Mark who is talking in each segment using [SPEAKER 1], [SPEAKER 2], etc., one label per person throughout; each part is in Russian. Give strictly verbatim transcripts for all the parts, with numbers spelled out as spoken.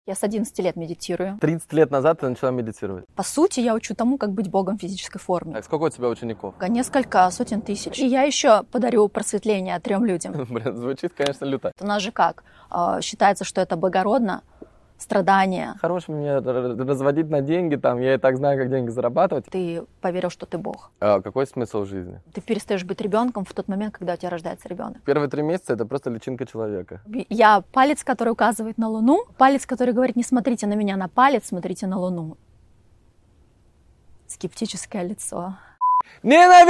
[SPEAKER 1] Я с одиннадцати лет медитирую.
[SPEAKER 2] тридцать лет назад ты начала медитировать?
[SPEAKER 1] По сути, я учу тому, как быть богом в физической форме.
[SPEAKER 2] Так, сколько у тебя учеников?
[SPEAKER 1] Несколько сотен тысяч. И я еще подарю просветление трем людям.
[SPEAKER 2] Блин, звучит, конечно, люто.
[SPEAKER 1] У нас же как? Считается, что это благородно, страдания.
[SPEAKER 2] Хорош мне разводить на деньги, там, я и так знаю, как деньги зарабатывать.
[SPEAKER 1] Ты поверил, что ты бог.
[SPEAKER 2] А какой смысл жизни?
[SPEAKER 1] Ты перестаешь быть ребенком в тот момент, когда у тебя рождается ребенок.
[SPEAKER 2] Первые три месяца это просто личинка человека.
[SPEAKER 1] Я палец, который указывает на Луну, палец, который говорит: не смотрите на меня на палец, смотрите на Луну. Скептическое лицо.
[SPEAKER 2] Нина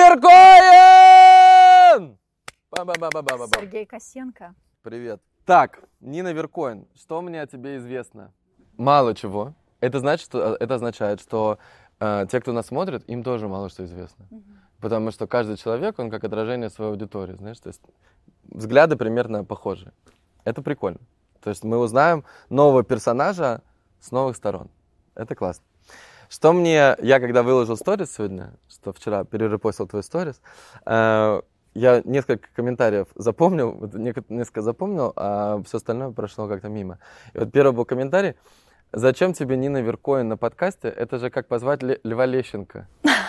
[SPEAKER 2] Веркоен!
[SPEAKER 1] Сергей Косенко.
[SPEAKER 2] Привет. Так, Нина Веркоен, что мне о тебе известно? Мало чего. Это значит, что это означает, что э, те, кто нас смотрит, им тоже мало что известно. Угу. Потому что каждый человек, он как отражение своей аудитории, знаешь, то есть взгляды примерно похожи. Это прикольно. То есть мы узнаем нового персонажа с новых сторон. Это классно. Что мне, я когда выложил сторис сегодня, что вчера перерепостил твой сторис, э, я несколько комментариев запомнил, несколько запомнил, а все остальное прошло как-то мимо. И вот первый был комментарий: зачем тебе Нина Веркоен на подкасте? Это же как позвать Льва Лещенко.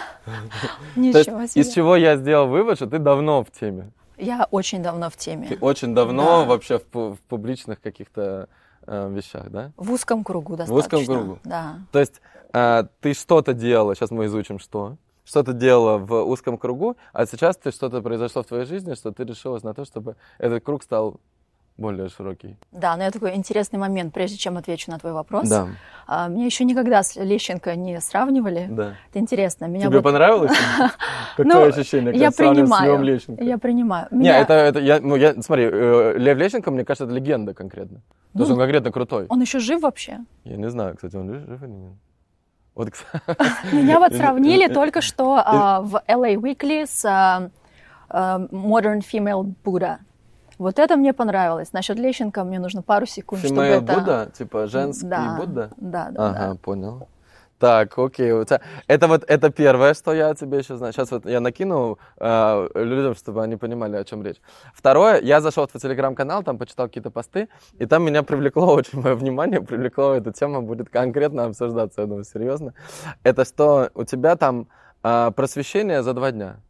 [SPEAKER 1] Ничего себе.
[SPEAKER 2] Из чего я сделал вывод, что ты давно в теме.
[SPEAKER 1] Я очень давно в теме.
[SPEAKER 2] Ты очень давно вообще в публичных каких-то вещах, да?
[SPEAKER 1] В узком кругу достаточно.
[SPEAKER 2] В узком кругу.
[SPEAKER 1] Да.
[SPEAKER 2] То есть ты что-то делала, сейчас мы изучим что. Что-то делала в узком кругу, а сейчас ты что-то произошло в твоей жизни, что ты решилась на то, чтобы этот круг стал более широкий.
[SPEAKER 1] Да, но это такой интересный момент, прежде чем отвечу на твой вопрос.
[SPEAKER 2] Да.
[SPEAKER 1] А, меня еще никогда с Лещенко не сравнивали.
[SPEAKER 2] Да.
[SPEAKER 1] Это интересно. Меня
[SPEAKER 2] Тебе
[SPEAKER 1] вот...
[SPEAKER 2] понравилось? Какое ощущение, когда сравнивают с Львом Лещенко?
[SPEAKER 1] Я принимаю.
[SPEAKER 2] Нет, это, я, ну, я, смотри, Лев Лещенко, мне кажется, это легенда конкретно. Потому что он конкретно крутой.
[SPEAKER 1] Он еще жив вообще?
[SPEAKER 2] Я не знаю, кстати, он жив или нет. Вот,
[SPEAKER 1] меня вот сравнили только что uh, в эл эй Weekly с uh, uh, Modern Female Buddha. Вот это мне понравилось. Насчет Лещенко мне нужно пару секунд,
[SPEAKER 2] Female
[SPEAKER 1] чтобы это...
[SPEAKER 2] Будда? Типа женский
[SPEAKER 1] да,
[SPEAKER 2] Будда?
[SPEAKER 1] Да, да,
[SPEAKER 2] ага,
[SPEAKER 1] да.
[SPEAKER 2] Понял. Так, окей. Это вот это первое, что я о тебе еще знаю. Сейчас вот я накину э, людям, чтобы они понимали, о чем речь. Второе, я зашел в твой телеграм-канал, там почитал какие-то посты, и там меня привлекло очень мое внимание, привлекло, эта тема будет конкретно обсуждаться, я думаю, серьезно. Это что у тебя там э, просвещение за два дня.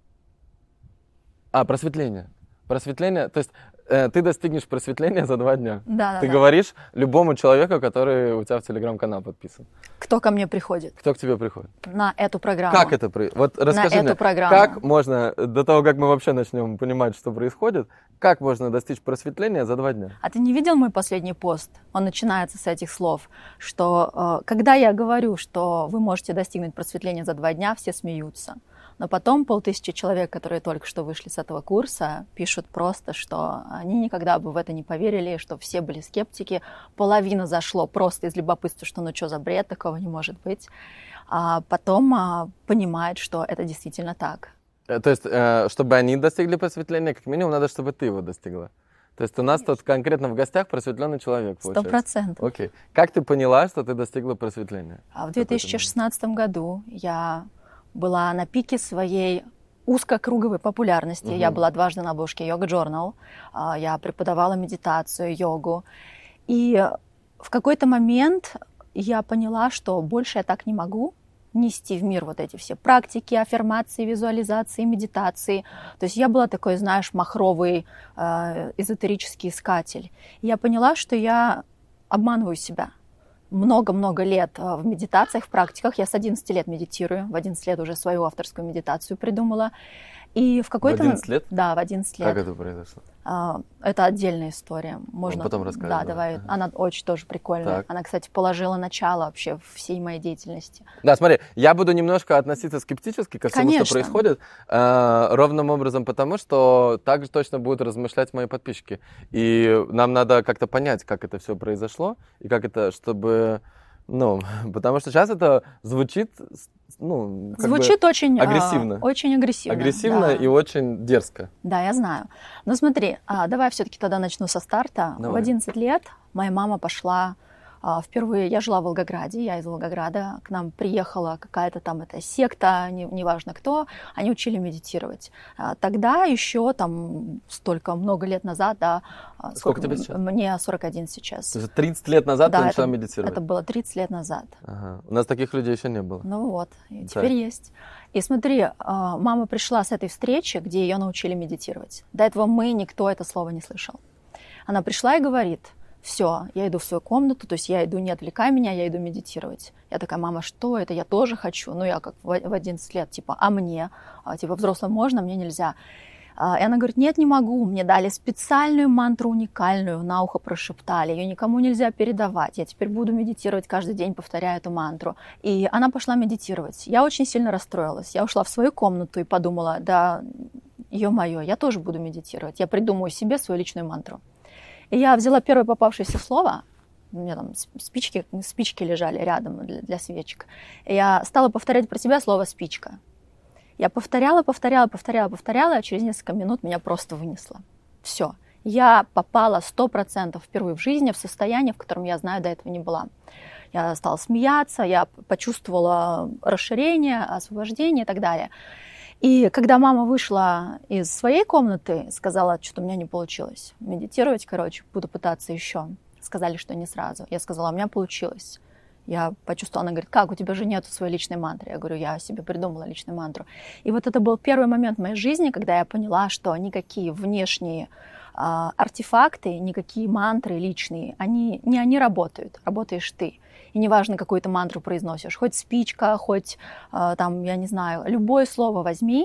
[SPEAKER 2] А, просветление. Просветление, то есть э, ты достигнешь просветления за два дня.
[SPEAKER 1] Да,
[SPEAKER 2] ты
[SPEAKER 1] да,
[SPEAKER 2] говоришь любому человеку, который у тебя в телеграм-канал подписан.
[SPEAKER 1] Кто ко мне приходит?
[SPEAKER 2] Кто к тебе приходит?
[SPEAKER 1] На эту программу.
[SPEAKER 2] Как это происходит? Вот расскажи
[SPEAKER 1] На
[SPEAKER 2] мне,
[SPEAKER 1] эту программу.
[SPEAKER 2] Как можно, до того, как мы вообще начнем понимать, что происходит, как можно достичь просветления за два дня?
[SPEAKER 1] А ты не видел мой последний пост? Он начинается с этих слов, что э, когда я говорю, что вы можете достигнуть просветления за два дня, все смеются. Но потом полтысячи человек, которые только что вышли с этого курса, пишут просто, что они никогда бы в это не поверили, что все были скептики. Половина зашло просто из любопытства, что ну что за бред, такого не может быть. А потом а, понимают, что это действительно так.
[SPEAKER 2] То есть, э, чтобы они достигли просветления, как минимум надо, чтобы ты его достигла. То есть у нас Конечно. Тут конкретно в гостях просветленный человек, получается.
[SPEAKER 1] Сто процентов.
[SPEAKER 2] Окей. Как ты поняла, что ты достигла просветления?
[SPEAKER 1] А в две тысячи шестнадцатом году я... была на пике своей узкокруговой популярности. Uh-huh. Я была дважды на обложке Yoga Journal. Я преподавала медитацию, йогу. И в какой-то момент я поняла, что больше я так не могу нести в мир вот эти все практики, аффирмации, визуализации, медитации. То есть я была такой, знаешь, махровый э, эзотерический искатель. И я поняла, что я обманываю себя. Много-много лет в медитациях, в практиках. Я с одиннадцати лет медитирую. В одиннадцать лет уже свою авторскую медитацию придумала. И в какой-то...
[SPEAKER 2] В одиннадцать лет?
[SPEAKER 1] Да, в одиннадцать лет.
[SPEAKER 2] Как это произошло?
[SPEAKER 1] Это отдельная история. Можно...
[SPEAKER 2] Потом расскажешь.
[SPEAKER 1] Да,
[SPEAKER 2] да,
[SPEAKER 1] давай.
[SPEAKER 2] Ага.
[SPEAKER 1] Она очень тоже прикольная.
[SPEAKER 2] Так.
[SPEAKER 1] Она, кстати, положила начало вообще всей моей деятельности.
[SPEAKER 2] Да, смотри, я буду немножко относиться скептически ко всему,
[SPEAKER 1] Конечно.
[SPEAKER 2] что происходит, э, ровным образом потому, что так же точно будут размышлять мои подписчики. И нам надо как-то понять, как это все произошло, и как это, чтобы... Ну, потому что сейчас это звучит, ну, как
[SPEAKER 1] звучит
[SPEAKER 2] бы
[SPEAKER 1] очень
[SPEAKER 2] агрессивно.
[SPEAKER 1] А, очень агрессивно.
[SPEAKER 2] Агрессивно
[SPEAKER 1] да.
[SPEAKER 2] И очень дерзко.
[SPEAKER 1] Да, я знаю. Но смотри, а, давай все-таки тогда начну со старта.
[SPEAKER 2] Давай.
[SPEAKER 1] В одиннадцать лет моя мама пошла Впервые я жила в Волгограде, я из Волгограда, к нам приехала какая-то там эта секта, не, неважно кто, они учили медитировать. Тогда еще там столько, много лет назад, да.
[SPEAKER 2] Сколько, сколько тебе сейчас?
[SPEAKER 1] Мне сорок один сейчас.
[SPEAKER 2] То есть тридцать лет назад
[SPEAKER 1] да,
[SPEAKER 2] ты начала
[SPEAKER 1] это,
[SPEAKER 2] медитировать?
[SPEAKER 1] Это было тридцать лет назад.
[SPEAKER 2] Ага. У нас таких людей еще не было.
[SPEAKER 1] Ну вот, и
[SPEAKER 2] так.
[SPEAKER 1] теперь есть. И смотри, мама пришла с этой встречи, где ее научили медитировать. До этого мы, никто это слово не слышал. Она пришла и говорит: все, я иду в свою комнату, то есть я иду, не отвлекай меня, я иду медитировать. Я такая: мама, что это? Я тоже хочу. Ну, я как в одиннадцать лет, типа, а мне? А, типа, взрослым можно, мне нельзя. А, и она говорит: нет, не могу. Мне дали специальную мантру уникальную, на ухо прошептали. Ее никому нельзя передавать. Я теперь буду медитировать каждый день, повторяя эту мантру. И она пошла медитировать. Я очень сильно расстроилась. Я ушла в свою комнату и подумала: да, ё-моё, я тоже буду медитировать. Я придумаю себе свою личную мантру. И я взяла первое попавшееся слово, у меня там спички, спички лежали рядом для, для свечек. И я стала повторять про себя слово «спичка». Я повторяла, повторяла, повторяла, повторяла, а через несколько минут меня просто вынесло. Все. Я попала сто процентов впервые в жизни в состояние, в котором я знаю, до этого не была. Я стала смеяться, я почувствовала расширение, освобождение и так далее. И когда мама вышла из своей комнаты, сказала, что у меня не получилось медитировать, короче, буду пытаться еще. Сказали, что не сразу. Я сказала: у меня получилось. Я почувствовала, она говорит: как, у тебя же нету своей личной мантры? Я говорю: я себе придумала личную мантру. И вот это был первый момент в моей жизни, когда я поняла, что никакие внешние а, артефакты, никакие мантры личные, они, не они работают, работаешь ты. И неважно, какую-то мантру произносишь, хоть спичка, хоть, э, там, я не знаю, любое слово возьми,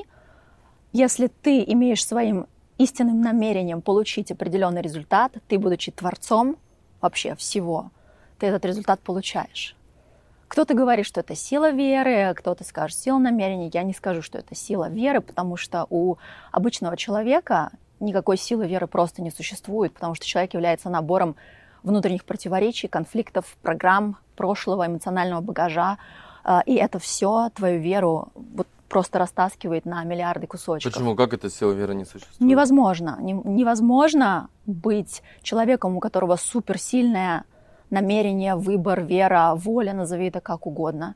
[SPEAKER 1] если ты имеешь своим истинным намерением получить определенный результат, ты, будучи творцом вообще всего, ты этот результат получаешь. Кто-то говорит, что это сила веры, кто-то скажет сила намерения. Я не скажу, что это сила веры, потому что у обычного человека никакой силы веры просто не существует, потому что человек является набором внутренних противоречий, конфликтов, программ, прошлого, эмоционального багажа. И это все твою веру вот просто растаскивает на миллиарды кусочков.
[SPEAKER 2] Почему? Как это сила веры не существует?
[SPEAKER 1] Невозможно. Невозможно быть человеком, у которого суперсильное намерение, выбор, вера, воля, назови это как угодно.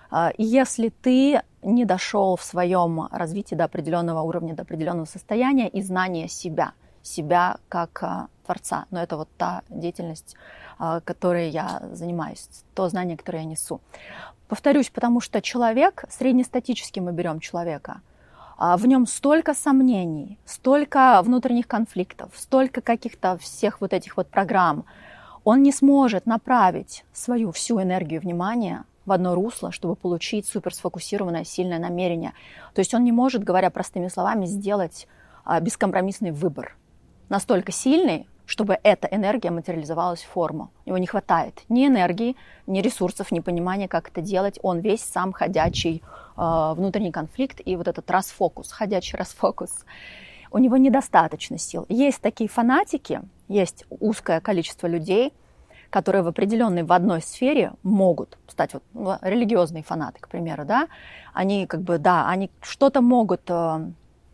[SPEAKER 1] И если ты не дошел в своем развитии до определенного уровня, до определенного состояния и знания себя, себя как а, творца. Но это вот та деятельность, а, которой я занимаюсь, то знание, которое я несу. Повторюсь, потому что человек, среднестатически мы берем человека, а, в нем столько сомнений, столько внутренних конфликтов, столько каких-то всех вот этих вот программ. Он не сможет направить свою всю энергию внимания в одно русло, чтобы получить суперсфокусированное, сильное намерение. То есть он не может, говоря простыми словами, сделать а, бескомпромиссный выбор. Настолько сильный, чтобы эта энергия материализовалась в форму. Его не хватает ни энергии, ни ресурсов, ни понимания, как это делать. Он весь сам ходячий э, внутренний конфликт и вот этот расфокус, ходячий расфокус. У него недостаточно сил. Есть такие фанатики, есть узкое количество людей, которые в определенной, в одной сфере могут стать, вот, ну, религиозные фанаты, к примеру, да, они как бы, да, они что-то могут... Э,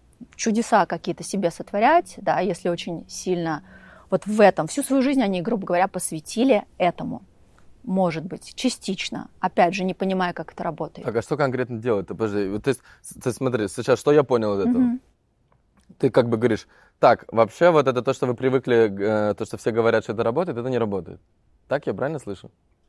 [SPEAKER 1] чудеса какие-то себе сотворять, да, если очень сильно вот в этом, всю свою жизнь они, грубо говоря, посвятили этому. Может быть, частично, опять же, не понимая, как это работает.
[SPEAKER 2] Так, а что конкретно делать? Ты, подожди, то есть, ты смотри, сейчас, что я понял из этого?
[SPEAKER 1] Mm-hmm.
[SPEAKER 2] Ты как бы говоришь: так, вообще вот это то, что вы привыкли, то, что все говорят, что это работает, это не работает. Так я правильно слышу?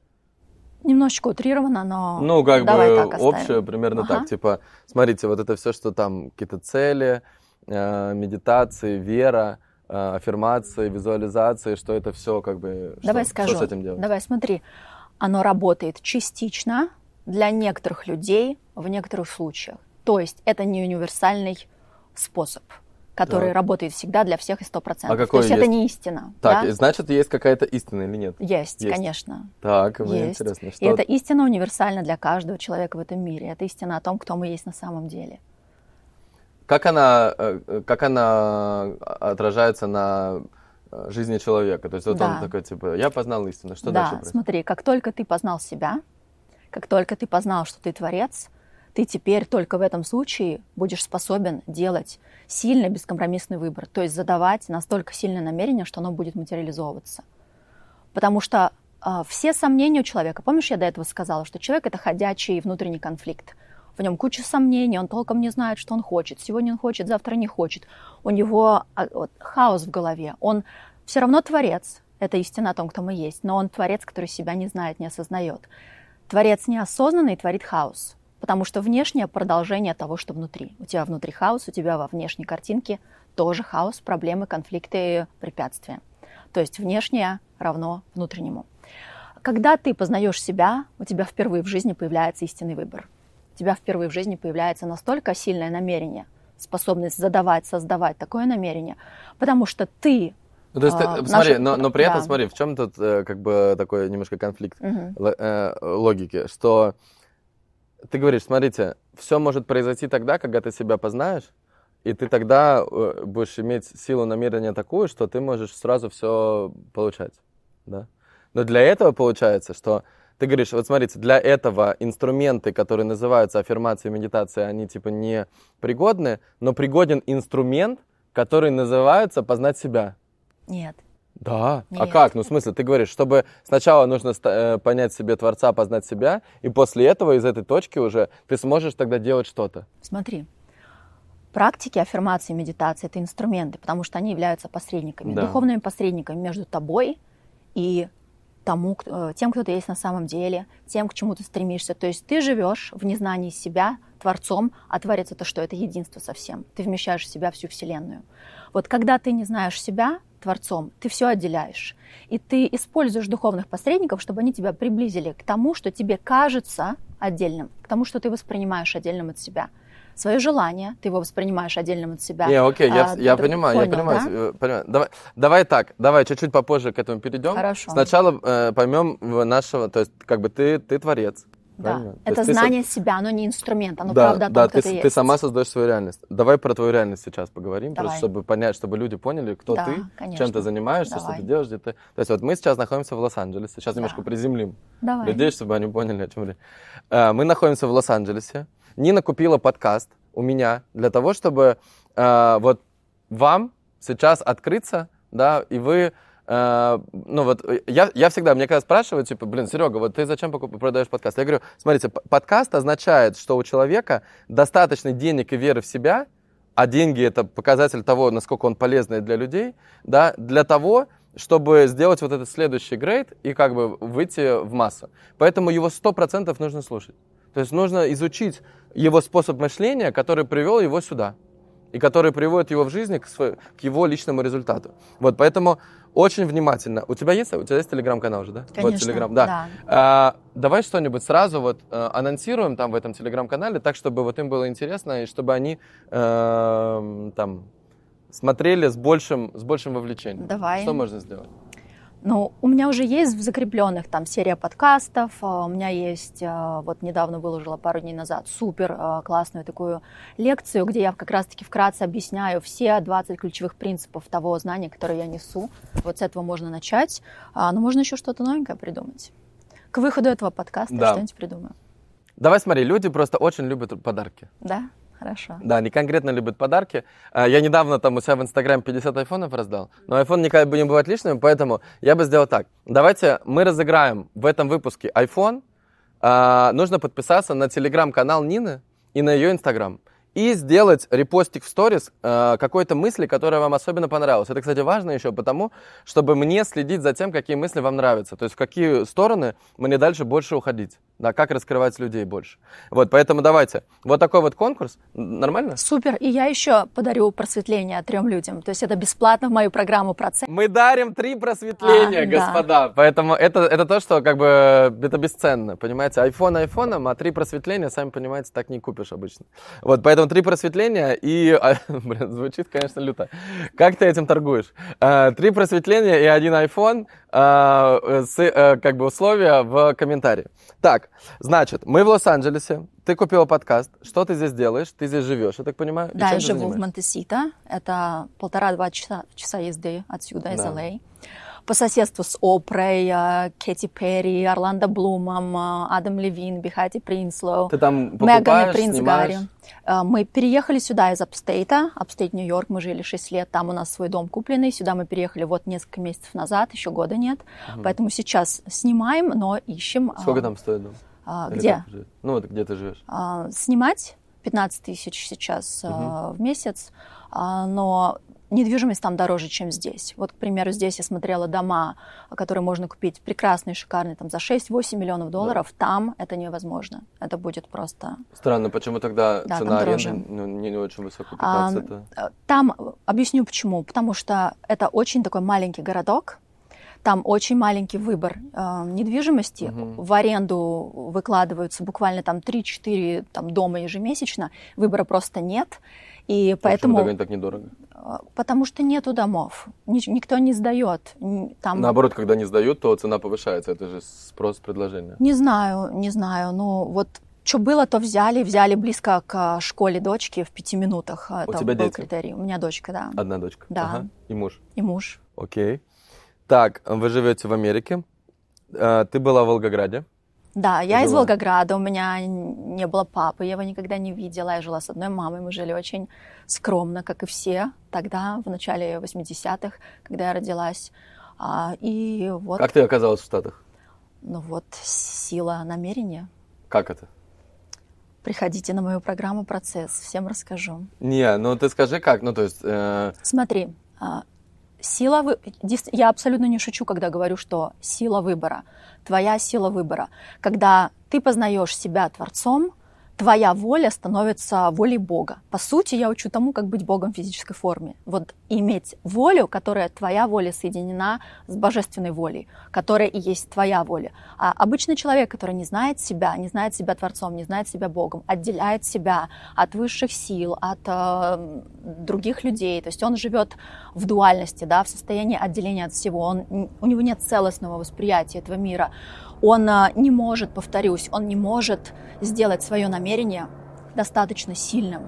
[SPEAKER 1] Немножечко утрировано, но
[SPEAKER 2] ну, как
[SPEAKER 1] давай
[SPEAKER 2] бы
[SPEAKER 1] так оставим.
[SPEAKER 2] общее примерно
[SPEAKER 1] ага.
[SPEAKER 2] так. Типа, смотрите, вот это все, что там какие-то цели, э, медитации, вера, э, аффирмации, визуализации, что это все как бы...
[SPEAKER 1] Давай
[SPEAKER 2] что,
[SPEAKER 1] скажу.
[SPEAKER 2] Что с этим делать?
[SPEAKER 1] Давай, смотри. Оно работает частично для некоторых людей в некоторых случаях. То есть это не универсальный способ, который
[SPEAKER 2] так.
[SPEAKER 1] работает всегда для всех и сто процентов.
[SPEAKER 2] А какой
[SPEAKER 1] То есть,
[SPEAKER 2] есть?
[SPEAKER 1] это не истина.
[SPEAKER 2] Так,
[SPEAKER 1] да?
[SPEAKER 2] значит, есть какая-то истина или нет?
[SPEAKER 1] Есть,
[SPEAKER 2] есть.
[SPEAKER 1] конечно.
[SPEAKER 2] Так, мне
[SPEAKER 1] есть.
[SPEAKER 2] интересно. Что...
[SPEAKER 1] И эта истина универсальна для каждого человека в этом мире. Это истина о том, кто мы есть на самом деле.
[SPEAKER 2] Как она, как она отражается на жизни человека? То есть вот
[SPEAKER 1] да.
[SPEAKER 2] он такой, типа, я познал истину, что
[SPEAKER 1] да,
[SPEAKER 2] дальше происходит?
[SPEAKER 1] Смотри, как только ты познал себя, как только ты познал, что ты творец, ты теперь только в этом случае будешь способен делать сильный, бескомпромиссный выбор. То есть задавать настолько сильное намерение, что оно будет материализовываться. Потому что все сомнения у человека. Помнишь, я до этого сказала, что человек — это ходячий внутренний конфликт. В нем куча сомнений, он толком не знает, что он хочет. Сегодня он хочет, завтра не хочет. У него вот, хаос в голове. Он все равно творец. Это истина о том, кто мы есть. Но он творец, который себя не знает, не осознает. Творец неосознанный творит хаос. Потому что внешнее продолжение того, что внутри. У тебя внутри хаос, у тебя во внешней картинке тоже хаос, проблемы, конфликты, препятствия. То есть внешнее равно внутреннему. Когда ты познаешь себя, у тебя впервые в жизни появляется истинный выбор. У тебя впервые в жизни появляется настолько сильное намерение, способность задавать, создавать такое намерение, потому что ты...
[SPEAKER 2] Ну, то есть,
[SPEAKER 1] а,
[SPEAKER 2] ты, смотри,
[SPEAKER 1] наши...
[SPEAKER 2] но, но при этом,
[SPEAKER 1] да.
[SPEAKER 2] смотри, в чем тут э, как бы такой немножко конфликт
[SPEAKER 1] угу.
[SPEAKER 2] л- э, логики, что ты говоришь, смотрите, все может произойти тогда, когда ты себя познаешь, и ты тогда э, будешь иметь силу намерения такую, что ты можешь сразу все получать, да? Но для этого получается, что ты говоришь, вот смотрите, для этого инструменты, которые называются аффирмацией, медитацией, они типа не пригодны, но пригоден инструмент, который называется познать себя.
[SPEAKER 1] Нет.
[SPEAKER 2] Да.
[SPEAKER 1] Нет.
[SPEAKER 2] А как? Ну, в смысле, ты говоришь, чтобы сначала нужно ста- понять себе Творца, познать себя, и после этого из этой точки уже ты сможешь тогда делать что-то.
[SPEAKER 1] Смотри, практики аффирмации, медитации — это инструменты, потому что они являются посредниками,
[SPEAKER 2] Да.
[SPEAKER 1] духовными посредниками между тобой и тому, тем, кто ты есть на самом деле, тем, к чему ты стремишься. То есть ты живешь в незнании себя Творцом, а Творец — это что? Это единство совсем. Ты вмещаешь в себя всю Вселенную. Вот когда ты не знаешь себя Творцом, ты все отделяешь. И ты используешь духовных посредников, чтобы они тебя приблизили к тому, что тебе кажется отдельным, к тому, что ты воспринимаешь отдельным от себя. Свое желание, ты его воспринимаешь отдельным от себя.
[SPEAKER 2] Не, окей, я,
[SPEAKER 1] а,
[SPEAKER 2] я
[SPEAKER 1] ты
[SPEAKER 2] понимаю,
[SPEAKER 1] понял,
[SPEAKER 2] я понимаю,
[SPEAKER 1] да?
[SPEAKER 2] понимаю. Давай, давай так, давай чуть-чуть попозже к этому перейдем.
[SPEAKER 1] Хорошо.
[SPEAKER 2] Сначала э, поймем нашего, то есть как бы ты, ты творец.
[SPEAKER 1] Да.
[SPEAKER 2] Правильно?
[SPEAKER 1] Это
[SPEAKER 2] То есть
[SPEAKER 1] знание
[SPEAKER 2] ты...
[SPEAKER 1] себя, оно не инструмент, оно
[SPEAKER 2] да,
[SPEAKER 1] правда о том,
[SPEAKER 2] да,
[SPEAKER 1] кто
[SPEAKER 2] ты,
[SPEAKER 1] ты есть.
[SPEAKER 2] ты сама создаешь свою реальность. Давай про твою реальность сейчас поговорим,
[SPEAKER 1] Давай.
[SPEAKER 2] просто чтобы понять, чтобы люди поняли, кто
[SPEAKER 1] Да,
[SPEAKER 2] ты,
[SPEAKER 1] конечно.
[SPEAKER 2] чем ты занимаешься,
[SPEAKER 1] Давай.
[SPEAKER 2] что ты делаешь, где ты. То есть вот мы сейчас находимся в Лос-Анджелесе, сейчас
[SPEAKER 1] Да.
[SPEAKER 2] немножко приземлим
[SPEAKER 1] Давай.
[SPEAKER 2] людей, чтобы они поняли, о чем речь. Э, Мы находимся в Лос-Анджелесе. Нина купила подкаст у меня для того, чтобы э, вот вам сейчас открыться, да, и вы, э, ну вот, я, я всегда, мне когда спрашивают, типа, блин, Серега, вот ты зачем покуп- продаешь подкаст? Я говорю, смотрите, п- подкаст означает, что у человека достаточно денег и веры в себя, а деньги — это показатель того, насколько он полезный для людей, да, для того, чтобы сделать вот этот следующий грейд и как бы выйти в массу. Поэтому его сто процентов нужно слушать. То есть нужно изучить его способ мышления, который привел его сюда. И который приводит его в жизни к, сво- к его личному результату. Вот, поэтому очень внимательно. У тебя есть, у тебя есть телеграм-канал же, да?
[SPEAKER 1] Конечно,
[SPEAKER 2] вот, телеграм, да.
[SPEAKER 1] да.
[SPEAKER 2] А, давай что-нибудь сразу вот а, анонсируем там в этом телеграм-канале, так, чтобы вот им было интересно, и чтобы они а, там смотрели с большим, с большим вовлечением.
[SPEAKER 1] Давай.
[SPEAKER 2] Что можно сделать?
[SPEAKER 1] Ну, у меня уже есть в закрепленных там серия подкастов. У меня есть, вот недавно выложила пару дней назад супер классную такую лекцию, где я как раз-таки вкратце объясняю все двадцать ключевых принципов того знания, которое я несу. Вот с этого можно начать. Но можно еще что-то новенькое придумать. К выходу этого подкаста
[SPEAKER 2] Да.
[SPEAKER 1] я что-нибудь придумаю.
[SPEAKER 2] Давай смотри, люди просто очень любят подарки.
[SPEAKER 1] Да? Хорошо.
[SPEAKER 2] Да, они конкретно любят подарки. А, Я недавно там у себя в Инстаграме пятьдесят айфонов раздал, но айфон никогда не бывает лишним, поэтому я бы сделал так. Давайте мы разыграем в этом выпуске айфон. А, Нужно подписаться на телеграм-канал Нины и на ее Инстаграм. И сделать репостик в сторис э, какой-то мысли, которая вам особенно понравилась. Это, кстати, важно еще потому, чтобы мне следить за тем, какие мысли вам нравятся. То есть в какие стороны мне дальше больше уходить. Да, как раскрывать людей больше. Вот, поэтому давайте. Вот такой вот конкурс. Нормально?
[SPEAKER 1] Супер. И я еще подарю просветление трем людям. То есть это бесплатно в мою программу «Процесс».
[SPEAKER 2] Мы дарим три просветления,
[SPEAKER 1] А,
[SPEAKER 2] господа. Да. Поэтому это, это то, что как бы это бесценно. Понимаете, айфон айфоном, а три просветления, сами понимаете, так не купишь обычно. Вот, поэтому три просветления и... Блин, звучит, конечно, люто. Как ты этим торгуешь? Три просветления и один айфон с как бы условия в комментарии. Так, значит, мы в Лос-Анджелесе. Ты купила подкаст. Что ты здесь делаешь? Ты здесь живешь, я так понимаю?
[SPEAKER 1] Да, я живу в Монтесита. Это полтора-два часа, часа езды отсюда, из
[SPEAKER 2] Да.
[SPEAKER 1] Эл Эй. по соседству с Опрой, Кэти Перри, Орландо Блумом, Адам Левин, Бихати Принслоу,
[SPEAKER 2] Ты там
[SPEAKER 1] Меган и
[SPEAKER 2] покупаешь,
[SPEAKER 1] Принц
[SPEAKER 2] снимаешь?
[SPEAKER 1] Гарри. Мы переехали сюда из апстейта, апстейт Нью-Йорк, мы жили шесть лет, там у нас свой дом купленный, сюда мы переехали вот несколько месяцев назад, еще года нет, угу. Поэтому сейчас снимаем, но ищем.
[SPEAKER 2] Сколько там стоит дом?
[SPEAKER 1] А, где?
[SPEAKER 2] Ну вот где ты живешь?
[SPEAKER 1] А, снимать пятнадцать тысяч сейчас угу. а, в месяц, а, но недвижимость там дороже, чем здесь. Вот, к примеру, здесь я смотрела дома, которые можно купить прекрасные, шикарные, там за шесть-восемь миллионов долларов. Да. Там это невозможно. Это будет просто...
[SPEAKER 2] Странно, почему тогда
[SPEAKER 1] да,
[SPEAKER 2] цена аренды
[SPEAKER 1] ну,
[SPEAKER 2] не, не очень высокая? пятнадцать а, это...
[SPEAKER 1] Там, объясню почему. Потому что это очень такой маленький городок. Там очень маленький выбор э, недвижимости. Угу. В аренду выкладываются буквально там три-четыре там, дома ежемесячно. Выбора просто нет. И а поэтому...
[SPEAKER 2] Почему так недорого?
[SPEAKER 1] Потому что нету домов. Никто не сдает. Там...
[SPEAKER 2] Наоборот, когда не сдают, то цена повышается. Это же спрос-предложение.
[SPEAKER 1] Не знаю, не знаю. Ну вот что было, то взяли. Взяли близко к школе дочки в пяти минутах.
[SPEAKER 2] У
[SPEAKER 1] Это
[SPEAKER 2] тебя
[SPEAKER 1] был
[SPEAKER 2] дети?
[SPEAKER 1] Критерий. У меня дочка, да.
[SPEAKER 2] Одна дочка?
[SPEAKER 1] Да.
[SPEAKER 2] Ага. И муж?
[SPEAKER 1] И муж.
[SPEAKER 2] Окей. Так, вы живете в Америке. Ты была в Волгограде?
[SPEAKER 1] Да, я
[SPEAKER 2] жила?
[SPEAKER 1] из Волгограда, у меня не было папы, я его никогда не видела, я жила с одной мамой, мы жили очень скромно, как и все тогда, в начале восьмидесятых, когда я родилась. И вот...
[SPEAKER 2] Как ты оказалась в Штатах?
[SPEAKER 1] Ну вот, сила намерения.
[SPEAKER 2] Как это?
[SPEAKER 1] Приходите на мою программу «Процесс», всем расскажу.
[SPEAKER 2] Не, ну ты скажи как, ну то есть... Э...
[SPEAKER 1] Смотри, сила вы... Я абсолютно не шучу, когда говорю, что сила выбора. Твоя сила выбора. Когда ты познаешь себя Творцом, твоя воля становится волей Бога. По сути, я учу тому, как быть Богом в физической форме. Вот иметь волю, которая твоя воля соединена с божественной волей, которая и есть твоя воля. А обычный человек, который не знает себя, не знает себя Творцом, не знает себя Богом, отделяет себя от высших сил, от э, других людей. То есть он живет в дуальности, да, в состоянии отделения от всего. Он, у него нет целостного восприятия этого мира. Он не может, повторюсь, он не может сделать свое намерение достаточно сильным.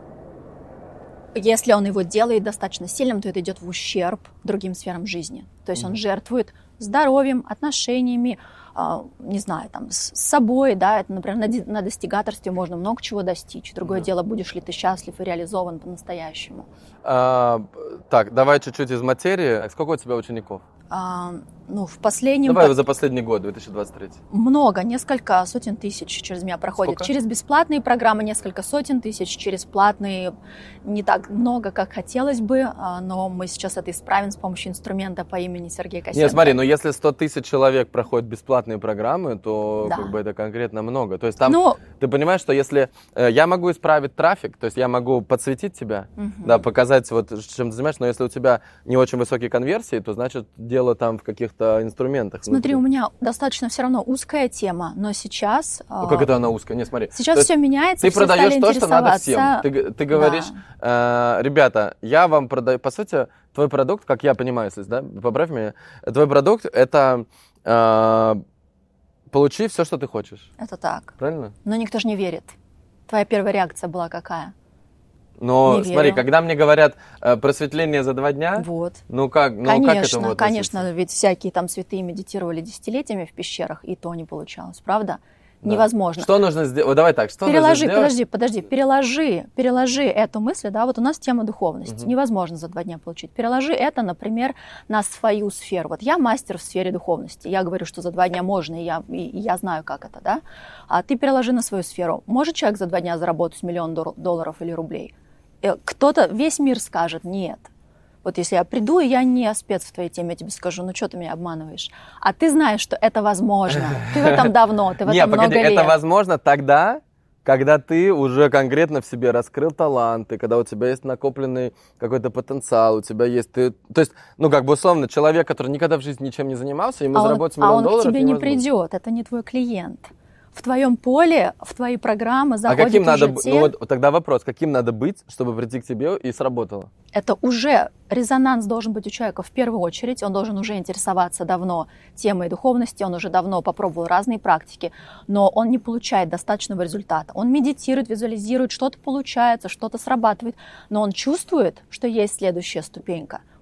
[SPEAKER 1] Если он его делает достаточно сильным, то это идет в ущерб другим сферам жизни. То есть он жертвует здоровьем, отношениями, не знаю, там, с собой, да, это, например, на достигаторстве можно много чего достичь. Другое mm-hmm. дело, будешь ли ты счастлив и реализован по-настоящему.
[SPEAKER 2] А, так, давай чуть-чуть из материи. Сколько у тебя учеников?
[SPEAKER 1] А, ну, в последнем...
[SPEAKER 2] Давай за последний год, две тысячи двадцать третий.
[SPEAKER 1] Много, несколько сотен тысяч через меня проходит.
[SPEAKER 2] Сколько?
[SPEAKER 1] Через бесплатные программы несколько сотен тысяч, через платные не так много, как хотелось бы, но мы сейчас это исправим с помощью инструмента по имени Сергей Косенко.
[SPEAKER 2] Нет, смотри, но если сто тысяч человек проходят бесплатные программы, то
[SPEAKER 1] да.
[SPEAKER 2] как бы это конкретно много. То есть там,
[SPEAKER 1] ну,
[SPEAKER 2] ты понимаешь, что если э, я могу исправить трафик, то есть я могу подсветить тебя, угу. да, показать, вот, чем ты занимаешься, но если у тебя не очень высокие конверсии, то значит дело там в каких-то инструментах.
[SPEAKER 1] Смотри,
[SPEAKER 2] внутри.
[SPEAKER 1] у меня достаточно все равно узкая тема, но сейчас...
[SPEAKER 2] Ну, как это она узкая? Не, смотри.
[SPEAKER 1] Сейчас все меняется,
[SPEAKER 2] ты
[SPEAKER 1] все
[SPEAKER 2] продаешь
[SPEAKER 1] стали
[SPEAKER 2] то, что надо всем. Ты, ты говоришь,
[SPEAKER 1] да.
[SPEAKER 2] э, ребята, я вам продаю, по сути, твой продукт, как я понимаю, если, да, поправь меня, твой продукт это э, получи все, что ты хочешь.
[SPEAKER 1] Это так.
[SPEAKER 2] Правильно?
[SPEAKER 1] Но никто же не верит. Твоя первая реакция была какая?
[SPEAKER 2] Но
[SPEAKER 1] не
[SPEAKER 2] смотри,
[SPEAKER 1] верю.
[SPEAKER 2] Когда мне говорят э, просветление за два дня,
[SPEAKER 1] вот.
[SPEAKER 2] ну как, ну
[SPEAKER 1] конечно,
[SPEAKER 2] как к этому относиться?
[SPEAKER 1] Конечно, ведь всякие там святые медитировали десятилетиями в пещерах, и то не получалось, правда?
[SPEAKER 2] Да.
[SPEAKER 1] Невозможно.
[SPEAKER 2] Что нужно сделать? Вот давай так, что
[SPEAKER 1] переложи,
[SPEAKER 2] нужно сделать?
[SPEAKER 1] Подожди, подожди, переложи, переложи эту мысль, да, вот у нас тема духовности,
[SPEAKER 2] угу.
[SPEAKER 1] невозможно за два дня получить. Переложи это, например, на свою сферу. Вот я мастер в сфере духовности, я говорю, что за два дня можно, и я, и, и я знаю, как это, да. А ты переложи на свою сферу. Может человек за два дня заработать миллион долларов или рублей? Кто-то, весь мир скажет нет. Вот если я приду, и я не спец в твоей теме, я тебе скажу, ну что ты меня обманываешь? А ты знаешь, что это возможно. Ты в этом давно, ты в этом много лет.
[SPEAKER 2] Это возможно тогда, когда ты уже конкретно в себе раскрыл таланты, когда у тебя есть накопленный какой-то потенциал, у тебя есть... Ты, то есть, ну как бы условно, человек, который никогда в жизни ничем не занимался, ему
[SPEAKER 1] а
[SPEAKER 2] заработать
[SPEAKER 1] он,
[SPEAKER 2] миллион
[SPEAKER 1] а он
[SPEAKER 2] долларов
[SPEAKER 1] к тебе не
[SPEAKER 2] невозможно.
[SPEAKER 1] придет, это не твой клиент. В твоем поле, в твои программы заходят
[SPEAKER 2] а каким
[SPEAKER 1] уже
[SPEAKER 2] надо,
[SPEAKER 1] те...
[SPEAKER 2] Ну вот тогда вопрос, каким надо быть, чтобы прийти к тебе и сработало?
[SPEAKER 1] Это уже резонанс должен быть у человека в первую очередь, он должен уже интересоваться давно темой духовности, он уже давно попробовал разные практики, но он не получает достаточного результата. Он медитирует, визуализирует, что-то получается, что-то срабатывает, но он чувствует, что есть следующая ступенька.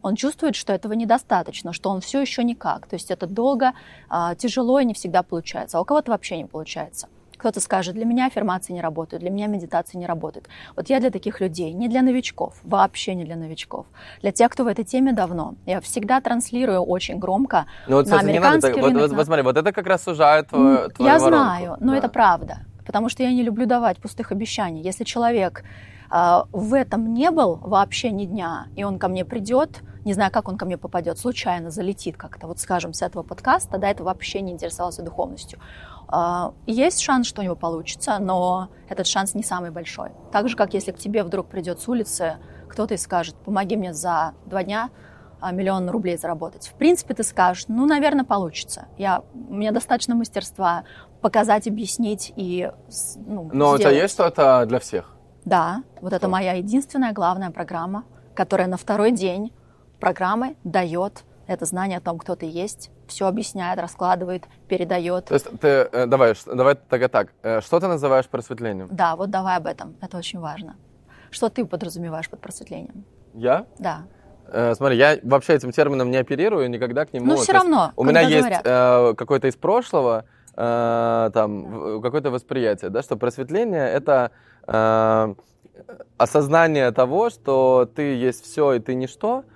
[SPEAKER 1] Он чувствует, что этого недостаточно, что он все еще никак. То есть это долго, тяжело и не всегда получается. А у кого-то вообще не получается. Кто-то скажет, для меня аффирмации не работают, для меня медитации не работают. Вот я для таких людей, не для новичков, вообще не для новичков. Для тех, кто в этой теме давно. Я всегда транслирую очень громко
[SPEAKER 2] ну, вот,
[SPEAKER 1] на
[SPEAKER 2] кстати,
[SPEAKER 1] американский
[SPEAKER 2] не надо,
[SPEAKER 1] рынок.
[SPEAKER 2] Вот, вот, вот смотри, вот это как раз сужает твою, твою
[SPEAKER 1] Я
[SPEAKER 2] воронку.
[SPEAKER 1] знаю, но
[SPEAKER 2] да.
[SPEAKER 1] это правда. Потому что я не люблю давать пустых обещаний. Если человек э, в этом не был вообще ни дня, и он ко мне придет, не знаю, как он ко мне попадет, случайно залетит как-то, вот скажем, с этого подкаста, до этого вообще не интересовался духовностью. Э, есть шанс, что у него получится, но этот шанс не самый большой. Так же, как если к тебе вдруг придет с улицы кто-то и скажет, помоги мне за два дня миллион рублей заработать. В принципе, ты скажешь, ну, наверное, получится. Я, у меня достаточно мастерства показать, объяснить и ну,
[SPEAKER 2] Но сделать. У тебя есть что-то для всех?
[SPEAKER 1] Да, вот что? Это моя единственная главная программа, которая на второй день программы дает это знание о том, кто ты есть, все объясняет, раскладывает, передает.
[SPEAKER 2] То есть ты, э, давай, давай тогда так, э, что ты называешь просветлением?
[SPEAKER 1] Да, вот давай об этом, это очень важно. Что ты подразумеваешь под просветлением?
[SPEAKER 2] Я?
[SPEAKER 1] Да.
[SPEAKER 2] Э, смотри, я вообще этим термином не оперирую, никогда к нему...
[SPEAKER 1] Ну, все равно,
[SPEAKER 2] у меня есть э, какой-то из прошлого, э, там, какое-то восприятие, да, что просветление — это э, осознание того, что ты есть все и ты ничто,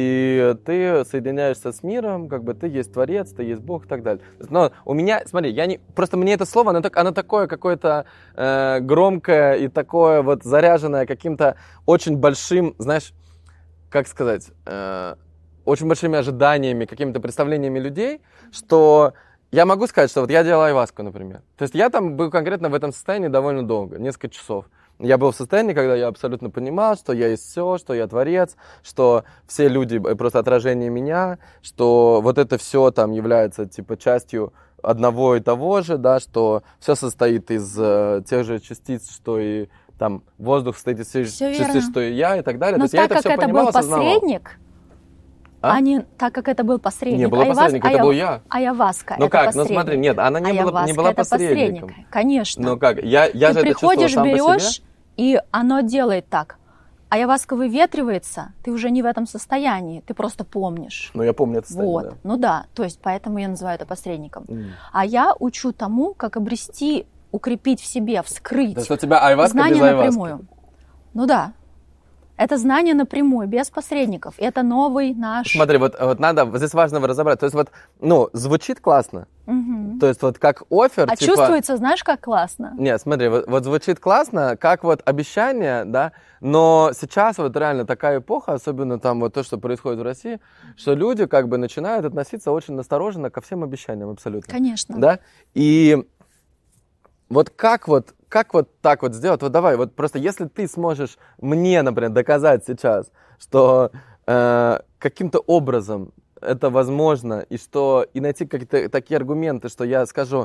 [SPEAKER 2] и ты соединяешься с миром, как бы ты есть Творец, ты есть Бог и так далее. Но у меня, смотри, я не, просто мне это слово, оно, так, оно такое какое-то э, громкое и такое вот заряженное каким-то очень большим, знаешь, как сказать, э, очень большими ожиданиями, какими-то представлениями людей, что я могу сказать, что вот я делал айваску, например. То есть я там был конкретно в этом состоянии довольно долго, несколько часов. Я был в состоянии, когда я абсолютно понимал, что я есть все, что я творец, что все люди просто отражение меня, что вот это все там является типа частью одного и того же, да, что все состоит из э, тех же частиц, что и там воздух состоит из тех же частиц, что и я, и так далее.
[SPEAKER 1] Но
[SPEAKER 2] То есть
[SPEAKER 1] так
[SPEAKER 2] я это
[SPEAKER 1] как
[SPEAKER 2] все
[SPEAKER 1] это
[SPEAKER 2] понимал,
[SPEAKER 1] был
[SPEAKER 2] осознавал.
[SPEAKER 1] посредник,
[SPEAKER 2] А?
[SPEAKER 1] А не, так как это был посредник.
[SPEAKER 2] Не было посредника, это
[SPEAKER 1] ая...
[SPEAKER 2] был я.
[SPEAKER 1] Айаваска,
[SPEAKER 2] ну
[SPEAKER 1] это
[SPEAKER 2] как,
[SPEAKER 1] посредник.
[SPEAKER 2] Ну смотри, нет, она не, была, не была
[SPEAKER 1] это
[SPEAKER 2] посредником.
[SPEAKER 1] Посредник. Конечно.
[SPEAKER 2] Ну как, я, я
[SPEAKER 1] ты
[SPEAKER 2] же
[SPEAKER 1] приходишь,
[SPEAKER 2] это чувствовал сам
[SPEAKER 1] берешь,
[SPEAKER 2] по себе.
[SPEAKER 1] И оно делает так. Айаваска выветривается, ты уже не в этом состоянии, ты просто помнишь.
[SPEAKER 2] Ну я помню это состояние,
[SPEAKER 1] Вот,
[SPEAKER 2] да.
[SPEAKER 1] ну да, то есть поэтому я называю это посредником.
[SPEAKER 2] Mm.
[SPEAKER 1] А я учу тому, как обрести, укрепить в себе, вскрыть
[SPEAKER 2] То есть у тебя айваска
[SPEAKER 1] знания
[SPEAKER 2] без айваски.
[SPEAKER 1] напрямую. Ну да. Это знание напрямую, без посредников. Это новый наш...
[SPEAKER 2] Смотри, вот, вот надо, вот здесь важно разобрать. То есть вот, ну, звучит классно.
[SPEAKER 1] Угу.
[SPEAKER 2] То есть вот как оффер,
[SPEAKER 1] А
[SPEAKER 2] типа...
[SPEAKER 1] чувствуется, знаешь, как классно?
[SPEAKER 2] Нет, смотри, вот, вот звучит классно, как вот обещание, да, но сейчас вот реально такая эпоха, особенно там вот то, что происходит в России, что люди как бы начинают относиться очень настороженно ко всем обещаниям абсолютно.
[SPEAKER 1] Конечно.
[SPEAKER 2] Да? И вот как вот Как вот так вот сделать? Вот давай, вот просто если ты сможешь мне, например, доказать сейчас, что э, каким-то образом это возможно, и что и найти какие-то такие аргументы, что я скажу,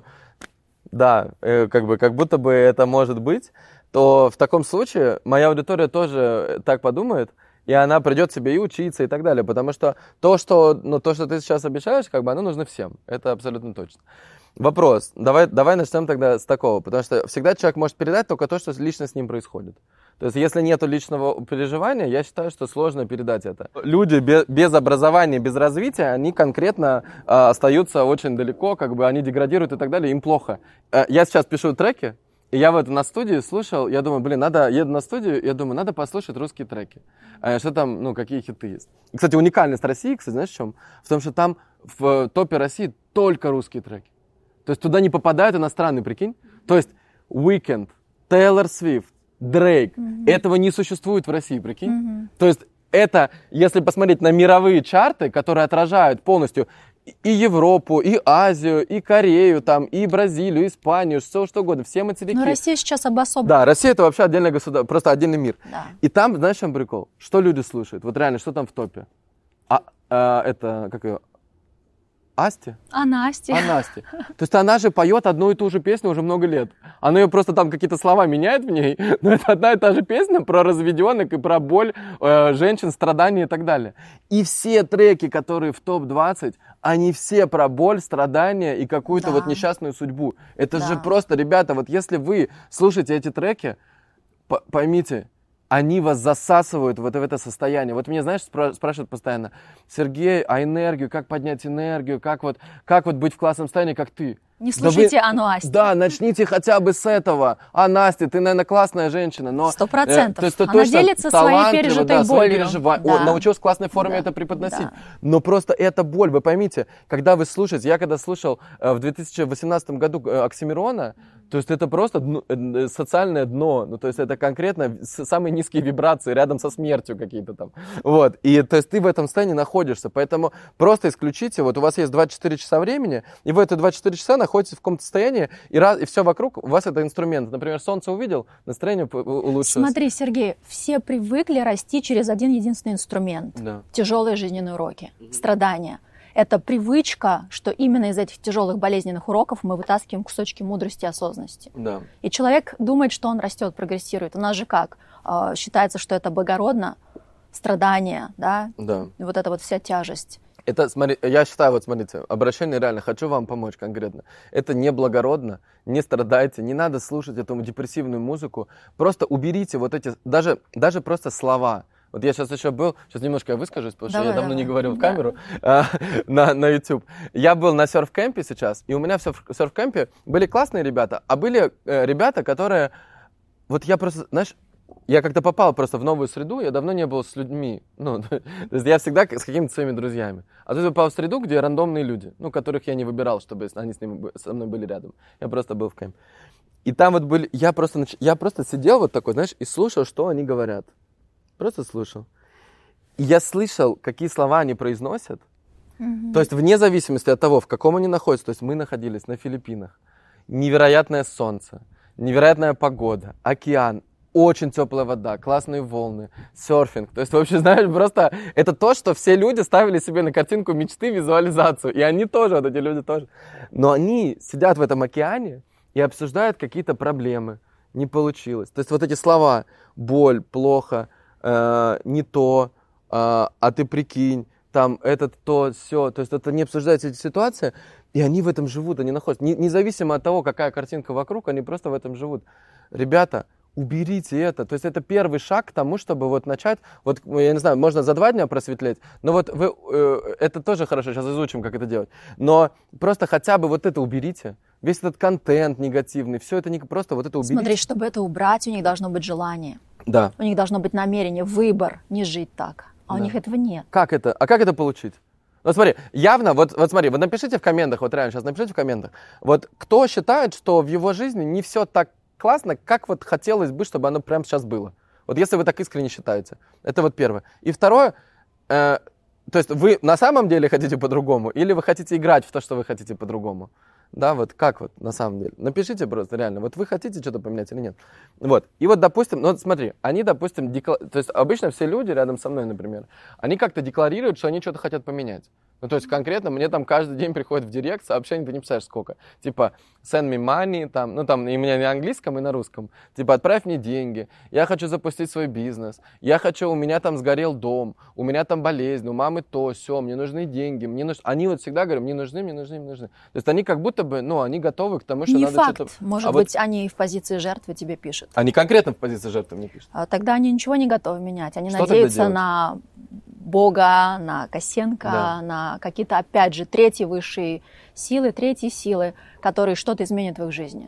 [SPEAKER 2] да, э, как бы, как будто бы это может быть, то в таком случае моя аудитория тоже так подумает, и она придет себе и учиться, и так далее. Потому что то, что, ну, то, что ты сейчас обещаешь, как бы оно нужно всем. Это абсолютно точно. Вопрос. Давай, давай начнем тогда с такого. Потому что всегда человек может передать только то, что лично с ним происходит. То есть, если нет личного переживания, я считаю, что сложно передать это. Люди без, без образования, без развития, они конкретно э, остаются очень далеко, как бы они деградируют и так далее, им плохо. Э, я сейчас пишу треки, и я вот на студии слушал, я думаю, блин, надо, еду на студию, я думаю, надо послушать русские треки. Э, что там, ну, какие хиты есть. И, кстати, уникальность России, кстати, знаешь в чем? В том, что там в топе России только русские треки. То есть туда не попадают иностранные, прикинь? То есть Weeknd, Тейлор Свифт, Дрейк. Mm-hmm. Этого не существует в России, прикинь? Mm-hmm. То есть это, если посмотреть на мировые чарты, которые отражают полностью и Европу, и Азию, и Корею, там, и Бразилию, и Испанию, все что угодно, все материки.
[SPEAKER 1] Но Россия сейчас обособлена.
[SPEAKER 2] Да, Россия это вообще отдельное государство, просто отдельный мир.
[SPEAKER 1] Да.
[SPEAKER 2] И там, знаешь, в чем прикол? Что люди слушают? Вот реально, что там в топе? А, а это, как ее? Асти?
[SPEAKER 1] А Насти.
[SPEAKER 2] А Насти. То есть она же поет одну и ту же песню уже много лет. Она ее просто там какие-то слова меняет в ней, но это одна и та же песня про разведенных и про боль э, женщин, страдания и так далее. И все треки, которые в топ двадцать, они все про боль, страдания и какую-то да. вот несчастную судьбу. Это да. же просто, ребята, вот если вы слушаете эти треки, поймите, они вас засасывают вот в это состояние. Вот меня, знаешь, спра- спрашивают постоянно: Сергей, а энергию, как поднять энергию, как вот, как вот быть в классном состоянии, как ты?
[SPEAKER 1] Не слушайте
[SPEAKER 2] да вы,
[SPEAKER 1] о Насте.
[SPEAKER 2] Да, начните хотя бы с этого. А, Настя, ты, наверное, классная женщина, но...
[SPEAKER 1] Сто процентов.
[SPEAKER 2] Э, то есть ты
[SPEAKER 1] Она
[SPEAKER 2] точно
[SPEAKER 1] делится своей пережитой
[SPEAKER 2] да,
[SPEAKER 1] болью.
[SPEAKER 2] Пережива...
[SPEAKER 1] Да.
[SPEAKER 2] О, научилась в классной форме
[SPEAKER 1] Да.
[SPEAKER 2] это преподносить.
[SPEAKER 1] Да.
[SPEAKER 2] Но просто эта боль, вы поймите, когда вы слушаете, я когда слушал э, в две тысячи восемнадцатом году э, Оксимирона, то есть это просто дно, э, социальное дно, ну то есть это конкретно самые низкие вибрации рядом со смертью какие-то там. Вот, и то есть ты в этом состоянии находишься, поэтому просто исключите, вот у вас есть двадцать четыре часа времени, и вы эти двадцать четыре часа находитесь в каком-то состоянии, и, раз, и все вокруг, у вас это инструмент. Например, солнце увидел, настроение улучшилось.
[SPEAKER 1] Смотри, Сергей, все привыкли расти через один единственный инструмент.
[SPEAKER 2] Да.
[SPEAKER 1] Тяжелые жизненные уроки, mm-hmm. страдания. Это привычка, что именно из этих тяжелых болезненных уроков мы вытаскиваем кусочки мудрости и осознанности.
[SPEAKER 2] Да.
[SPEAKER 1] И человек думает, что он растет, прогрессирует. У нас же как? Считается, что это благородно, страдания, да?
[SPEAKER 2] Да.
[SPEAKER 1] И вот эта вот вся тяжесть.
[SPEAKER 2] Это, смотри, я считаю, вот смотрите, обращение реально, хочу вам помочь конкретно. Это не благородно, не страдайте, не надо слушать эту депрессивную музыку. Просто уберите вот эти, даже, даже просто слова. Вот я сейчас еще был, сейчас немножко я выскажусь, потому давай, что я давно давай. не говорил в камеру, да. а, на, на YouTube. Я был на серф-кемпе сейчас, и у меня в серф-кемпе были классные ребята, а были э, ребята, которые, вот я просто, знаешь, я как-то попал просто в новую среду, я давно не был с людьми, ну, то есть я всегда с какими-то своими друзьями. А тут я попал в среду, где рандомные люди, ну, которых я не выбирал, чтобы они с ними, со мной были рядом. Я просто был в кемпе. И там вот были, я просто, я просто сидел вот такой, знаешь, и слушал, что они говорят. Просто слушал. И я слышал, какие слова они произносят. Mm-hmm. То есть вне зависимости от того, в каком они находятся. То есть мы находились на Филиппинах. Невероятное солнце, невероятная погода, океан, очень теплая вода, классные волны, серфинг. То есть, вообще, знаешь, просто это то, что все люди ставили себе на картинку мечты, визуализацию. И они тоже, вот эти люди тоже. Но они сидят в этом океане и обсуждают какие-то проблемы. Не получилось. То есть вот эти слова: боль, плохо, Э, не то, э, а ты прикинь, там, этот, то, все. То есть это не обсуждается эти ситуации, и они в этом живут, они находятся. Не, независимо от того, какая картинка вокруг, они просто в этом живут. Ребята, уберите это. То есть это первый шаг к тому, чтобы вот начать, вот, я не знаю, можно за два дня просветлеть, но вот вы, э, это тоже хорошо, сейчас изучим, как это делать. Но просто хотя бы вот это уберите. Весь этот контент негативный, все это не просто вот это уберите.
[SPEAKER 1] Смотри, чтобы это убрать, у них должно быть желание.
[SPEAKER 2] Да.
[SPEAKER 1] У них должно быть намерение, выбор не жить так. А да. у них этого нет.
[SPEAKER 2] Как это? А как это получить? Вот смотри, явно, вот, вот смотри, вот напишите в комментах, вот реально сейчас напишите в комментах, вот кто считает, что в его жизни не все так классно, как вот хотелось бы, чтобы оно прямо сейчас было. Вот если вы так искренне считаете. Это вот первое. И второе, э, то есть вы на самом деле хотите по-другому, или вы хотите играть в то, что вы хотите по-другому? Да, вот как вот на самом деле. Напишите просто реально, вот вы хотите что-то поменять или нет. Вот, и вот допустим, ну вот смотри, они, допустим, декла... то есть обычно все люди рядом со мной, например, они как-то декларируют, что они что-то хотят поменять. Ну, то есть конкретно мне там каждый день приходит в директ сообщение, ты не представляешь сколько. Типа, send me money, там, ну там и у меня на английском, и на русском. Типа, отправь мне деньги, я хочу запустить свой бизнес, я хочу, у меня там сгорел дом, у меня там болезнь, у мамы то, все, мне нужны деньги, мне нужны... Они вот всегда говорят, мне нужны, мне нужны, мне нужны. То есть они как будто бы, ну, они готовы к тому, что
[SPEAKER 1] не
[SPEAKER 2] надо
[SPEAKER 1] факт.
[SPEAKER 2] что-то...
[SPEAKER 1] Может
[SPEAKER 2] а
[SPEAKER 1] быть,
[SPEAKER 2] вот...
[SPEAKER 1] они в позиции жертвы тебе пишут.
[SPEAKER 2] Они конкретно в позиции жертвы мне пишут.
[SPEAKER 1] А тогда они ничего не готовы менять. Они
[SPEAKER 2] что
[SPEAKER 1] надеются на Бога, на Косенко, да. на какие-то, опять же, третьи высшие силы, третьи силы, которые что-то изменят в их жизни.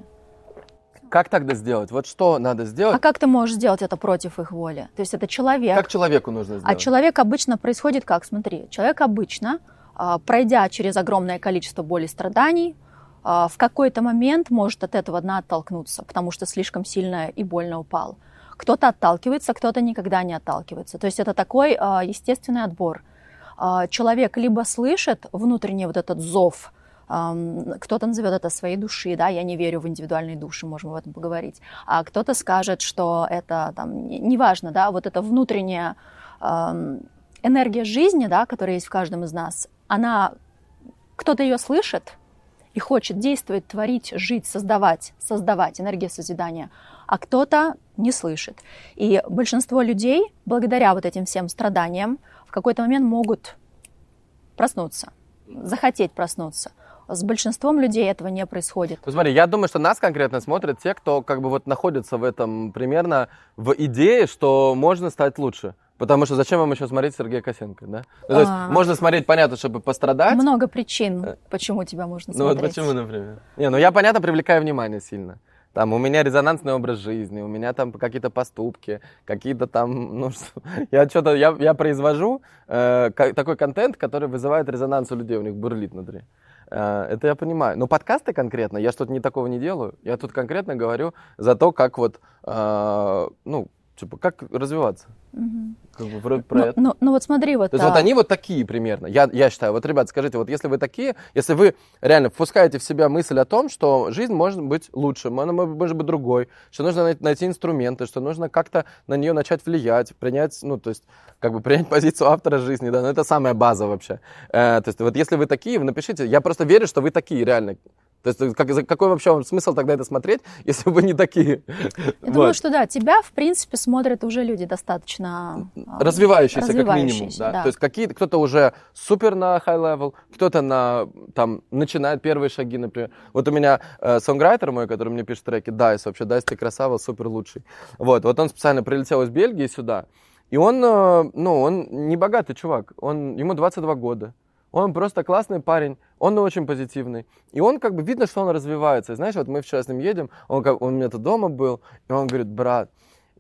[SPEAKER 2] Как тогда сделать? Вот что надо сделать?
[SPEAKER 1] А как ты можешь сделать это против их воли? То есть это человек.
[SPEAKER 2] Как человеку нужно сделать?
[SPEAKER 1] А человек обычно происходит как? Смотри, человек обычно, пройдя через огромное количество боли и страданий, в какой-то момент может от этого дна оттолкнуться, потому что слишком сильно и больно упал. Кто-то отталкивается, кто-то никогда не отталкивается. То есть это такой естественный отбор. Человек либо слышит внутренний вот этот зов, кто-то назовет это своей души, да, я не верю в индивидуальные души, можем об этом поговорить, а кто-то скажет, что это, там, неважно, да, вот эта внутренняя энергия жизни, да, которая есть в каждом из нас, она, кто-то ее слышит и хочет действовать, творить, жить, создавать, создавать, энергия созидания, а кто-то не слышит. И большинство людей, благодаря вот этим всем страданиям, в какой-то момент могут проснуться, захотеть проснуться. с большинством людей этого не происходит.
[SPEAKER 2] Ну, смотри, я думаю, что нас конкретно смотрят те, кто как бы вот находится в этом примерно в идее, что можно стать лучше. Потому что зачем вам еще смотреть Сергея Косенко, да? Ну, то есть
[SPEAKER 1] А.
[SPEAKER 2] можно смотреть, понятно, чтобы пострадать.
[SPEAKER 1] Много причин, почему тебя можно
[SPEAKER 2] Ну вот
[SPEAKER 1] смотреть.
[SPEAKER 2] почему, например? Не, ну я, понятно, привлекаю внимание сильно. Там у меня резонансный образ жизни, у меня там какие-то поступки, какие-то там, ну, что, я что-то, я, я произвожу э, к- такой контент, который вызывает резонанс у людей, у них бурлит внутри. Э, это я понимаю. Но подкасты конкретно, я что-то не такого не делаю. Я тут конкретно говорю за то, как вот, э, ну, типа, как развиваться.
[SPEAKER 1] Мгм.
[SPEAKER 2] Как бы про, про
[SPEAKER 1] Ну,
[SPEAKER 2] это.
[SPEAKER 1] ну, ну вот смотри, вот...
[SPEAKER 2] То есть
[SPEAKER 1] а,
[SPEAKER 2] вот они вот такие примерно. Я, я считаю, вот, ребят, скажите, вот если вы такие, если вы реально впускаете в себя мысль о том, что жизнь может быть лучше, она может быть другой, что нужно най- найти инструменты, что нужно как-то на нее начать влиять, принять, ну, то есть, как бы принять позицию автора жизни, да, ну, это самая база вообще. Э, то есть вот если вы такие, вы напишите, я просто верю, что вы такие реально. То есть как, за- какой вообще вам смысл тогда это смотреть, если вы не такие?
[SPEAKER 1] Я думаю, что да, тебя, в принципе, смотрят уже люди достаточно... а,
[SPEAKER 2] Развивающиеся, как минимум,
[SPEAKER 1] развивающиеся,
[SPEAKER 2] да.
[SPEAKER 1] да.
[SPEAKER 2] То есть какие кто-то уже супер на high level, кто-то на там начинает первые шаги, например. Вот у меня э, сонграйтер мой, который мне пишет треки, Дайс, вообще Дайс, ты красава, супер лучший. Вот, вот он специально прилетел из Бельгии сюда, и он, э, ну, он не богатый чувак, он ему двадцать два года. Он просто классный парень, он очень позитивный. И он как бы видно, что он развивается. И знаешь, вот мы вчера с ним едем, он, как, он у меня тут дома был, и он говорит, брат,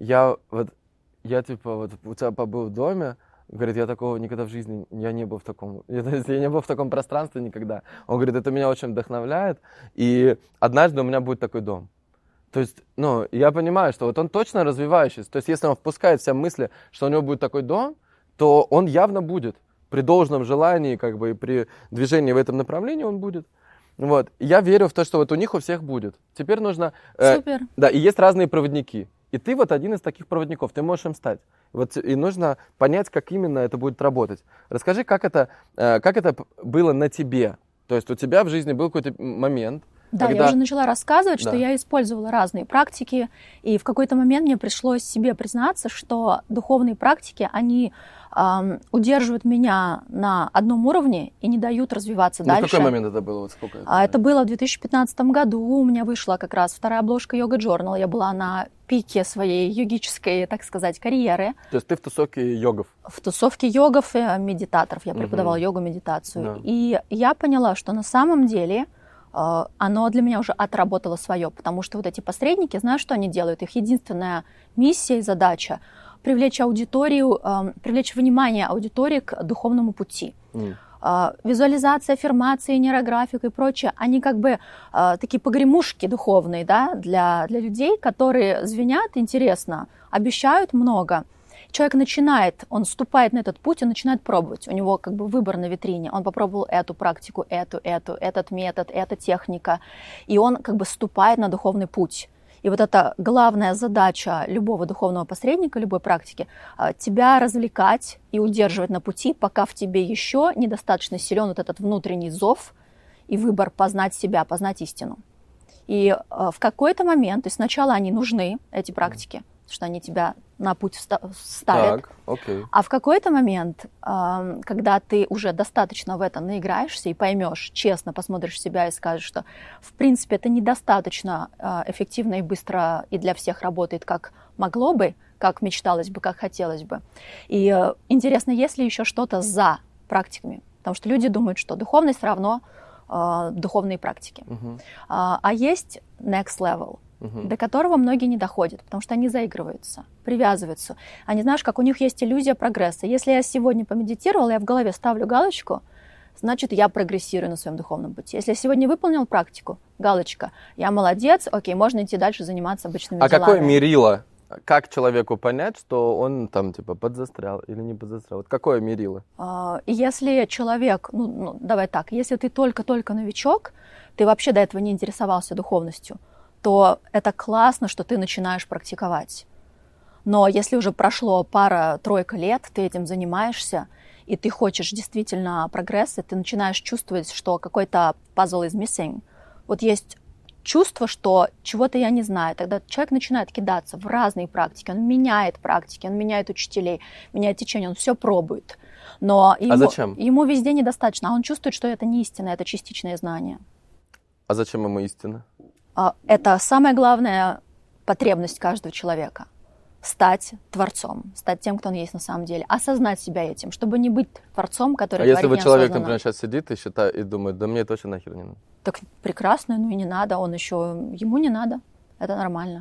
[SPEAKER 2] я вот, я типа вот у тебя побыл в доме, говорит, я такого никогда в жизни, я не был в таком, я, то есть я не был в таком пространстве никогда. Он говорит, это меня очень вдохновляет, и однажды у меня будет такой дом. То есть, ну, я понимаю, что вот он точно развивающийся. То есть, если он впускает в себя мысли, что у него будет такой дом, то он явно будет. При должном желании, как бы, и при движении в этом направлении он будет. Вот. И я верю в то, что вот у них у всех будет. Теперь нужно... э,
[SPEAKER 1] Супер.
[SPEAKER 2] Да, и есть разные проводники. И ты вот один из таких проводников, ты можешь им стать. Вот, и нужно понять, как именно это будет работать. Расскажи, как это, э, как это п- было на тебе. То есть у тебя в жизни был какой-то момент,
[SPEAKER 1] Да,
[SPEAKER 2] когда...
[SPEAKER 1] я уже начала рассказывать,
[SPEAKER 2] Да.
[SPEAKER 1] что я использовала разные практики, и в какой-то момент мне пришлось себе признаться, что духовные практики, они ам, удерживают меня на одном уровне и не дают развиваться
[SPEAKER 2] Ну,
[SPEAKER 1] дальше.
[SPEAKER 2] в какой момент это было? Вот сколько это?
[SPEAKER 1] А это было в две тысячи пятнадцатом году, у меня вышла как раз вторая обложка Yoga Journal, я была на пике своей йогической, так сказать, карьеры,
[SPEAKER 2] То есть ты в тусовке йогов.
[SPEAKER 1] в тусовке йогов и медитаторов, я
[SPEAKER 2] Мгм.
[SPEAKER 1] преподавала йогу, медитацию,
[SPEAKER 2] Да.
[SPEAKER 1] и я поняла, что на самом деле э, оно для меня уже отработало свое, потому что вот эти посредники, знаешь, что они делают? Их единственная миссия и задача — привлечь аудиторию, э, привлечь внимание аудитории к духовному пути.
[SPEAKER 2] М.
[SPEAKER 1] Э, Визуализация, аффирмации, нейрографика и прочее, они как бы э, такие погремушки духовные, да, для, для людей, которые звенят интересно, обещают много. Человек начинает, он вступает на этот путь и начинает пробовать. У него как бы выбор на витрине. Он попробовал эту практику, эту, эту, этот метод, эта техника. И он как бы вступает на духовный путь. И вот это главная задача любого духовного посредника, любой практики, а, тебя развлекать и удерживать на пути, пока в тебе еще недостаточно силен вот этот внутренний зов и выбор познать себя, познать истину. И а, в какой-то момент, то есть сначала они нужны, эти практики, потому что они тебя на путь вста- ставят.
[SPEAKER 2] Так, окей.
[SPEAKER 1] А в какой-то момент, ам, когда ты уже достаточно в это наиграешься и поймешь, честно посмотришь в себя и скажешь, что в принципе это недостаточно а, эффективно и быстро и для всех работает, как могло бы, как мечталось бы, как хотелось бы. И э, интересно, есть ли еще что-то за практиками? Потому что люди думают, что духовность равно э, духовные практики.
[SPEAKER 2] Мгм.
[SPEAKER 1] А, а есть next level,
[SPEAKER 2] Мгм.
[SPEAKER 1] до которого многие не доходят, потому что они заигрываются, привязываются. Они, знаешь, как у них есть иллюзия прогресса. Если я сегодня помедитировала, я в голове ставлю галочку, значит, я прогрессирую на своем духовном пути. Если я сегодня выполнил практику, галочка, я молодец, окей, можно идти дальше заниматься обычными
[SPEAKER 2] А
[SPEAKER 1] делами.
[SPEAKER 2] какое мерило? Как человеку понять, что он там типа подзастрял или не подзастрял? Вот какое мерило?
[SPEAKER 1] А, и Если человек, ну, ну, давай так, если ты только-только новичок, ты вообще до этого не интересовался духовностью, то это классно, что ты начинаешь практиковать. Но если уже прошло пара-тройка лет, ты этим занимаешься, и ты хочешь действительно прогресса, ты начинаешь чувствовать, что какой-то puzzle is missing. Вот есть чувство, что чего-то я не знаю. Тогда человек начинает кидаться в разные практики. Он меняет практики, он меняет учителей, меняет течение, он все пробует. Но ему,
[SPEAKER 2] а зачем?
[SPEAKER 1] Ему везде недостаточно, а он чувствует, что это не истина, это частичное знание.
[SPEAKER 2] А зачем ему истина?
[SPEAKER 1] Это самая главная потребность каждого человека. Стать творцом, стать тем, кто он есть на самом деле, осознать себя этим, чтобы не быть творцом, который
[SPEAKER 2] а
[SPEAKER 1] творит
[SPEAKER 2] если вот человек,
[SPEAKER 1] неосознанно.
[SPEAKER 2] например, сейчас сидит и считает, и думает, да мне это вообще нахер не надо.
[SPEAKER 1] Так прекрасно, ну и не надо, он еще, ему не надо, это нормально.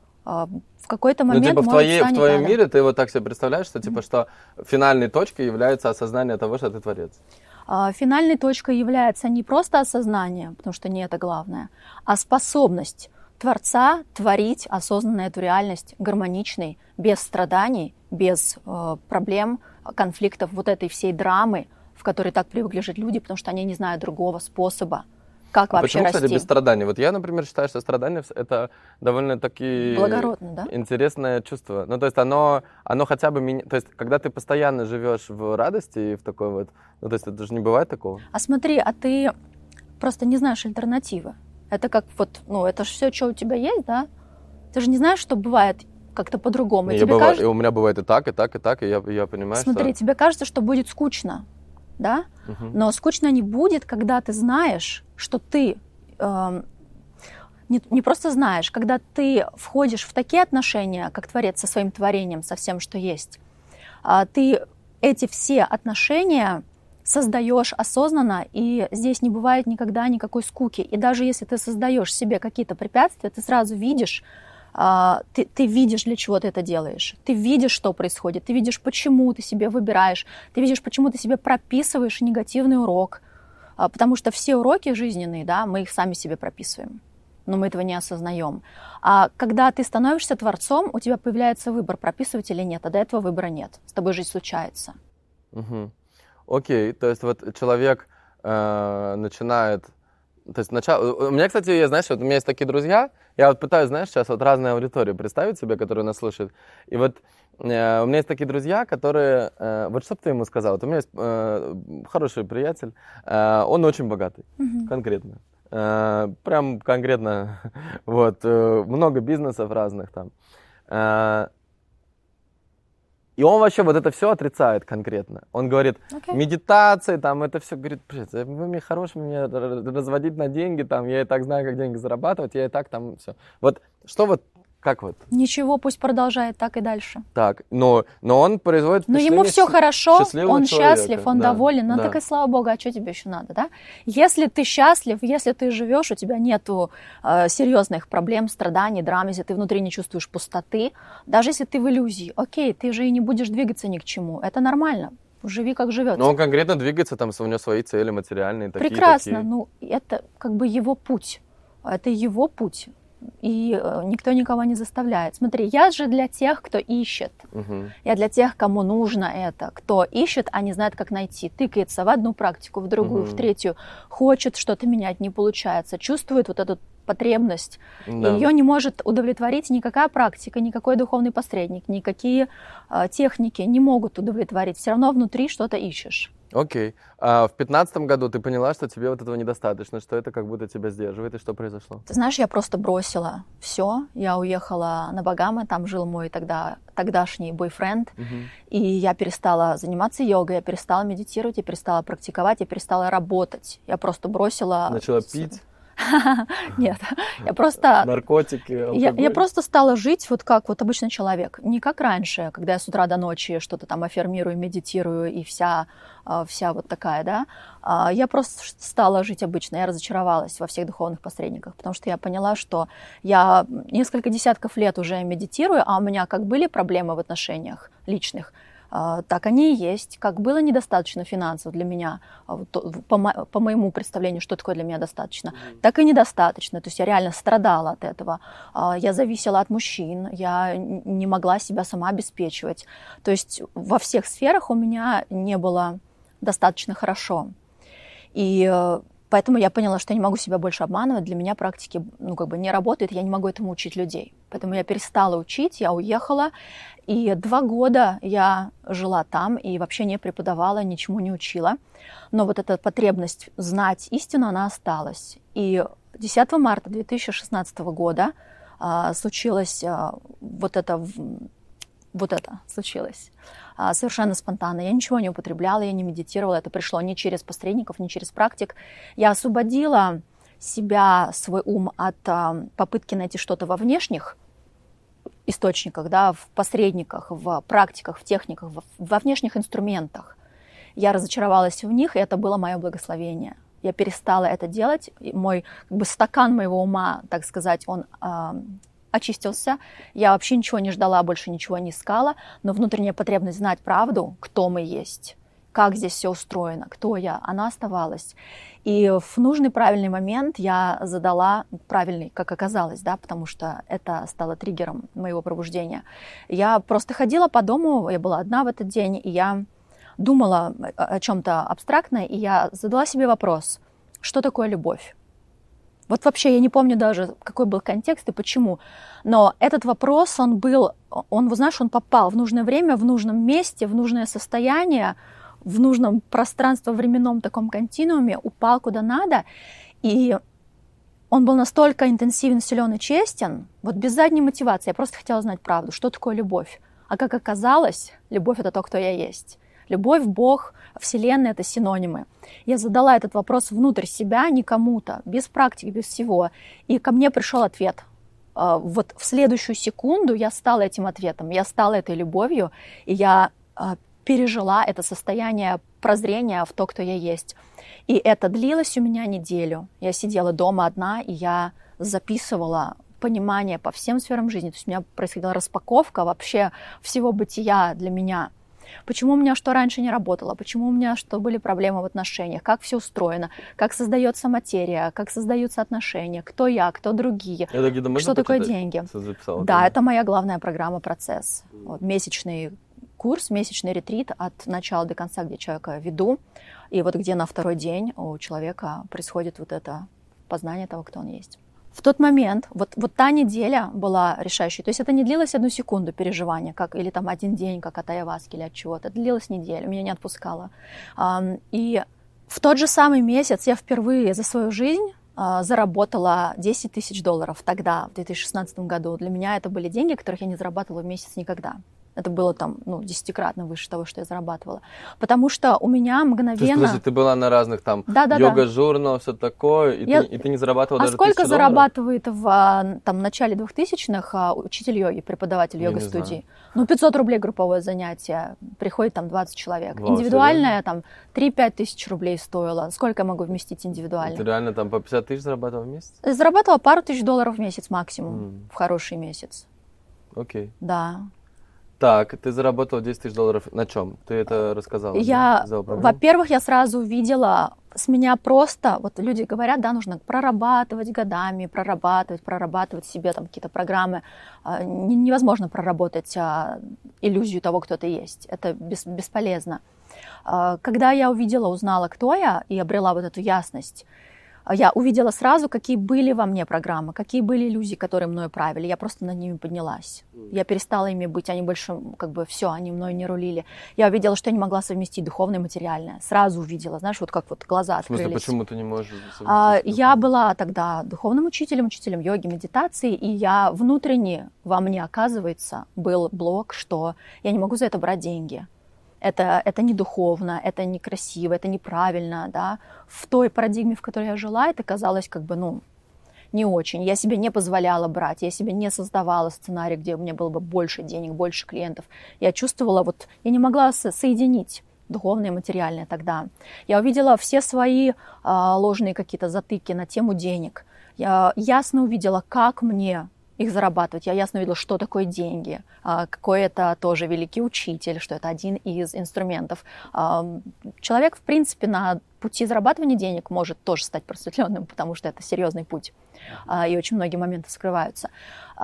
[SPEAKER 1] В какой-то момент,
[SPEAKER 2] ну, типа,
[SPEAKER 1] может,
[SPEAKER 2] в, твоей,
[SPEAKER 1] станет
[SPEAKER 2] в твоем
[SPEAKER 1] надо.
[SPEAKER 2] мире ты вот так себе представляешь, что, типа, что финальной точкой является осознание того, что ты творец.
[SPEAKER 1] Финальной точкой является не просто осознание, потому что не это главное, а способность Творца творить осознанно эту реальность гармоничной, без страданий, без э, проблем, конфликтов, вот этой всей драмы, в которой так привыкли жить люди, потому что они не знают другого способа, как
[SPEAKER 2] а
[SPEAKER 1] вообще
[SPEAKER 2] почему,
[SPEAKER 1] расти.
[SPEAKER 2] кстати, без страданий? Вот я, например, считаю, что страдание — это довольно-таки
[SPEAKER 1] благородно, да?
[SPEAKER 2] интересное чувство. Ну, то есть оно, оно хотя бы... Меня... То есть когда ты постоянно живешь в радости и в такой вот... Ну, то есть это же не бывает такого.
[SPEAKER 1] А смотри, а ты просто не знаешь альтернативы. Это как вот, ну, это же все, что у тебя есть, да? Ты же не знаешь, что бывает как-то по-другому. И
[SPEAKER 2] я
[SPEAKER 1] тебе
[SPEAKER 2] быва...
[SPEAKER 1] кажется...
[SPEAKER 2] и у меня бывает и так, и так, и так, и я, я понимаю,
[SPEAKER 1] Смотри,
[SPEAKER 2] что...
[SPEAKER 1] тебе кажется, что будет скучно, да?
[SPEAKER 2] Угу.
[SPEAKER 1] Но скучно не будет, когда ты знаешь, что ты... Э, не, не просто знаешь, когда ты входишь в такие отношения, как Творец со своим творением, со всем, что есть. А ты эти все отношения создаешь осознанно, и здесь не бывает никогда никакой скуки. И даже если ты создаешь себе какие-то препятствия, ты сразу видишь, ты, ты видишь, для чего ты это делаешь. Ты видишь, что происходит, ты видишь, почему ты себе выбираешь, ты видишь, почему ты себе прописываешь негативный урок. Потому что все уроки жизненные, да, мы их сами себе прописываем, но мы этого не осознаем. А когда ты становишься творцом, у тебя появляется выбор, прописывать или нет, а до этого выбора нет. С тобой жизнь случается.
[SPEAKER 2] Угу. Окей, то есть вот человек э, начинает, то есть начало, у меня, кстати, я, знаешь, вот у меня есть такие друзья, я вот пытаюсь, знаешь, сейчас вот разные аудитории представить себе, которые нас слушают, и вот э, у меня есть такие друзья, которые, э, вот что бы ты ему сказал, вот у меня есть э, хороший приятель, э, он очень богатый, mm-hmm. конкретно, э, прям конкретно, вот, э, много бизнесов разных там, э, и он вообще вот это все отрицает конкретно. Он говорит, okay. медитация, там, это все, говорит, вы мне хорош, мне разводить на деньги, там, я и так знаю, как деньги зарабатывать, я и так там все. Вот что вот, как вот?
[SPEAKER 1] Ничего, пусть продолжает так и дальше.
[SPEAKER 2] Так, но, но он производит
[SPEAKER 1] Но ему все хорошо, он
[SPEAKER 2] человека.
[SPEAKER 1] счастлив, он
[SPEAKER 2] да,
[SPEAKER 1] доволен. Ну
[SPEAKER 2] да.
[SPEAKER 1] так и слава богу, а что тебе еще надо, да? Если ты счастлив, если ты живешь, у тебя нету э, серьезных проблем, страданий, драм, если ты внутри не чувствуешь пустоты, даже если ты в иллюзии, окей, ты же и не будешь двигаться ни к чему, это нормально. Живи, как живет.
[SPEAKER 2] Но он конкретно двигается, там, у него свои цели материальные. Такие,
[SPEAKER 1] прекрасно,
[SPEAKER 2] такие.
[SPEAKER 1] Ну это как бы его путь, это его путь. И э, никто никого не заставляет. Смотри, я же для тех, кто ищет.
[SPEAKER 2] Uh-huh.
[SPEAKER 1] Я для тех, кому нужно это. Кто ищет, а не знает, как найти. Тыкается в одну практику, в другую, uh-huh. в третью. Хочет что-то менять, не получается. Чувствует вот эту потребность. Да. Ее не может удовлетворить никакая практика, никакой духовный посредник, никакие э, техники не могут удовлетворить. Все равно внутри что-то ищешь.
[SPEAKER 2] Окей. А в пятнадцатом году ты поняла, что тебе вот этого недостаточно, что это как будто тебя сдерживает, и что произошло?
[SPEAKER 1] Ты знаешь, я просто бросила все. Я уехала на Багамы, там жил мой тогда тогдашний бойфренд, uh-huh. и я перестала заниматься йогой, я перестала медитировать, я перестала практиковать, я перестала работать. Я просто бросила...
[SPEAKER 2] Начала пить?
[SPEAKER 1] Нет, я просто...
[SPEAKER 2] Наркотики,
[SPEAKER 1] я, я просто стала жить вот как вот обычный человек. Не как раньше, когда я с утра до ночи что-то там аффирмирую, медитирую и вся, вся вот такая, да. Я просто стала жить обычно. Я разочаровалась во всех духовных посредниках, потому что я поняла, что я несколько десятков лет уже медитирую, а у меня как были проблемы в отношениях личных, так они и есть. Как было недостаточно финансов для меня, по, мо- по моему представлению, что такое для меня достаточно, mm-hmm. так и недостаточно. То есть я реально страдала от этого. Я зависела от мужчин, я не могла себя сама обеспечивать. То есть во всех сферах у меня не было достаточно хорошо. И поэтому я поняла, что я не могу себя больше обманывать. Для меня практики ну, как бы не работают, я не могу этому учить людей. Поэтому я перестала учить, я уехала. И два года я жила там и вообще не преподавала, ничему не учила. Но вот эта потребность знать истину, она осталась. И десятого марта две тысячи шестнадцатого года а, случилось а, вот это, вот это случилось. А, совершенно спонтанно. Я ничего не употребляла, я не медитировала. Это пришло не через посредников, не через практик. Я освободила себя, свой ум от а, попытки найти что-то во внешних источниках, да, в посредниках, в практиках, в техниках, в, во внешних инструментах. Я разочаровалась в них, и это было мое благословение. Я перестала это делать. Мой как бы, стакан моего ума, так сказать, он э, очистился. Я вообще ничего не ждала, больше ничего не искала. Но внутренняя потребность знать правду, кто мы есть, как здесь все устроено, кто я, она оставалась. И в нужный правильный момент я задала, правильный, как оказалось, да, потому что это стало триггером моего пробуждения. Я просто ходила по дому, я была одна в этот день, и я думала о чем-то абстрактное, и я задала себе вопрос, что такое любовь? Вот вообще я не помню даже, какой был контекст и почему, но этот вопрос, он был, он, вы знаешь, он попал в нужное время, в нужном месте, в нужное состояние, в нужном пространство-временном таком континууме, упал куда надо, и он был настолько интенсивен, силен и честен, вот без задней мотивации, я просто хотела знать правду, что такое любовь. А как оказалось, любовь — это то, кто я есть. Любовь, Бог, Вселенная — это синонимы. Я задала этот вопрос внутрь себя, не кому-то, без практики, без всего. И ко мне пришел ответ. Вот в следующую секунду я стала этим ответом, я стала этой любовью, и я пережила это состояние прозрения в то, кто я есть. И это длилось у меня неделю. Я сидела дома одна, и я записывала понимание по всем сферам жизни. То есть у меня происходила распаковка вообще всего бытия для меня. Почему у меня что раньше не работало, почему у меня что были проблемы в отношениях, как все устроено, как создается материя, как создаются отношения, кто я, кто другие, это что такое деньги. Записала, да, это моя главная программа «Процесс». Вот, месячный курс, месячный ретрит от начала до конца, где человека веду, и вот где на второй день у человека происходит вот это познание того, кто он есть. В тот момент, вот, вот та неделя была решающей, то есть это не длилось одну секунду переживания, как, или там один день, как от айаваски или от чего-то, это длилось неделю, меня не отпускало. И в тот же самый месяц я впервые за свою жизнь заработала десять тысяч долларов тогда, в две тысячи шестнадцатом году. Для меня это были деньги, которых я не зарабатывала в месяц никогда. Это было там, ну, десятикратно выше того, что я зарабатывала. Потому что у меня мгновенно... То есть,
[SPEAKER 2] подожди, ты была на разных там
[SPEAKER 1] да, да,
[SPEAKER 2] йога-журналах, все такое, и, я... ты, и ты не зарабатывала
[SPEAKER 1] а
[SPEAKER 2] даже
[SPEAKER 1] сколько
[SPEAKER 2] тысячу
[SPEAKER 1] зарабатывает в там, начале двухтысячных учитель йоги, преподаватель йога-студии? Ну, пятьсот рублей групповое занятие, приходит там двадцать человек. Вау, индивидуальное там три-пять тысяч рублей стоило. Сколько я могу вместить индивидуально?
[SPEAKER 2] Ты реально там по пятьдесят тысяч зарабатывала в месяц?
[SPEAKER 1] Зарабатывала пару тысяч долларов в месяц максимум, mm. в хороший месяц.
[SPEAKER 2] Окей. Okay.
[SPEAKER 1] Да.
[SPEAKER 2] Так, ты заработала десять тысяч долларов на чем? Ты это рассказала?
[SPEAKER 1] Я, во-первых, я сразу увидела, с меня просто, вот люди говорят, да, нужно прорабатывать годами, прорабатывать, прорабатывать себе там какие-то программы. Невозможно проработать иллюзию того, кто ты есть. Это бесполезно. Когда я увидела, узнала, кто я, и обрела вот эту ясность, я увидела сразу, какие были во мне программы, какие были иллюзии, которые мною правили. Я просто над ними поднялась. Я перестала ими быть, они больше, как бы, все, они мною не рулили. Я увидела, что я не могла совместить духовное и материальное. Сразу увидела, знаешь, вот как вот глаза открылись. В смысле,
[SPEAKER 2] почему ты не можешь совместить?
[SPEAKER 1] А, я была тогда духовным учителем, учителем йоги, медитации, и я внутренне, во мне, оказывается, был блок, что я не могу за это брать деньги. Это, это не духовно, это некрасиво, это неправильно, да. В той парадигме, в которой я жила, это казалось как бы, ну, не очень. Я себе не позволяла брать, я себе не создавала сценарий, где у меня было бы больше денег, больше клиентов. Я чувствовала, вот, я не могла со- соединить духовное и материальное тогда. Я увидела все свои а, ложные какие-то затыки на тему денег. Я ясно увидела, как мне их зарабатывать. Я ясно видела, что такое деньги, какой это тоже великий учитель, что это один из инструментов. Человек, в принципе, на пути зарабатывания денег может тоже стать просветленным, потому что это серьезный путь, и очень многие моменты скрываются.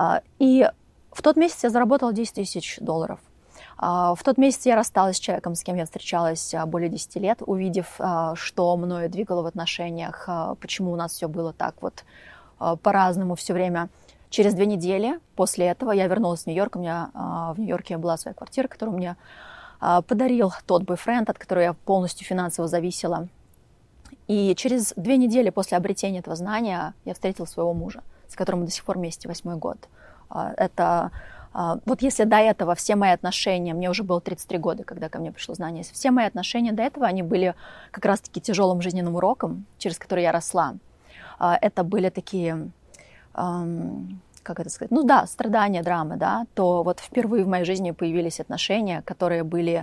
[SPEAKER 1] И в тот месяц я заработала десять тысяч долларов. В тот месяц я рассталась с человеком, с кем я встречалась более десяти лет, увидев, что мною двигало в отношениях, почему у нас все было так вот по-разному все время. Через две недели после этого я вернулась в Нью-Йорк. У меня а, в Нью-Йорке была своя квартира, которую мне а, подарил тот бойфренд, от которого я полностью финансово зависела. И через две недели после обретения этого знания я встретила своего мужа, с которым мы до сих пор вместе восьмой год. Это вот если до этого все мои отношения, мне уже было тридцать три года, когда ко мне пришло знание, если все мои отношения до этого, они были как раз-таки тяжелым жизненным уроком, через который я росла. Это были такие, как это сказать, ну да, страдания, драмы, да, то вот впервые в моей жизни появились отношения, которые были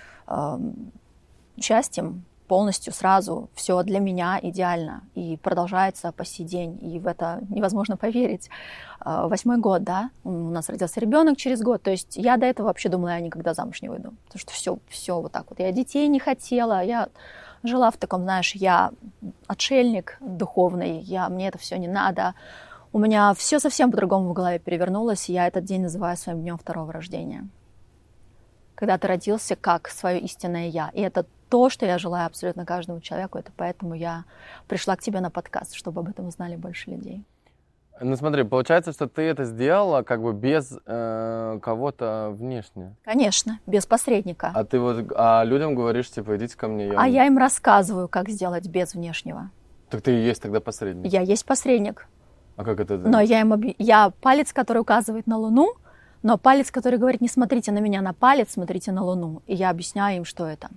[SPEAKER 1] счастьем, полностью сразу, все для меня идеально, и продолжается по сей день, и в это невозможно поверить. Восьмой год, да, у нас родился ребенок через год, то есть я до этого вообще думала, я никогда замуж не выйду, потому что все, все вот так вот. Я детей не хотела, я жила в таком, знаешь, я отшельник духовный, я, мне это все не надо. У меня все совсем по-другому в голове перевернулось, и я этот день называю своим днем второго рождения. Когда ты родился как свое истинное «я». И это то, что я желаю абсолютно каждому человеку. Это поэтому я пришла к тебе на подкаст, чтобы об этом узнали больше людей.
[SPEAKER 2] Ну смотри, получается, что ты это сделала как бы без э, кого-то внешне.
[SPEAKER 1] Конечно, без посредника.
[SPEAKER 2] А ты вот а людям говоришь, типа, идите ко мне. Я...
[SPEAKER 1] А я им рассказываю, как сделать без внешнего.
[SPEAKER 2] Так ты и есть тогда посредник.
[SPEAKER 1] Я есть посредник.
[SPEAKER 2] А как это?
[SPEAKER 1] Но я им об... я палец, который указывает на Луну, но палец, который говорит, не смотрите на меня на палец, смотрите на Луну. И я объясняю им, что это.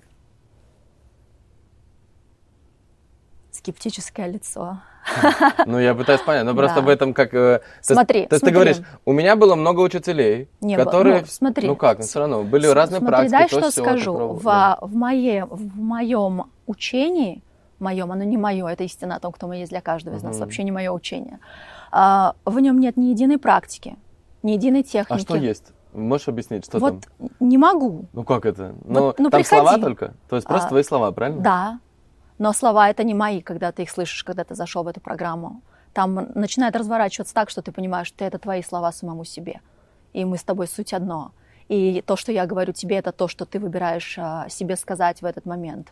[SPEAKER 1] Скептическое лицо.
[SPEAKER 2] Ну, я пытаюсь понять, но просто в этом как...
[SPEAKER 1] Смотри,
[SPEAKER 2] То есть ты говоришь, у меня было много учителей, которые...
[SPEAKER 1] Смотри.
[SPEAKER 2] Ну как, все равно, были разные практики.
[SPEAKER 1] Дай что скажу. В моем учении, моем, оно не мое, это истина о том, кто мы есть для каждого из нас, вообще не мое учение. В нем нет ни единой практики, ни единой техники.
[SPEAKER 2] А что есть? Можешь объяснить, что
[SPEAKER 1] вот
[SPEAKER 2] там?
[SPEAKER 1] Вот не могу.
[SPEAKER 2] Ну как это? Ну,
[SPEAKER 1] вот, ну
[SPEAKER 2] там
[SPEAKER 1] приходи.
[SPEAKER 2] Слова только? То есть просто а, твои слова, правильно?
[SPEAKER 1] Да. Но слова это не мои, когда ты их слышишь, когда ты зашел в эту программу. Там начинает разворачиваться так, что ты понимаешь, что это твои слова самому себе. И мы с тобой суть одно. И то, что я говорю тебе, это то, что ты выбираешь а, себе сказать в этот момент.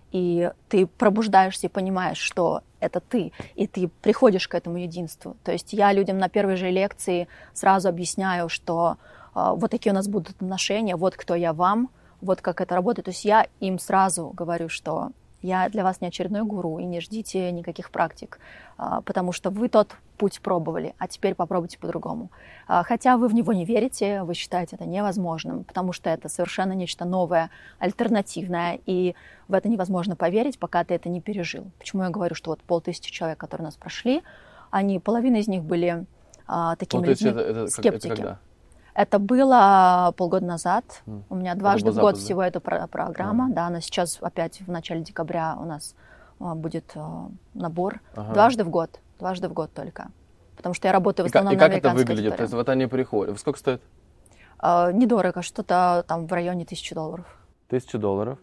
[SPEAKER 1] И ты пробуждаешься и понимаешь, что это ты, и ты приходишь к этому единству. То есть я людям на первой же лекции сразу объясняю, что э, вот такие у нас будут отношения, вот кто я вам, вот как это работает. То есть я им сразу говорю, что я для вас не очередной гуру, и не ждите никаких практик, э, потому что вы тот путь пробовали, а теперь попробуйте по-другому. Э, хотя вы в него не верите, вы считаете это невозможным, потому что это совершенно нечто новое, альтернативное, и в это невозможно поверить, пока ты это не пережил. Почему я говорю, что вот полтысячи человек, которые нас прошли, они, половина из них были а, такими людьми,
[SPEAKER 2] это, это,
[SPEAKER 1] скептики.
[SPEAKER 2] Это, когда?
[SPEAKER 1] Это было полгода назад. Mm. У меня дважды в год
[SPEAKER 2] запуск,
[SPEAKER 1] всего
[SPEAKER 2] да?
[SPEAKER 1] эта про- программа.
[SPEAKER 2] Mm.
[SPEAKER 1] Да, она сейчас опять в начале декабря у нас а, будет а, набор.
[SPEAKER 2] Ага.
[SPEAKER 1] Дважды в год. Дважды в год только. Потому что я работаю в
[SPEAKER 2] и
[SPEAKER 1] основном
[SPEAKER 2] и
[SPEAKER 1] на
[SPEAKER 2] американской
[SPEAKER 1] американской
[SPEAKER 2] И как это выглядит?
[SPEAKER 1] аудитории.
[SPEAKER 2] То есть вот они приходят. Сколько стоит?
[SPEAKER 1] А, недорого. Что-то там в районе тысячи долларов.
[SPEAKER 2] Тысячу долларов.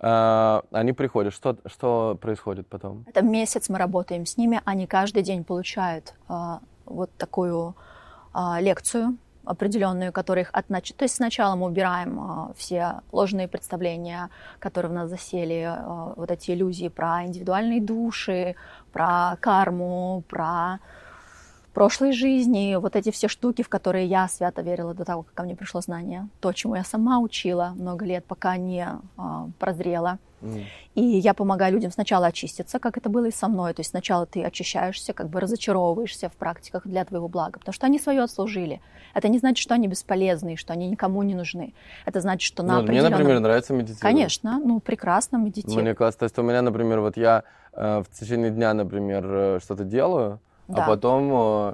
[SPEAKER 2] Uh, они приходят. Что, что происходит потом?
[SPEAKER 1] Это месяц мы работаем с ними. Они каждый день получают uh, вот такую uh, лекцию определенную, которая их отнач... То есть сначала мы убираем uh, все ложные представления, которые в нас засели, uh, вот эти иллюзии про индивидуальные души, про карму, про прошлой жизни, вот эти все штуки, в которые я свято верила до того, как ко мне пришло знание. То, чему я сама учила много лет, пока не а, прозрела. Mm. И я помогаю людям сначала очиститься, как это было и со мной. То есть сначала ты очищаешься, как бы разочаровываешься в практиках для твоего блага, потому что они свое отслужили. Это не значит, что они бесполезны, что они никому не нужны. Это значит, что на
[SPEAKER 2] ну,
[SPEAKER 1] определенном...
[SPEAKER 2] Мне, например, нравится медитировать.
[SPEAKER 1] Конечно, ну, прекрасно медитировать.
[SPEAKER 2] Мне классно. То есть у меня, например, вот я э, в течение дня, например, что-то делаю,
[SPEAKER 1] да.
[SPEAKER 2] А потом... Э,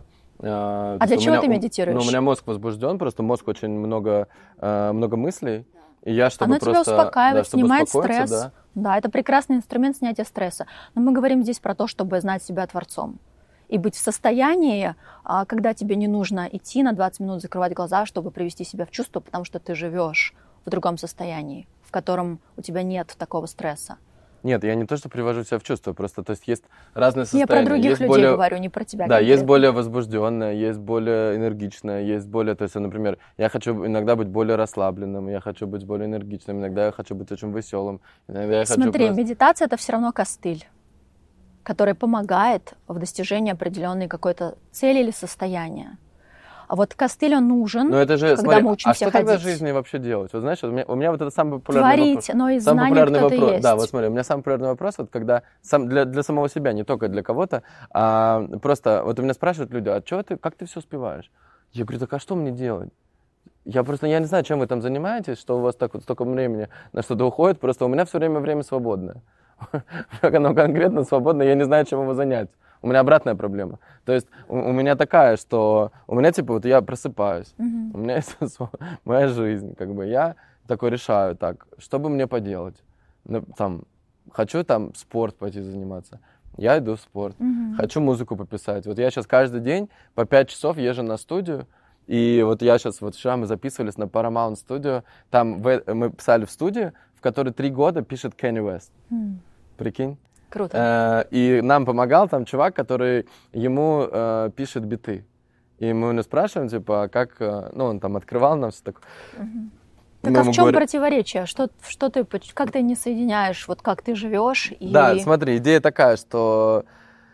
[SPEAKER 1] а для чего
[SPEAKER 2] меня,
[SPEAKER 1] ты медитируешь?
[SPEAKER 2] Ну, у меня мозг возбужден, просто мозг очень много, э, много мыслей. И я, чтобы
[SPEAKER 1] Оно
[SPEAKER 2] просто...
[SPEAKER 1] тебя успокаивает,
[SPEAKER 2] да, чтобы
[SPEAKER 1] снимает стресс.
[SPEAKER 2] Да.
[SPEAKER 1] да, это прекрасный инструмент снятия стресса. Но мы говорим здесь про то, чтобы знать себя Творцом. И быть в состоянии, когда тебе не нужно идти на двадцать минут, закрывать глаза, чтобы привести себя в чувство, потому что ты живешь в другом состоянии, в котором у тебя нет такого стресса.
[SPEAKER 2] Нет, я не то, что привожу себя в чувство, просто то есть есть разные состояния.
[SPEAKER 1] Я про других
[SPEAKER 2] есть
[SPEAKER 1] людей
[SPEAKER 2] более...
[SPEAKER 1] говорю, не про тебя.
[SPEAKER 2] Да,
[SPEAKER 1] конкретно.
[SPEAKER 2] есть более возбужденное, есть более энергичное, есть более, то есть, например, я хочу иногда быть более расслабленным, я хочу быть более энергичным, иногда я хочу быть очень веселым, иногда я
[SPEAKER 1] Смотри,
[SPEAKER 2] хочу просто...
[SPEAKER 1] медитация — это все равно костыль, который помогает в достижении определенной какой-то цели или состояния. А вот костыль, он нужен,
[SPEAKER 2] Но это же,
[SPEAKER 1] когда
[SPEAKER 2] смотри,
[SPEAKER 1] мы учимся
[SPEAKER 2] а что
[SPEAKER 1] ходить.
[SPEAKER 2] тогда в жизни вообще делать? Вот знаешь, вот у, меня, у меня вот это самый популярный
[SPEAKER 1] Творить,
[SPEAKER 2] вопрос.
[SPEAKER 1] но из
[SPEAKER 2] Самый
[SPEAKER 1] знаний
[SPEAKER 2] популярный
[SPEAKER 1] кто-то
[SPEAKER 2] вопрос.
[SPEAKER 1] есть.
[SPEAKER 2] Да, вот смотри, у меня самый популярный вопрос, вот когда сам, для, для самого себя, не только для кого-то, а просто вот у меня спрашивают люди, а что ты, как ты все успеваешь? Я говорю, так а что мне делать? Я просто, я не знаю, чем вы там занимаетесь, что у вас так вот столько времени на что-то уходит, просто у меня все время время свободное. Как оно конкретно свободное, я не знаю, чем его занять. У меня обратная проблема. То есть у, у меня такая, что у меня типа вот я просыпаюсь, mm-hmm. у меня есть моя жизнь, как бы я такой решаю, так, что бы мне поделать? Ну, там, хочу там в спорт пойти заниматься, я иду в спорт. Mm-hmm. Хочу музыку пописать. Вот я сейчас каждый день по пять часов езжу на студию, и вот я сейчас, вот вчера мы записывались на Paramount Studio, там в, мы писали в студию, в которой три года пишет Kanye West. Mm. Прикинь?
[SPEAKER 1] Круто.
[SPEAKER 2] И нам помогал там чувак, который ему э, пишет биты. И мы у него спрашиваем, типа, как... Ну, он там открывал нам все такое.
[SPEAKER 1] Uh-huh. Так а в чем говорим... противоречие? Что, что ты, как ты не соединяешь, вот как ты живешь? И...
[SPEAKER 2] Да, смотри, идея такая, что...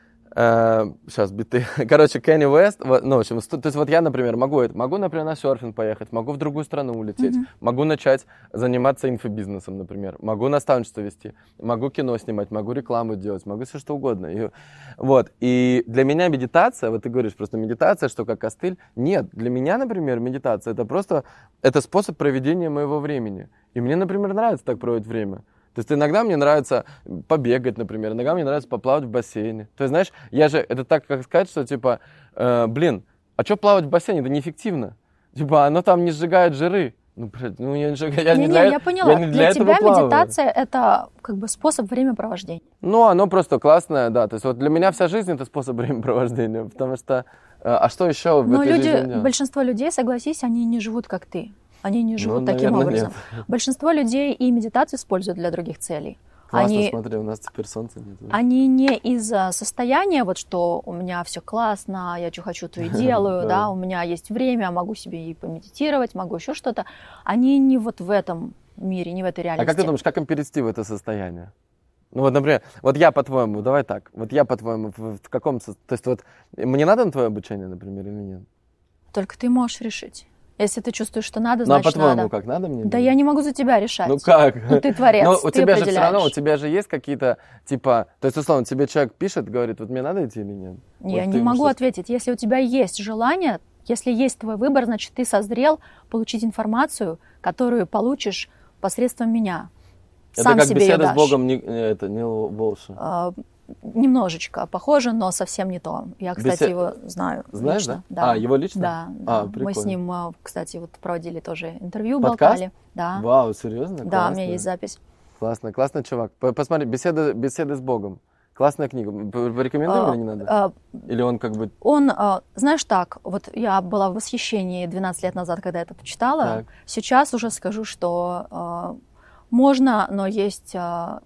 [SPEAKER 2] Э, сейчас биты. Короче, Kanye West, вот, ну, в общем, то есть вот я, например, могу, могу, например, на серфинг поехать, могу в другую страну улететь, mm-hmm. могу начать заниматься инфобизнесом, например, могу наставничество вести, могу кино снимать, могу рекламу делать, могу все что угодно. И, вот, и для меня медитация, вот ты говоришь просто медитация, что как костыль, нет, для меня, например, медитация это просто, это способ проведения моего времени. И мне, например, нравится так проводить время. То есть иногда мне нравится побегать, например, иногда мне нравится поплавать в бассейне. То есть, знаешь, я же, это так, как сказать, что типа, э, блин, а что плавать в бассейне? Это неэффективно. Типа, оно там не сжигает жиры. Ну, ну я не сжигаю, я не, не для
[SPEAKER 1] Не, я поняла,
[SPEAKER 2] я не
[SPEAKER 1] для, для тебя
[SPEAKER 2] плаваю.
[SPEAKER 1] Медитация это как бы способ времяпровождения.
[SPEAKER 2] Ну, оно просто классное, да. То есть вот для меня вся жизнь это способ времяпровождения, потому что, э, а что еще в
[SPEAKER 1] Но
[SPEAKER 2] этой
[SPEAKER 1] люди,
[SPEAKER 2] жизни делать?
[SPEAKER 1] Большинство людей, согласись, они не живут как ты. Они не живут
[SPEAKER 2] ну,
[SPEAKER 1] таким
[SPEAKER 2] наверное,
[SPEAKER 1] образом.
[SPEAKER 2] Нет.
[SPEAKER 1] Большинство людей и медитацию используют для других целей.
[SPEAKER 2] Классно,
[SPEAKER 1] они,
[SPEAKER 2] смотри, у нас теперь солнце нет.
[SPEAKER 1] Они не из-за состояния, вот что у меня все классно, я что хочу, то и делаю, да, у меня есть время, могу себе и помедитировать, могу еще что-то. Они не вот в этом мире, не в этой реальности.
[SPEAKER 2] А как ты думаешь, как им перейти в это состояние? Ну вот, например, вот я по-твоему, давай так, вот я по-твоему, в, в каком, то есть вот мне надо на твое обучение, например, или нет?
[SPEAKER 1] Только ты можешь решить. Если ты чувствуешь, что надо,
[SPEAKER 2] ну,
[SPEAKER 1] значит
[SPEAKER 2] а по-твоему,
[SPEAKER 1] надо.
[SPEAKER 2] как надо мне?
[SPEAKER 1] Да я не могу за тебя решать.
[SPEAKER 2] Ну как?
[SPEAKER 1] Ну ты творец,
[SPEAKER 2] Но у
[SPEAKER 1] ты
[SPEAKER 2] тебя же все
[SPEAKER 1] определяешь.
[SPEAKER 2] равно, у тебя же есть какие-то, типа, то есть, условно, тебе человек пишет, говорит, вот мне надо идти или нет?
[SPEAKER 1] Я
[SPEAKER 2] вот
[SPEAKER 1] не могу ответить. Если у тебя есть желание, если есть твой выбор, значит, ты созрел получить информацию, которую получишь посредством меня.
[SPEAKER 2] Это
[SPEAKER 1] Сам
[SPEAKER 2] как
[SPEAKER 1] себе
[SPEAKER 2] беседа
[SPEAKER 1] ее
[SPEAKER 2] с
[SPEAKER 1] дашь.
[SPEAKER 2] Богом, не, это не волшебно.
[SPEAKER 1] А, немножечко похоже, но совсем не то. Я, кстати,
[SPEAKER 2] Бесед...
[SPEAKER 1] его знаю.
[SPEAKER 2] Знаешь,
[SPEAKER 1] лично.
[SPEAKER 2] да?
[SPEAKER 1] да?
[SPEAKER 2] А, его лично?
[SPEAKER 1] Да. да.
[SPEAKER 2] А,
[SPEAKER 1] Мы с ним, кстати, вот проводили тоже интервью,
[SPEAKER 2] подкаст?
[SPEAKER 1] болтали. Да.
[SPEAKER 2] Вау, серьезно?
[SPEAKER 1] Да,
[SPEAKER 2] классно.
[SPEAKER 1] у меня есть запись.
[SPEAKER 2] Классно, классный чувак. Посмотри, беседа, беседы с Богом. Классная книга. Порекомендуем
[SPEAKER 1] а,
[SPEAKER 2] или не надо?
[SPEAKER 1] А,
[SPEAKER 2] или он как бы...
[SPEAKER 1] Он, а, знаешь так, вот я была в восхищении двенадцать лет назад, когда это почитала.
[SPEAKER 2] Так.
[SPEAKER 1] Сейчас уже скажу, что а, можно, но есть... А,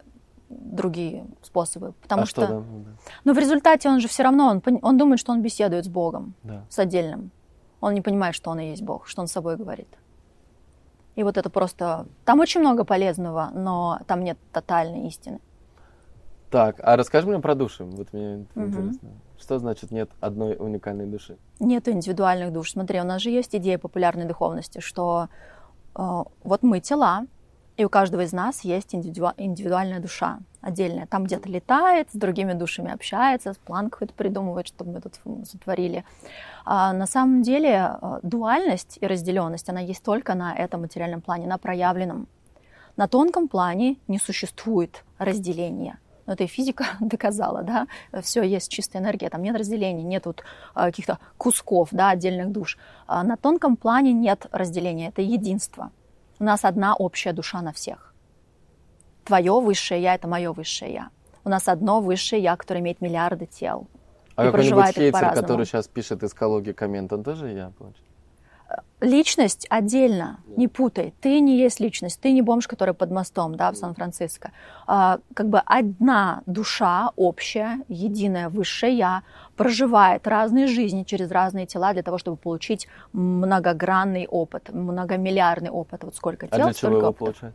[SPEAKER 1] другие способы, потому
[SPEAKER 2] а
[SPEAKER 1] что,
[SPEAKER 2] что да?
[SPEAKER 1] но в результате он же все равно, он, он думает, что он беседует с Богом,
[SPEAKER 2] да.
[SPEAKER 1] с отдельным. Он не понимает, что он и есть Бог, что он с собой говорит. И вот это просто... Там очень много полезного, но там нет тотальной истины.
[SPEAKER 2] Так, а расскажи мне про души. Вот мне
[SPEAKER 1] угу.
[SPEAKER 2] интересно. Что значит нет одной уникальной души?
[SPEAKER 1] Нет индивидуальных душ. Смотри, у нас же есть идея популярной духовности, что э, вот мы тела, и у каждого из нас есть индивиду... индивидуальная душа отдельная. Там где-то летает, с другими душами общается, план какой-то придумывает, чтобы мы тут сотворили. А на самом деле дуальность и разделенность, она есть только на этом материальном плане, на проявленном. На тонком плане не существует разделения. Но это и физика доказала, да. Все есть чистая энергия, там нет разделения, нет вот каких-то кусков, да, отдельных душ. А на тонком плане нет разделения, это единство. У нас одна общая душа на всех. Твое высшее я — это мое высшее я. У нас одно высшее я, которое имеет миллиарды тел.
[SPEAKER 2] А
[SPEAKER 1] и
[SPEAKER 2] какой-нибудь
[SPEAKER 1] проживает их
[SPEAKER 2] хейтер,
[SPEAKER 1] по-разному.
[SPEAKER 2] который сейчас пишет эскологии коммент, он тоже я, получается?
[SPEAKER 1] Личность отдельно, не путай. Ты не есть личность, ты не бомж, который под мостом, да, в Сан-Франциско. А, как бы одна душа общая, единая, высшее я, проживает разные жизни через разные тела для того, чтобы получить многогранный опыт, многомиллиардный опыт. Вот сколько тел,
[SPEAKER 2] а для чего
[SPEAKER 1] столько
[SPEAKER 2] его
[SPEAKER 1] опыта.
[SPEAKER 2] получать?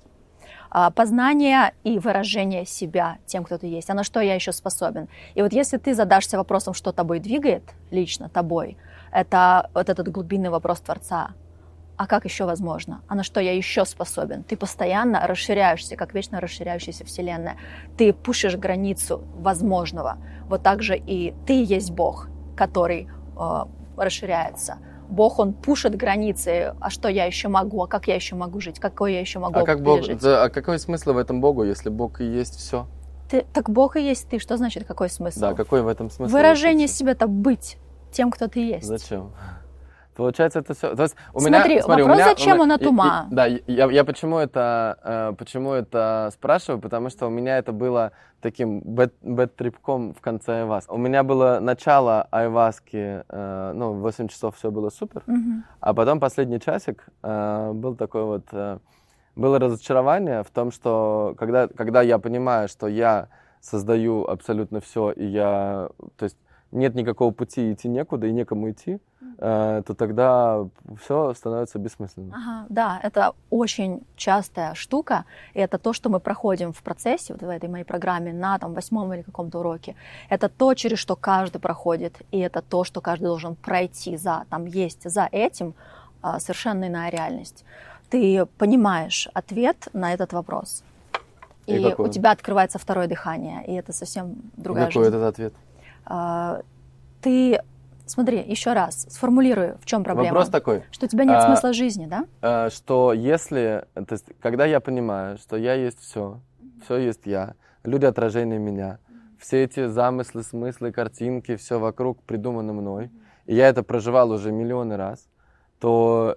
[SPEAKER 1] А, познание и выражение себя тем, кто ты есть. А на что я еще способен? И вот если ты задашься вопросом, что тобой двигает, лично тобой, это вот этот глубинный вопрос Творца. А как еще возможно? А на что я еще способен? Ты постоянно расширяешься, как вечно расширяющаяся Вселенная. Ты пушишь границу возможного. Вот так же и ты есть Бог, который э, расширяется. Бог, он пушит границы. А что я еще могу? А как я еще могу жить? Какой я еще могу
[SPEAKER 2] а как Бог,
[SPEAKER 1] пережить?
[SPEAKER 2] да, а какой смысл в этом Богу, если Бог и есть все?
[SPEAKER 1] Ты, так Бог и есть ты. Что значит какой смысл?
[SPEAKER 2] Да, какой в этом смысл?
[SPEAKER 1] Выражение себя — это быть тем, кто ты есть.
[SPEAKER 2] Зачем? Получается, это все. То есть у
[SPEAKER 1] смотри,
[SPEAKER 2] меня, смотри,
[SPEAKER 1] вопрос,
[SPEAKER 2] у меня,
[SPEAKER 1] зачем
[SPEAKER 2] у меня,
[SPEAKER 1] он от ума?
[SPEAKER 2] И, и, да, я, я почему это, э, почему это спрашиваю, потому что у меня это было таким бэд-трипком в конце айваски. У меня было начало айваски, э, ну, в восемь часов все было супер,
[SPEAKER 1] Угу.
[SPEAKER 2] а потом последний часик э, был такой вот, э, было разочарование в том, что когда, когда я понимаю, что я создаю абсолютно все, и я, то есть нет никакого пути, идти некуда и некому идти, э, то тогда все становится бессмысленным.
[SPEAKER 1] Ага, да, это очень частая штука, и это то, что мы проходим в процессе, вот в этой моей программе на там, восьмом или каком-то уроке. Это то, через что каждый проходит, и это то, что каждый должен пройти за, там есть за этим а, совершенно иная реальность. Ты понимаешь ответ на этот вопрос, и,
[SPEAKER 2] И
[SPEAKER 1] у тебя открывается второе дыхание, и это совсем другая
[SPEAKER 2] Какой
[SPEAKER 1] жизнь.
[SPEAKER 2] этот ответ?
[SPEAKER 1] А, ты, смотри, еще раз, сформулирую, в чем проблема.
[SPEAKER 2] Вопрос такой.
[SPEAKER 1] Что у тебя нет
[SPEAKER 2] а,
[SPEAKER 1] смысла жизни, да?
[SPEAKER 2] а, что если, то есть, когда я понимаю, что я есть все, все есть я, люди отражение меня, все эти замыслы, смыслы, картинки, все вокруг придумано мной, и я это проживал уже миллионы раз, то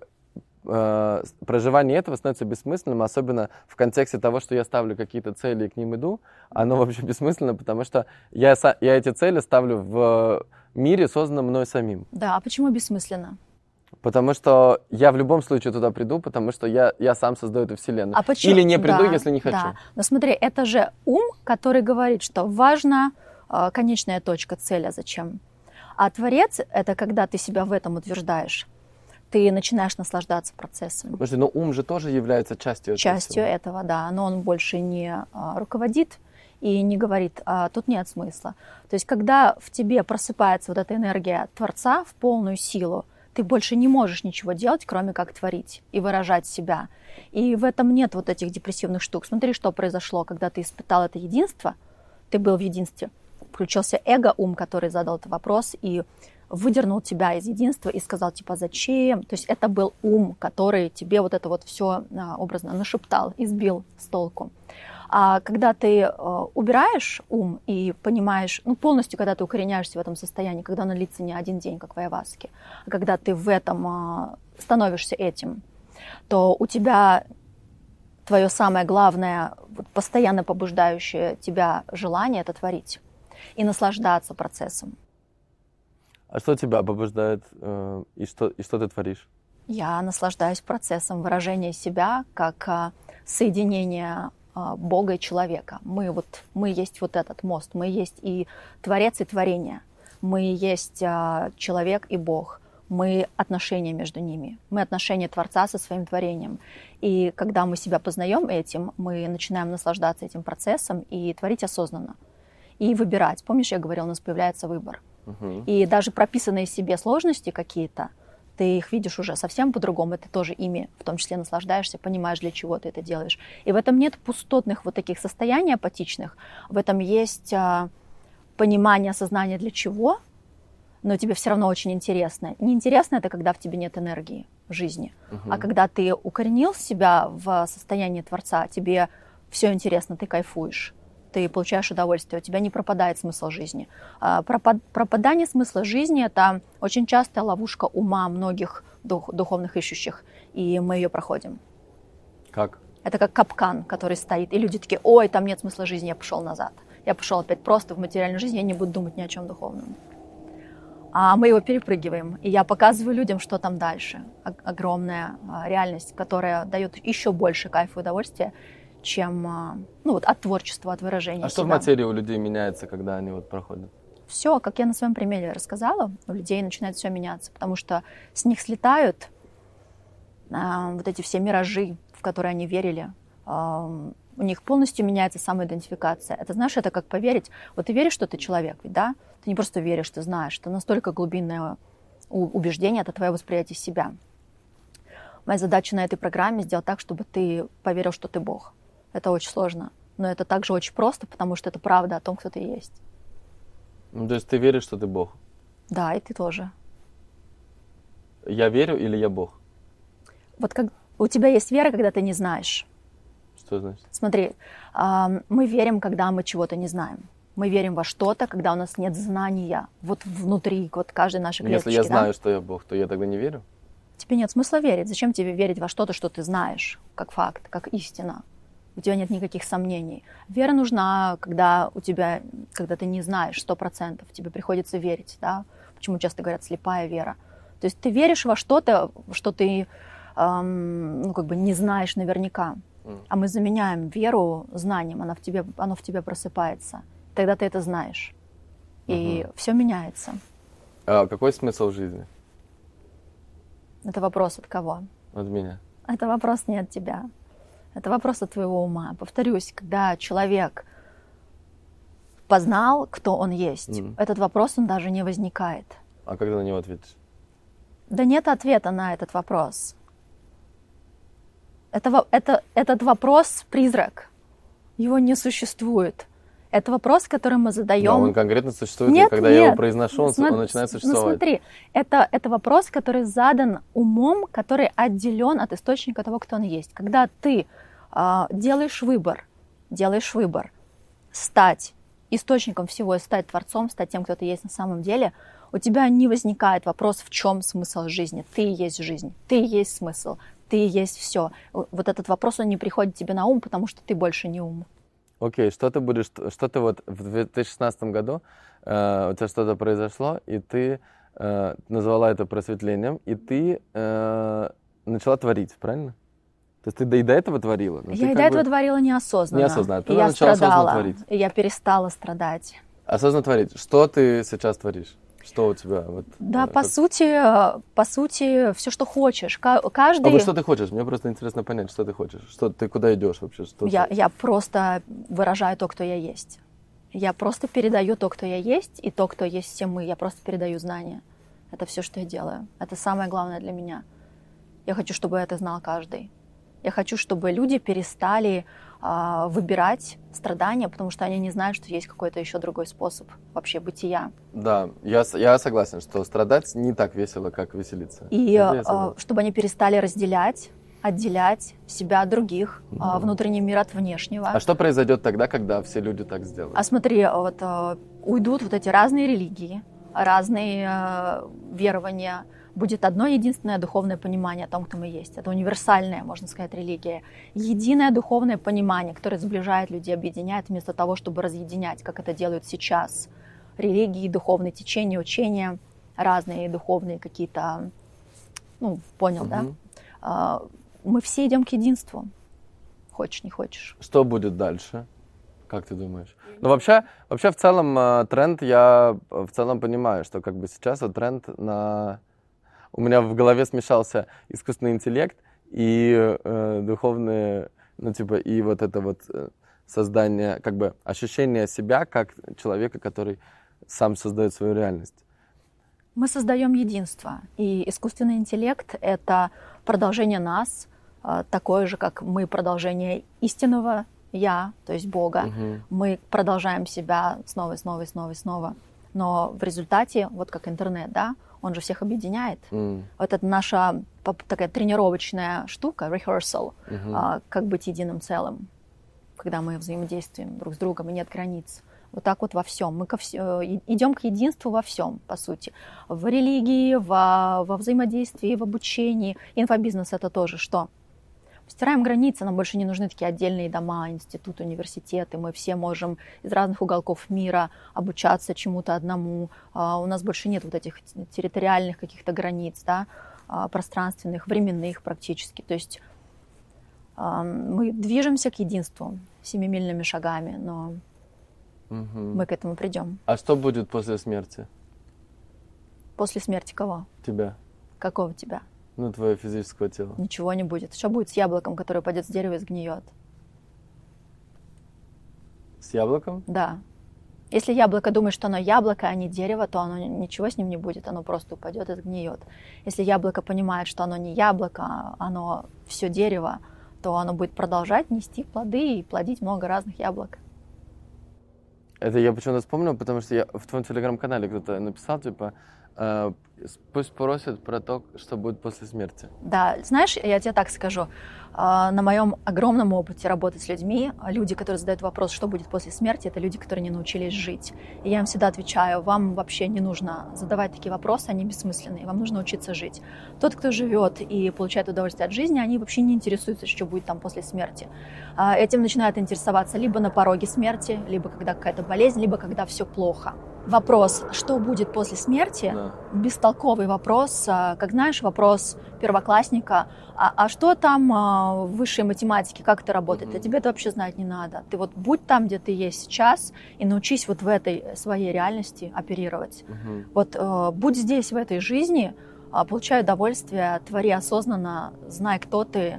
[SPEAKER 2] э, проживание этого становится бессмысленным, особенно в контексте того, что я ставлю какие-то цели и к ним иду, оно вообще бессмысленно, потому что я, я эти цели ставлю в мире, созданном мной самим.
[SPEAKER 1] Да, а почему бессмысленно?
[SPEAKER 2] Потому что я в любом случае туда приду, потому что я, я сам создаю эту вселенную.
[SPEAKER 1] А почему?
[SPEAKER 2] Или не приду,
[SPEAKER 1] да,
[SPEAKER 2] если не хочу.
[SPEAKER 1] Да. Но смотри, это же ум, который говорит, что важна э, конечная точка, цель, а зачем. А Творец — это когда ты себя в этом утверждаешь. Ты начинаешь наслаждаться процессом.
[SPEAKER 2] Подожди, но ум же тоже является частью этого.
[SPEAKER 1] Частью
[SPEAKER 2] всего.
[SPEAKER 1] этого, да. Но он больше не а, руководит и не говорит, а, тут нет смысла. То есть когда в тебе просыпается вот эта энергия Творца в полную силу, ты больше не можешь ничего делать, кроме как творить и выражать себя. И в этом нет вот этих депрессивных штук. Смотри, что произошло, когда ты испытал это единство, ты был в единстве. Включился эго-ум, который задал этот вопрос и выдернул тебя из единства и сказал, типа, зачем? То есть это был ум, который тебе вот это вот все а, образно нашептал и сбил с толку. А когда ты а, убираешь ум и понимаешь, ну полностью, когда ты укореняешься в этом состоянии, когда оно длится не один день, как в айваске, а когда ты в этом а, становишься этим, то у тебя твое самое главное, вот, постоянно побуждающее тебя желание — это творить и наслаждаться процессом.
[SPEAKER 2] А что тебя побуждает э, и, что, и что ты творишь?
[SPEAKER 1] Я наслаждаюсь процессом выражения себя как а, соединение а, Бога и человека. Мы, вот, мы есть вот этот мост, мы есть и Творец, и творение. Мы есть а, человек и Бог. Мы отношения между ними. Мы отношения Творца со своим творением. И когда мы себя познаем этим, мы начинаем наслаждаться этим процессом и творить осознанно. И выбирать. Помнишь, я говорила, у нас появляется выбор.
[SPEAKER 2] Угу.
[SPEAKER 1] И даже прописанные себе сложности какие-то, ты их видишь уже совсем по-другому, ты тоже ими в том числе наслаждаешься, понимаешь, для чего ты это делаешь. И в этом нет пустотных вот таких состояний апатичных, в этом есть а, понимание, осознание для чего, но тебе все равно очень интересно. Неинтересно это, когда в тебе нет энергии в жизни,
[SPEAKER 2] угу.
[SPEAKER 1] а когда ты укоренил себя в состоянии Творца, тебе все интересно, ты кайфуешь. Ты получаешь удовольствие, у тебя не пропадает смысл жизни. Пропадание смысла жизни — это очень частая ловушка ума многих дух, духовных ищущих, и мы ее проходим.
[SPEAKER 2] Как?
[SPEAKER 1] Это как капкан, который стоит, и люди такие: ой, там нет смысла жизни, я пошел назад. Я пошел опять просто в материальную жизнь, я не буду думать ни о чем духовном. А мы его перепрыгиваем, и я показываю людям, что там дальше. Огромная реальность, которая дает еще больше кайфа и удовольствия, чем ну, вот, от творчества, от выражения
[SPEAKER 2] А
[SPEAKER 1] себя.
[SPEAKER 2] что в материи у людей меняется, когда они вот проходят?
[SPEAKER 1] Все, как я на своем примере рассказала, у людей начинает все меняться, потому что с них слетают а, вот эти все миражи, в которые они верили, у них полностью меняется самоидентификация. Это, знаешь, это как поверить. Вот ты веришь, что ты человек, ведь, да? Ты не просто веришь, ты знаешь. Это настолько глубинное убеждение, это твое восприятие себя. Моя задача на этой программе сделать так, чтобы ты поверил, что ты Бог. Это очень сложно. Но это также очень просто, потому что это правда о том, кто ты есть.
[SPEAKER 2] Ну, то есть ты веришь, что ты Бог?
[SPEAKER 1] Да, и ты тоже.
[SPEAKER 2] Я верю или я Бог?
[SPEAKER 1] Вот как у тебя есть вера, когда ты не знаешь.
[SPEAKER 2] Что значит?
[SPEAKER 1] Смотри, мы верим, когда мы чего-то не знаем. Мы верим во что-то, когда у нас нет знания. Вот внутри, вот каждой нашей клеточки.
[SPEAKER 2] Если я знаю,
[SPEAKER 1] да?
[SPEAKER 2] что я Бог, то я тогда не верю?
[SPEAKER 1] Тебе нет смысла верить. Зачем тебе верить во что-то, что ты знаешь, как факт, как истина? У тебя нет никаких сомнений. Вера нужна, когда у тебя, когда ты не знаешь сто процентов. Тебе приходится верить, да? Почему часто говорят слепая вера? То есть ты веришь во что-то, что ты эм, ну, как бы не знаешь наверняка. Mm. А мы заменяем веру знанием, она в тебе, оно в тебе просыпается. Тогда ты это знаешь. И uh-huh. все меняется.
[SPEAKER 2] А какой смысл жизни?
[SPEAKER 1] Это вопрос от кого?
[SPEAKER 2] От меня.
[SPEAKER 1] Это вопрос не от тебя. Это вопрос от твоего ума. Повторюсь, когда человек познал, кто он есть, mm. этот вопрос, он даже не возникает.
[SPEAKER 2] А когда на него ответишь?
[SPEAKER 1] Да нет ответа на этот вопрос. Это, это, этот вопрос — призрак. Его не существует. Это вопрос, который мы задаем.
[SPEAKER 2] Да, он конкретно существует,
[SPEAKER 1] нет,
[SPEAKER 2] и когда
[SPEAKER 1] нет.
[SPEAKER 2] я его произношу, он,
[SPEAKER 1] Смотри,
[SPEAKER 2] он начинает существовать.
[SPEAKER 1] Ну смотри, это, это вопрос, который задан умом, который отделен от источника того, кто он есть. Когда ты э, делаешь выбор, делаешь выбор стать источником всего и стать творцом, стать тем, кто ты есть на самом деле, у тебя не возникает вопрос, в чем смысл жизни. Ты и есть жизнь, ты и есть смысл, ты и есть все. Вот этот вопрос, он не приходит тебе на ум, потому что ты больше не ум.
[SPEAKER 2] Окей, okay, что ты будешь, что ты вот в две тысячи шестнадцатом году, э, у тебя что-то произошло, и ты э, назвала это просветлением, и ты э, начала творить, правильно? То есть ты до, и до этого творила?
[SPEAKER 1] Я и до этого бы... творила неосознанно.
[SPEAKER 2] Неосознанно. Ты
[SPEAKER 1] и я
[SPEAKER 2] начала
[SPEAKER 1] страдала,
[SPEAKER 2] осознанно творить.
[SPEAKER 1] И я перестала страдать.
[SPEAKER 2] Осознанно творить. Что ты сейчас творишь? Что у тебя? Вот,
[SPEAKER 1] да,
[SPEAKER 2] как...
[SPEAKER 1] по сути, по сути, все, что хочешь. Каждый...
[SPEAKER 2] А вот что ты хочешь? Мне просто интересно понять, что ты хочешь. Что ты куда идешь вообще? Что
[SPEAKER 1] я,
[SPEAKER 2] ты...
[SPEAKER 1] я просто выражаю то, кто я есть. Я просто передаю то, кто я есть, и то, кто есть все мы. Я просто передаю знания. Это все, что я делаю. Это самое главное для меня. Я хочу, чтобы это знал каждый. Я хочу, чтобы люди перестали э, выбирать страдания, потому что они не знают, что есть какой-то еще другой способ вообще бытия.
[SPEAKER 2] Да, я, я согласен, что страдать не так весело, как веселиться.
[SPEAKER 1] И э, чтобы они перестали разделять, отделять себя от других, mm-hmm. э, внутренний мир от внешнего.
[SPEAKER 2] А что произойдет тогда, когда все люди так сделают?
[SPEAKER 1] А смотри, вот э, уйдут вот эти разные религии, разные э, верования, будет одно единственное духовное понимание о том, кто мы есть. Это универсальная, можно сказать, религия. Единое духовное понимание, которое сближает людей, объединяет, вместо того, чтобы разъединять, как это делают сейчас. Религии, духовные течения, учения, разные духовные какие-то, ну, понял, mm-hmm. да? Мы все идем к единству. Хочешь, не хочешь.
[SPEAKER 2] Что будет дальше? Как ты думаешь? Ну, вообще, вообще в целом тренд, я в целом понимаю, что как бы сейчас вот тренд на... У меня в голове смешался искусственный интеллект и э, духовные, ну, типа, и вот это вот э, создание, как бы, ощущение себя как человека, который сам создает свою реальность.
[SPEAKER 1] Мы создаем единство, и искусственный интеллект — это продолжение нас, э, такое же, как мы продолжение истинного «я», то есть Бога. Угу. Мы продолжаем себя снова и снова и снова и снова. Но в результате, вот как интернет, да, он же всех объединяет. Mm. Вот это наша такая тренировочная штука, rehearsal, mm-hmm. а, как быть единым целым, когда мы взаимодействуем друг с другом и нет границ. Вот так вот во всем. Мы ко вс... идем к единству во всем, по сути. В религии, во, во взаимодействии, в обучении. Инфобизнес — это тоже что? Стираем границы, нам больше не нужны такие отдельные дома, институты, университеты. Мы все можем из разных уголков мира обучаться чему-то одному. Uh, у нас больше нет вот этих территориальных каких-то границ, да, uh, пространственных, временных практически. То есть uh, мы движемся к единству семимильными шагами, но угу. мы к этому придем.
[SPEAKER 2] А что будет после смерти?
[SPEAKER 1] После смерти кого?
[SPEAKER 2] Тебя.
[SPEAKER 1] Какого тебя?
[SPEAKER 2] Ну, твое физическое тело.
[SPEAKER 1] Ничего не будет. Что будет с яблоком, которое упадет с дерева и сгниет?
[SPEAKER 2] С яблоком?
[SPEAKER 1] Да. Если яблоко думает, что оно яблоко, а не дерево, то оно ничего с ним не будет, оно просто упадет и сгниет. Если яблоко понимает, что оно не яблоко, а оно все дерево, то оно будет продолжать нести плоды и плодить много разных яблок.
[SPEAKER 2] Это я почему-то вспомнил, потому что я в твоем телеграм-канале кто-то написал, типа, э, пусть просят про то, что будет после смерти.
[SPEAKER 1] Да, знаешь, я тебе так скажу. На моем огромном опыте работы с людьми, люди, которые задают вопрос, что будет после смерти, это люди, которые не научились жить. И я им всегда отвечаю, вам вообще не нужно задавать такие вопросы, они бессмысленные, вам нужно учиться жить. Тот, кто живет и получает удовольствие от жизни, они вообще не интересуются, что будет там после смерти. Этим начинают интересоваться либо на пороге смерти, либо когда какая-то болезнь, либо когда все плохо. Вопрос, что будет после смерти, да. Бестолковый вопрос, как знаешь, вопрос первоклассника, а, а что там а, в высшей математике, как это работает? Mm-hmm. А тебе это вообще знать не надо. Ты вот будь там, где ты есть сейчас, и научись вот в этой своей реальности оперировать. Mm-hmm. Вот а, будь здесь, в этой жизни, а, получай удовольствие, твори осознанно, знай, кто ты,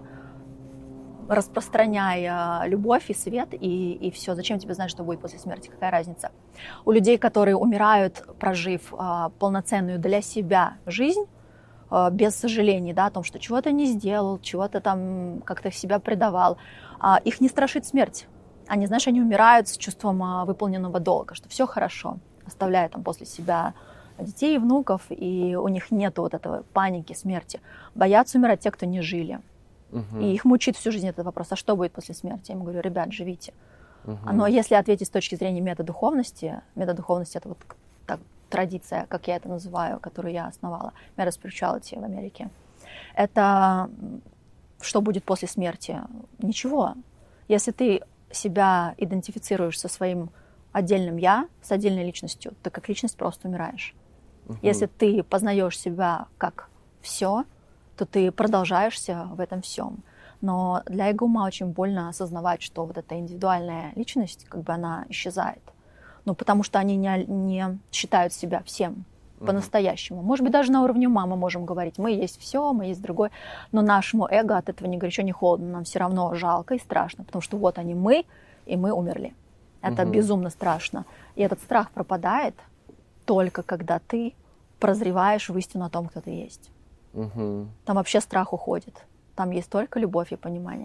[SPEAKER 1] распространяй любовь и свет, и, и все. Зачем тебе знать, что будет после смерти? Какая разница? У людей, которые умирают, прожив а, полноценную для себя жизнь, а, без сожалений, да, о том, что чего-то не сделал, чего-то там как-то себя предавал, а, их не страшит смерть. Они, знаешь, они умирают с чувством а, выполненного долга, что все хорошо, оставляя там после себя детей и внуков, и у них нет вот этого паники смерти. Боятся умирать те, кто не жили. Uh-huh. И их мучит всю жизнь этот вопрос, а что будет после смерти? Я ему говорю, ребят, живите. Uh-huh. Но если ответить с точки зрения метадуховности, метадуховность — это вот так, традиция, как я это называю, которую я основала, Meta-Spirituality в Америке. Это что будет после смерти? Ничего. Если ты себя идентифицируешь со своим отдельным «я», с отдельной личностью, ты как личность просто умираешь. Uh-huh. Если ты познаешь себя как все, то ты продолжаешься в этом всем. Но для эго-ума очень больно осознавать, что вот эта индивидуальная личность, как бы она исчезает. Ну, потому что они не, не считают себя всем uh-huh. по-настоящему. Может быть, даже на уровне ума мы можем говорить, мы есть все, мы есть другой, но нашему эго от этого ни горячо, ни холодно. Нам все равно жалко и страшно, потому что вот они мы, и мы умерли. Это uh-huh. безумно страшно. И этот страх пропадает только когда ты прозреваешь в истину о том, кто ты есть. Угу. Там вообще страх уходит. Там есть только любовь и понимание.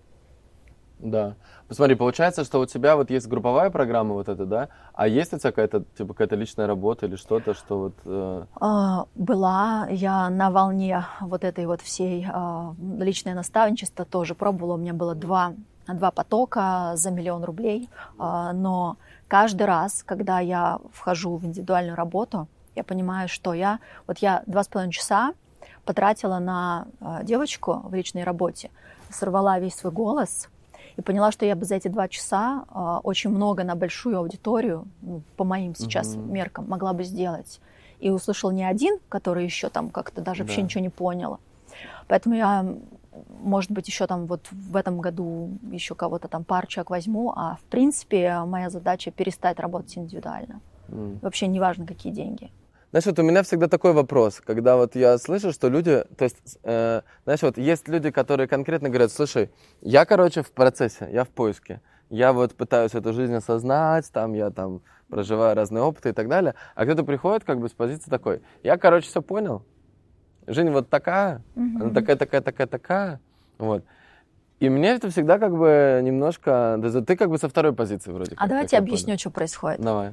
[SPEAKER 2] Да. Посмотри, получается, что у тебя вот есть групповая программа вот эта, да? А есть у тебя какая-то, типа, какая-то личная работа или что-то, что вот... Э...
[SPEAKER 1] А, была. Я на волне вот этой вот всей а, личное наставничество тоже пробовала. У меня было два, два потока за миллион рублей. А, но каждый раз, когда я вхожу в индивидуальную работу, я понимаю, что я... Вот я два с половиной часа потратила на э, девочку в личной работе, сорвала весь свой голос и поняла, что я бы за эти два часа э, очень много на большую аудиторию, ну, по моим сейчас mm-hmm. меркам, могла бы сделать. И услышал не один, который еще там как-то даже да. вообще ничего не понял. Поэтому я, может быть, еще там вот в этом году еще кого-то там пару человек возьму, а в принципе моя задача перестать работать индивидуально. Mm. Вообще неважно, какие деньги.
[SPEAKER 2] Знаешь, вот у меня всегда такой вопрос, когда вот я слышу, что люди, то есть, э, знаешь, вот есть люди, которые конкретно говорят, слушай, я, короче, в процессе, я в поиске, я вот пытаюсь эту жизнь осознать, там, я там проживаю разные опыты и так далее, а кто-то приходит как бы с позиции такой, я, короче, все понял, жизнь вот такая, mm-hmm. она такая, такая, такая, такая, вот. И мне это всегда как бы немножко, ты как бы со второй позиции вроде.
[SPEAKER 1] А как, давайте я объясню, понял. Что происходит.
[SPEAKER 2] Давай.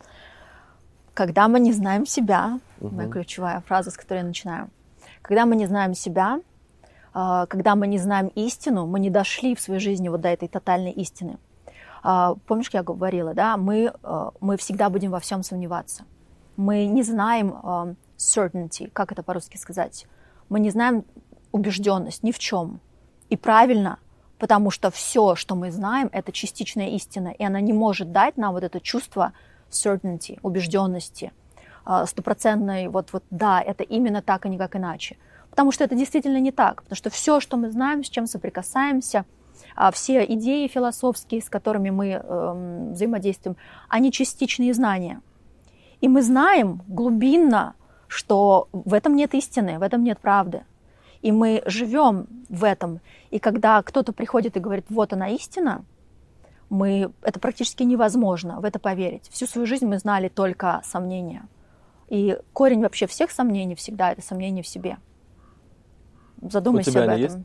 [SPEAKER 1] Когда мы не знаем себя, uh-huh. моя ключевая фраза, с которой я начинаю. Когда мы не знаем себя, когда мы не знаем истину, мы не дошли в своей жизни вот до этой тотальной истины. Помнишь, я говорила, да, мы, мы всегда будем во всем сомневаться. Мы не знаем certainty, как это по-русски сказать. Мы не знаем убежденность ни в чем. И правильно, потому что все, что мы знаем, это частичная истина, и она не может дать нам вот это чувство certainty, убежденности, стопроцентной, вот, вот да, это именно так, и никак иначе. Потому что это действительно не так, потому что все, что мы знаем, с чем соприкасаемся, все идеи философские, с которыми мы э, взаимодействуем, они частичные знания. И мы знаем глубинно, что в этом нет истины, в этом нет правды. И мы живем в этом. И когда кто-то приходит и говорит, вот она истина, Мы, это практически невозможно в это поверить. Всю свою жизнь мы знали только сомнения. И корень вообще всех сомнений всегда — это сомнения в себе. Задумайся
[SPEAKER 2] У тебя
[SPEAKER 1] об
[SPEAKER 2] они
[SPEAKER 1] этом.
[SPEAKER 2] есть?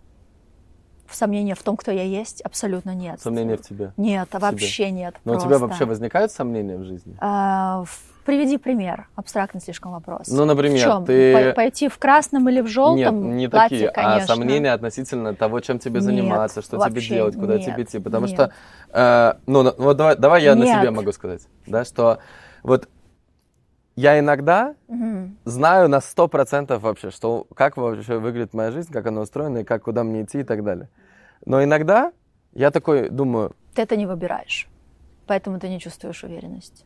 [SPEAKER 1] Сомнения в том, кто я есть, абсолютно нет.
[SPEAKER 2] Сомнения в тебе?
[SPEAKER 1] Нет,
[SPEAKER 2] в
[SPEAKER 1] вообще
[SPEAKER 2] себе.
[SPEAKER 1] нет.
[SPEAKER 2] Но
[SPEAKER 1] просто.
[SPEAKER 2] у тебя вообще возникают сомнения в жизни?
[SPEAKER 1] А, в... Приведи пример. Абстрактный слишком вопрос.
[SPEAKER 2] Ну, например,
[SPEAKER 1] в чем?
[SPEAKER 2] ты...
[SPEAKER 1] Пойти в красном или в желтом
[SPEAKER 2] Нет, не
[SPEAKER 1] платье,
[SPEAKER 2] такие,
[SPEAKER 1] конечно.
[SPEAKER 2] а сомнения относительно того, чем тебе
[SPEAKER 1] Нет,
[SPEAKER 2] заниматься, что тебе делать, куда
[SPEAKER 1] нет,
[SPEAKER 2] тебе идти. Потому
[SPEAKER 1] нет.
[SPEAKER 2] что, э, ну, ну давай, давай я
[SPEAKER 1] Нет.
[SPEAKER 2] на себе могу сказать, да, что вот я иногда
[SPEAKER 1] Угу.
[SPEAKER 2] знаю на сто процентов вообще, что, как вообще выглядит моя жизнь, как она устроена, и как, куда мне идти и так далее. Но иногда я такой думаю...
[SPEAKER 1] Ты это не выбираешь, поэтому ты не чувствуешь уверенность.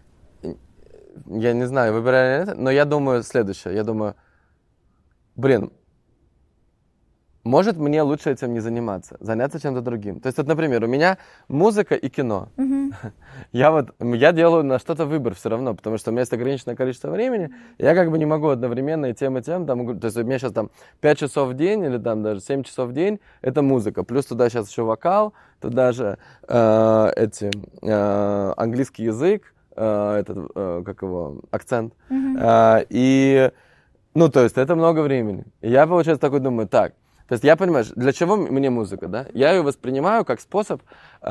[SPEAKER 2] Я не знаю, выбираю ли это, но я думаю следующее. Я думаю, блин, может мне лучше этим не заниматься, заняться чем-то другим. То есть, вот, например, у меня музыка и кино.
[SPEAKER 1] Угу.
[SPEAKER 2] Я вот, я делаю на что-то выбор все равно, потому что у меня есть ограниченное количество времени, я как бы не могу одновременно и тем, и тем. Там, то есть у меня сейчас там пять часов в день или там даже семь часов в день, это музыка. Плюс туда сейчас еще вокал, туда же э, эти, э, английский язык, Uh, этот, uh, как его, акцент.
[SPEAKER 1] Mm-hmm.
[SPEAKER 2] Uh, и, ну, то есть, это много времени. И я, получается, такой думаю, так, то есть, я понимаю, для чего мне музыка, да? Я ее воспринимаю как способ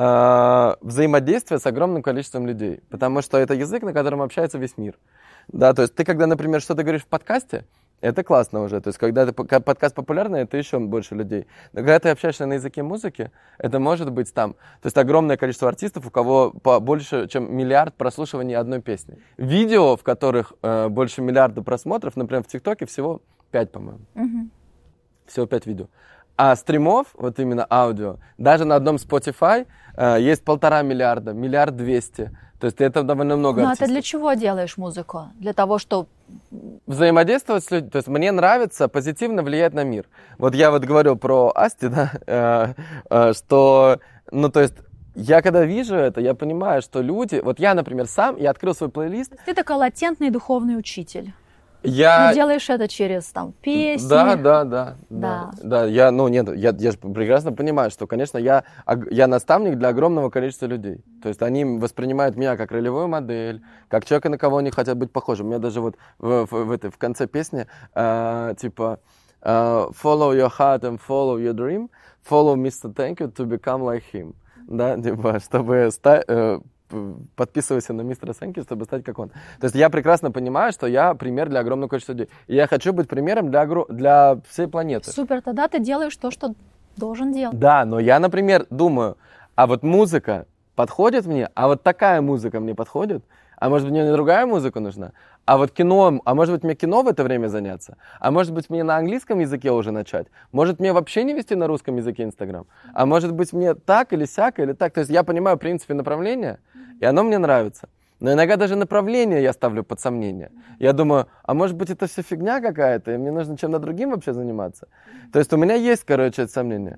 [SPEAKER 2] uh, взаимодействия с огромным количеством людей, потому что это язык, на котором общается весь мир. Да, то есть, ты, когда, например, что-то говоришь в подкасте, это классно уже. То есть, когда это, подкаст популярный, это еще больше людей. Но когда ты общаешься на языке музыки, это может быть там... То есть, огромное количество артистов, у кого больше, чем миллиард прослушиваний одной песни. Видео, в которых э, больше миллиарда просмотров, например, в ТикТоке всего пять, по-моему.
[SPEAKER 1] Угу.
[SPEAKER 2] Всего пять видео. А стримов, вот именно аудио, даже на одном Spotify э, есть полтора миллиарда, миллиард двести. То есть это довольно много
[SPEAKER 1] Ну,
[SPEAKER 2] артистов.
[SPEAKER 1] а ты для чего делаешь музыку? Для того, чтобы...
[SPEAKER 2] Взаимодействовать с людьми. То есть мне нравится позитивно влиять на мир. Вот я вот говорил про Асти, да, э, э, что, ну, то есть я когда вижу это, я понимаю, что люди... Вот я, например, сам, я открыл свой плейлист.
[SPEAKER 1] Ты такой латентный духовный учитель.
[SPEAKER 2] Я...
[SPEAKER 1] Ты делаешь это через там песни.
[SPEAKER 2] Да, да, да,
[SPEAKER 1] да.
[SPEAKER 2] Да, да, я, ну, нет, я, я же прекрасно понимаю, что, конечно, я, я наставник для огромного количества людей. То есть они воспринимают меня как ролевую модель, как человека, на кого они хотят быть похожим. У меня даже вот в, в, в, этой, в конце песни э, типа э, follow your heart and follow your dream, follow мистер Thank you to become like him. Да, типа, чтобы стать... Э, подписывайся на мистера Сэнки, чтобы стать как он. То есть я прекрасно понимаю, что я пример для огромного количества людей. И я хочу быть примером для, огр... для всей планеты.
[SPEAKER 1] Супер, тогда ты делаешь то, что должен делать.
[SPEAKER 2] Да, но я, например, думаю, а вот музыка подходит мне, а вот такая музыка мне подходит, а может быть мне другая музыка нужна, а вот кино, а может быть мне кино в это время заняться, а может быть мне на английском языке уже начать, может мне вообще не вести на русском языке Инстаграм, а может быть мне так или сяк или так. То есть я понимаю, в принципе, направление, и оно мне нравится. Но иногда даже направление я ставлю под сомнение. Я думаю, а может быть это все фигня какая-то, и мне нужно чем-то другим вообще заниматься. То есть у меня есть, короче, это сомнение.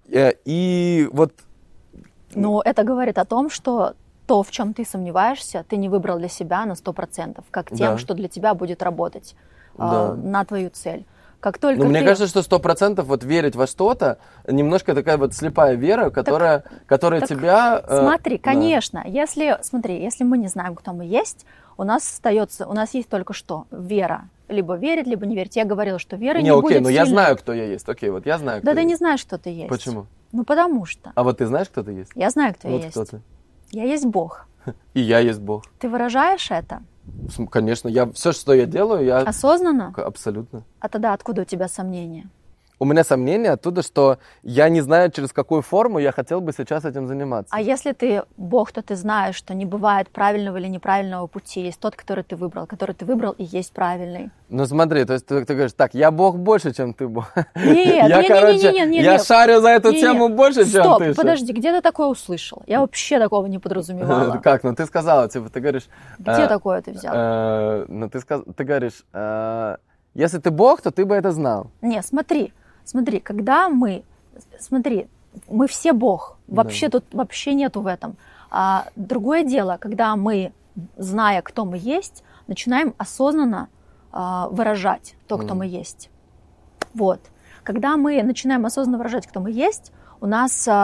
[SPEAKER 2] И вот...
[SPEAKER 1] Но это говорит о том, что то, в чем ты сомневаешься, ты не выбрал для себя на сто процентов, как тем,
[SPEAKER 2] да.
[SPEAKER 1] что для тебя будет работать
[SPEAKER 2] да.
[SPEAKER 1] э, на твою цель. Как только
[SPEAKER 2] ну,
[SPEAKER 1] ты...
[SPEAKER 2] мне кажется, что сто процентов вот верить во что-то, немножко такая вот слепая вера, которая, так, которая
[SPEAKER 1] так
[SPEAKER 2] тебя...
[SPEAKER 1] Смотри,
[SPEAKER 2] э,
[SPEAKER 1] конечно, да. если, смотри, если мы не знаем, кто мы есть, у нас остается, у нас есть только что вера. Либо верить, либо не верить. Я говорила, что вера не,
[SPEAKER 2] не
[SPEAKER 1] будет
[SPEAKER 2] окей, но
[SPEAKER 1] сильной.
[SPEAKER 2] я знаю, кто я есть. Окей, вот я знаю, кто
[SPEAKER 1] Да
[SPEAKER 2] я
[SPEAKER 1] ты
[SPEAKER 2] есть.
[SPEAKER 1] не знаешь, что ты есть.
[SPEAKER 2] Почему?
[SPEAKER 1] Ну, потому что.
[SPEAKER 2] А вот ты знаешь, кто ты есть?
[SPEAKER 1] Я знаю, кто
[SPEAKER 2] вот
[SPEAKER 1] я есть.
[SPEAKER 2] Кто ты?
[SPEAKER 1] Я есть Бог.
[SPEAKER 2] И я есть Бог.
[SPEAKER 1] Ты выражаешь это?
[SPEAKER 2] Конечно, я все, что я делаю, я...
[SPEAKER 1] Осознанно?
[SPEAKER 2] Абсолютно.
[SPEAKER 1] А тогда откуда у тебя сомнения?
[SPEAKER 2] У меня сомнения оттуда, что я не знаю, через какую форму я хотел бы сейчас этим заниматься.
[SPEAKER 1] А если ты Бог, то ты знаешь, что не бывает правильного или неправильного пути. Есть тот, который ты выбрал. Который ты выбрал и есть правильный.
[SPEAKER 2] Ну смотри, то есть ты, ты говоришь, так, я Бог больше, чем ты Бог.
[SPEAKER 1] Нет,
[SPEAKER 2] я,
[SPEAKER 1] нет,
[SPEAKER 2] короче,
[SPEAKER 1] нет, нет, нет,
[SPEAKER 2] я
[SPEAKER 1] нет.
[SPEAKER 2] шарю за эту
[SPEAKER 1] нет,
[SPEAKER 2] тему
[SPEAKER 1] нет.
[SPEAKER 2] больше, чем
[SPEAKER 1] Стоп,
[SPEAKER 2] ты.
[SPEAKER 1] Стоп, подожди, где ты такое услышал? Я вообще такого не подразумевала.
[SPEAKER 2] Как? Ну ты сказала, типа, ты говоришь...
[SPEAKER 1] Где такое ты взял?
[SPEAKER 2] Ну ты говоришь, если ты Бог, то ты бы это знал.
[SPEAKER 1] Не, смотри. Смотри, когда мы, смотри, мы все Бог, вообще да. Тут вообще нету в этом. А другое дело, когда мы, зная, кто мы есть, начинаем осознанно а, выражать то, кто mm. мы есть. Вот. Когда мы начинаем осознанно выражать, кто мы есть, у нас а,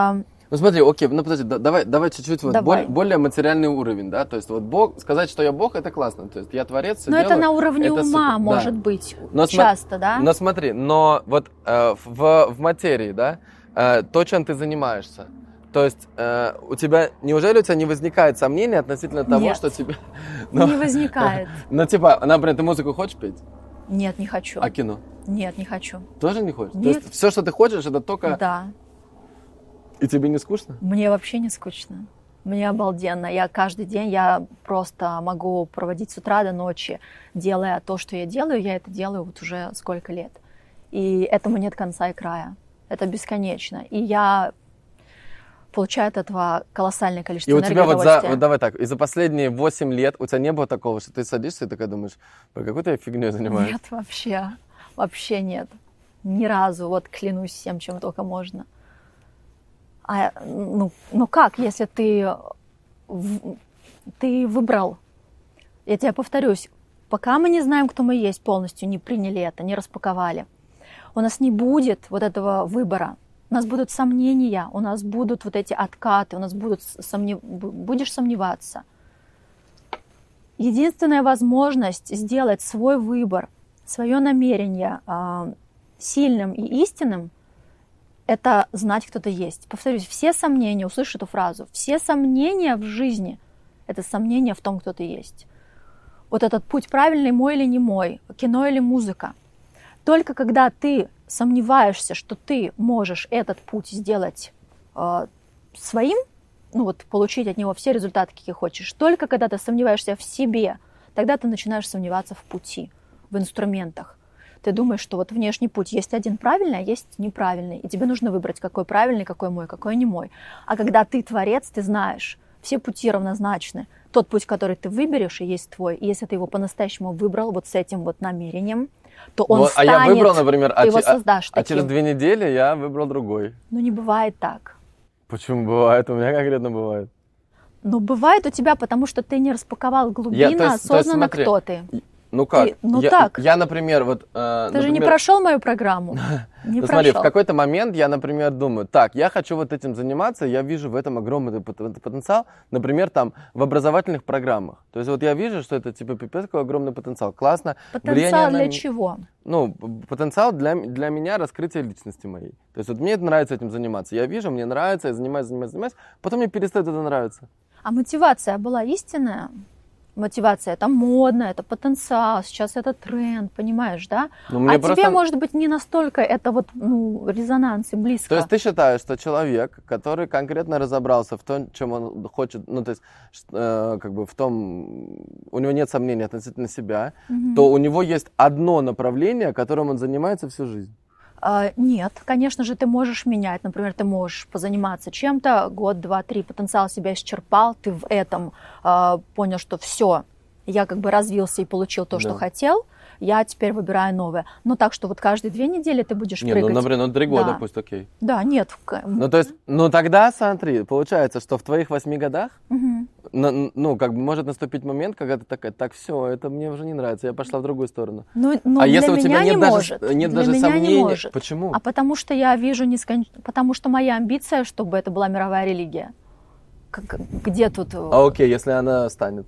[SPEAKER 2] Ну смотри, окей, ну подожди, да, давай, давай чуть-чуть вот
[SPEAKER 1] Давай.
[SPEAKER 2] более, более материальный уровень, да, то есть вот Бог, сказать, что я Бог, это классно, то есть я творец, все
[SPEAKER 1] Но
[SPEAKER 2] делаю,
[SPEAKER 1] это на уровне
[SPEAKER 2] это
[SPEAKER 1] ума
[SPEAKER 2] супер,
[SPEAKER 1] может
[SPEAKER 2] да.
[SPEAKER 1] быть
[SPEAKER 2] Но
[SPEAKER 1] часто,
[SPEAKER 2] смо-
[SPEAKER 1] да?
[SPEAKER 2] Но смотри, но вот э, в, в материи, да, э, то, чем ты занимаешься, то есть э, у тебя, неужели у тебя не возникает сомнений относительно того,
[SPEAKER 1] Нет.
[SPEAKER 2] что тебе...
[SPEAKER 1] Не возникает.
[SPEAKER 2] Ну типа, например, ты музыку хочешь петь,
[SPEAKER 1] Нет, не хочу.
[SPEAKER 2] а кино?
[SPEAKER 1] Нет, не хочу.
[SPEAKER 2] Тоже не хочешь?
[SPEAKER 1] Нет.
[SPEAKER 2] То есть все, что ты хочешь, это только...
[SPEAKER 1] Да.
[SPEAKER 2] И тебе не скучно?
[SPEAKER 1] Мне вообще не скучно. Мне обалденно. Я каждый день, я просто могу проводить с утра до ночи, делая то, что я делаю. Я это делаю вот уже сколько лет. И этому нет конца и края. Это бесконечно. И я получаю от этого колоссальное количество
[SPEAKER 2] И у
[SPEAKER 1] энергии
[SPEAKER 2] тебя
[SPEAKER 1] и
[SPEAKER 2] вот за,
[SPEAKER 1] удовольствия.
[SPEAKER 2] вот давай так, и за последние восемь лет у тебя не было такого, что ты садишься и такая думаешь, по какой-то я фигней занимаюсь?
[SPEAKER 1] Нет, вообще. Вообще нет. Ни разу. Вот клянусь всем, чем только можно. А, ну, ну как, если ты, в- ты выбрал? Я тебе повторюсь, пока мы не знаем, кто мы есть полностью, не приняли это, не распаковали, у нас не будет вот этого выбора. У нас будут сомнения, у нас будут вот эти откаты, у нас будут сомнев... будешь сомневаться. Единственная возможность сделать свой выбор, свое намерение э, сильным и истинным, это знать, кто ты есть. Повторюсь, все сомнения, услышь эту фразу, все сомнения в жизни – это сомнения в том, кто ты есть. Вот этот путь правильный мой или не мой, кино или музыка. Только когда ты сомневаешься, что ты можешь этот путь сделать э, своим, ну вот получить от него все результаты, какие хочешь, только когда ты сомневаешься в себе, тогда ты начинаешь сомневаться в пути, в инструментах. Ты думаешь, что вот внешний путь есть один правильный, а есть неправильный. И тебе нужно выбрать, какой правильный, какой мой, какой не мой. А когда ты творец, ты знаешь, все пути равнозначны. Тот путь, который ты выберешь, и есть твой. И если ты его по-настоящему выбрал вот с этим вот намерением, то он
[SPEAKER 2] Ну,
[SPEAKER 1] станет,
[SPEAKER 2] а я выбрал, например, а,
[SPEAKER 1] ты его
[SPEAKER 2] че- а-
[SPEAKER 1] создашь
[SPEAKER 2] а
[SPEAKER 1] таким.
[SPEAKER 2] через две недели я выбрал другой.
[SPEAKER 1] Ну не бывает так.
[SPEAKER 2] Почему бывает? У меня конкретно бывает.
[SPEAKER 1] Но бывает у тебя, потому что ты не распаковал глубинно,
[SPEAKER 2] Я- то есть- то есть
[SPEAKER 1] осознанно,
[SPEAKER 2] смотри,
[SPEAKER 1] кто ты.
[SPEAKER 2] Ну как?
[SPEAKER 1] Ты- ну
[SPEAKER 2] я,
[SPEAKER 1] так.
[SPEAKER 2] Я, например, вот... э,
[SPEAKER 1] Ты же не
[SPEAKER 2] например,
[SPEAKER 1] прошел мою программу. Не
[SPEAKER 2] ну, смотри, в
[SPEAKER 1] прошел.
[SPEAKER 2] какой-то момент я, например, думаю, так, я хочу вот этим заниматься, я вижу в этом огромный пот- потенциал, например, там, в образовательных программах. То есть вот я вижу, что это, типа, пипец, какой огромный потенциал. Классно.
[SPEAKER 1] Потенциал
[SPEAKER 2] Влияние
[SPEAKER 1] для
[SPEAKER 2] на-
[SPEAKER 1] чего?
[SPEAKER 2] Ну, п- потенциал для, для меня раскрытия личности моей. То есть вот мне это нравится этим заниматься. Я вижу, мне нравится, я занимаюсь, занимаюсь, занимаюсь, потом мне перестает это нравиться.
[SPEAKER 1] А мотивация была истинная? Мотивация это модно, это потенциал, сейчас это тренд, понимаешь, да?
[SPEAKER 2] Ну, мне
[SPEAKER 1] а
[SPEAKER 2] просто-
[SPEAKER 1] тебе, может быть, не настолько это вот ну, резонанс и близко.
[SPEAKER 2] То есть ты считаешь, что человек, который конкретно разобрался в том, чем он хочет, ну то есть ш- э, как бы в том, у него нет сомнений относительно себя,
[SPEAKER 1] Мгм.
[SPEAKER 2] то у него есть одно направление, которым он занимается всю жизнь.
[SPEAKER 1] А, нет, конечно же, ты можешь менять. Например, ты можешь позаниматься чем-то год, два, три, потенциал себя исчерпал, ты в этом а, понял, что все, я как бы развился и получил то,
[SPEAKER 2] Да.
[SPEAKER 1] что хотел, я теперь выбираю новое. Но так, что вот каждые две недели ты будешь
[SPEAKER 2] Не, ну,
[SPEAKER 1] прыгать.
[SPEAKER 2] например, ну три года
[SPEAKER 1] Да.
[SPEAKER 2] пусть, окей.
[SPEAKER 1] Да, нет. в-
[SPEAKER 2] Ну то есть, ну тогда смотри, получается, что в твоих восьми годах,
[SPEAKER 1] Мгм.
[SPEAKER 2] на- ну как бы может наступить момент, когда ты такая, так все, это мне уже не нравится, я пошла в другую сторону.
[SPEAKER 1] Ну, ну,
[SPEAKER 2] а
[SPEAKER 1] для
[SPEAKER 2] если у тебя
[SPEAKER 1] меня
[SPEAKER 2] нет
[SPEAKER 1] не
[SPEAKER 2] даже,
[SPEAKER 1] может.
[SPEAKER 2] нет
[SPEAKER 1] Для
[SPEAKER 2] даже
[SPEAKER 1] меня не
[SPEAKER 2] сомнений,
[SPEAKER 1] может.
[SPEAKER 2] почему?
[SPEAKER 1] А потому что я вижу нескон... потому что моя амбиция, чтобы это была мировая религия. Как- где тут?
[SPEAKER 2] А окей, если она станет?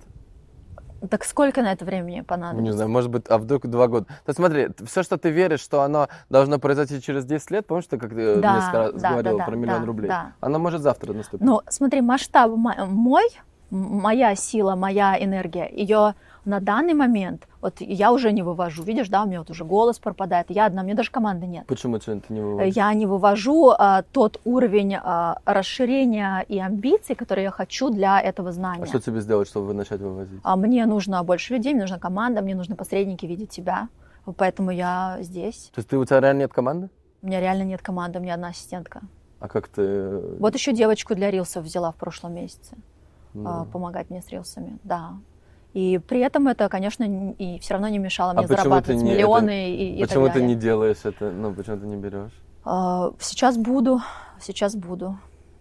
[SPEAKER 1] Так сколько на это времени понадобится?
[SPEAKER 2] Не знаю, может быть, а вдруг два года. То есть смотри, все, что ты веришь, что оно должно произойти через десять лет, помнишь, ты как ты
[SPEAKER 1] Да,
[SPEAKER 2] несколько раз
[SPEAKER 1] да,
[SPEAKER 2] говорила
[SPEAKER 1] да,
[SPEAKER 2] про
[SPEAKER 1] да,
[SPEAKER 2] миллион
[SPEAKER 1] да,
[SPEAKER 2] рублей?
[SPEAKER 1] да.
[SPEAKER 2] Оно может завтра наступить.
[SPEAKER 1] Но смотри, масштаб мо- мой, м- моя сила, моя энергия, ее на данный момент, вот я уже не вывожу, видишь, да, у меня вот уже голос пропадает, я одна, мне даже команды нет.
[SPEAKER 2] Почему ты не выводишь?
[SPEAKER 1] Я не вывожу а, тот уровень а, расширения и амбиций, которые я хочу для этого знания.
[SPEAKER 2] А что тебе сделать, чтобы начать вывозить?
[SPEAKER 1] А мне нужно больше людей, мне нужна команда, мне нужны посредники видеть тебя. Поэтому я здесь.
[SPEAKER 2] То есть ты, у тебя реально нет команды?
[SPEAKER 1] У меня реально нет команды, у меня одна ассистентка.
[SPEAKER 2] А как ты...
[SPEAKER 1] Вот еще девочку для рилсов взяла в прошлом месяце.
[SPEAKER 2] Ну,
[SPEAKER 1] а, помогать мне с рилсами, да. И при этом это, конечно, н- и все равно не мешало мне
[SPEAKER 2] почему ты
[SPEAKER 1] зарабатывать
[SPEAKER 2] не-
[SPEAKER 1] миллионы
[SPEAKER 2] это-
[SPEAKER 1] и, и
[SPEAKER 2] Почему
[SPEAKER 1] так
[SPEAKER 2] ты
[SPEAKER 1] далее.
[SPEAKER 2] не делаешь это? Ну, почему ты не берешь?
[SPEAKER 1] А, сейчас буду, сейчас буду.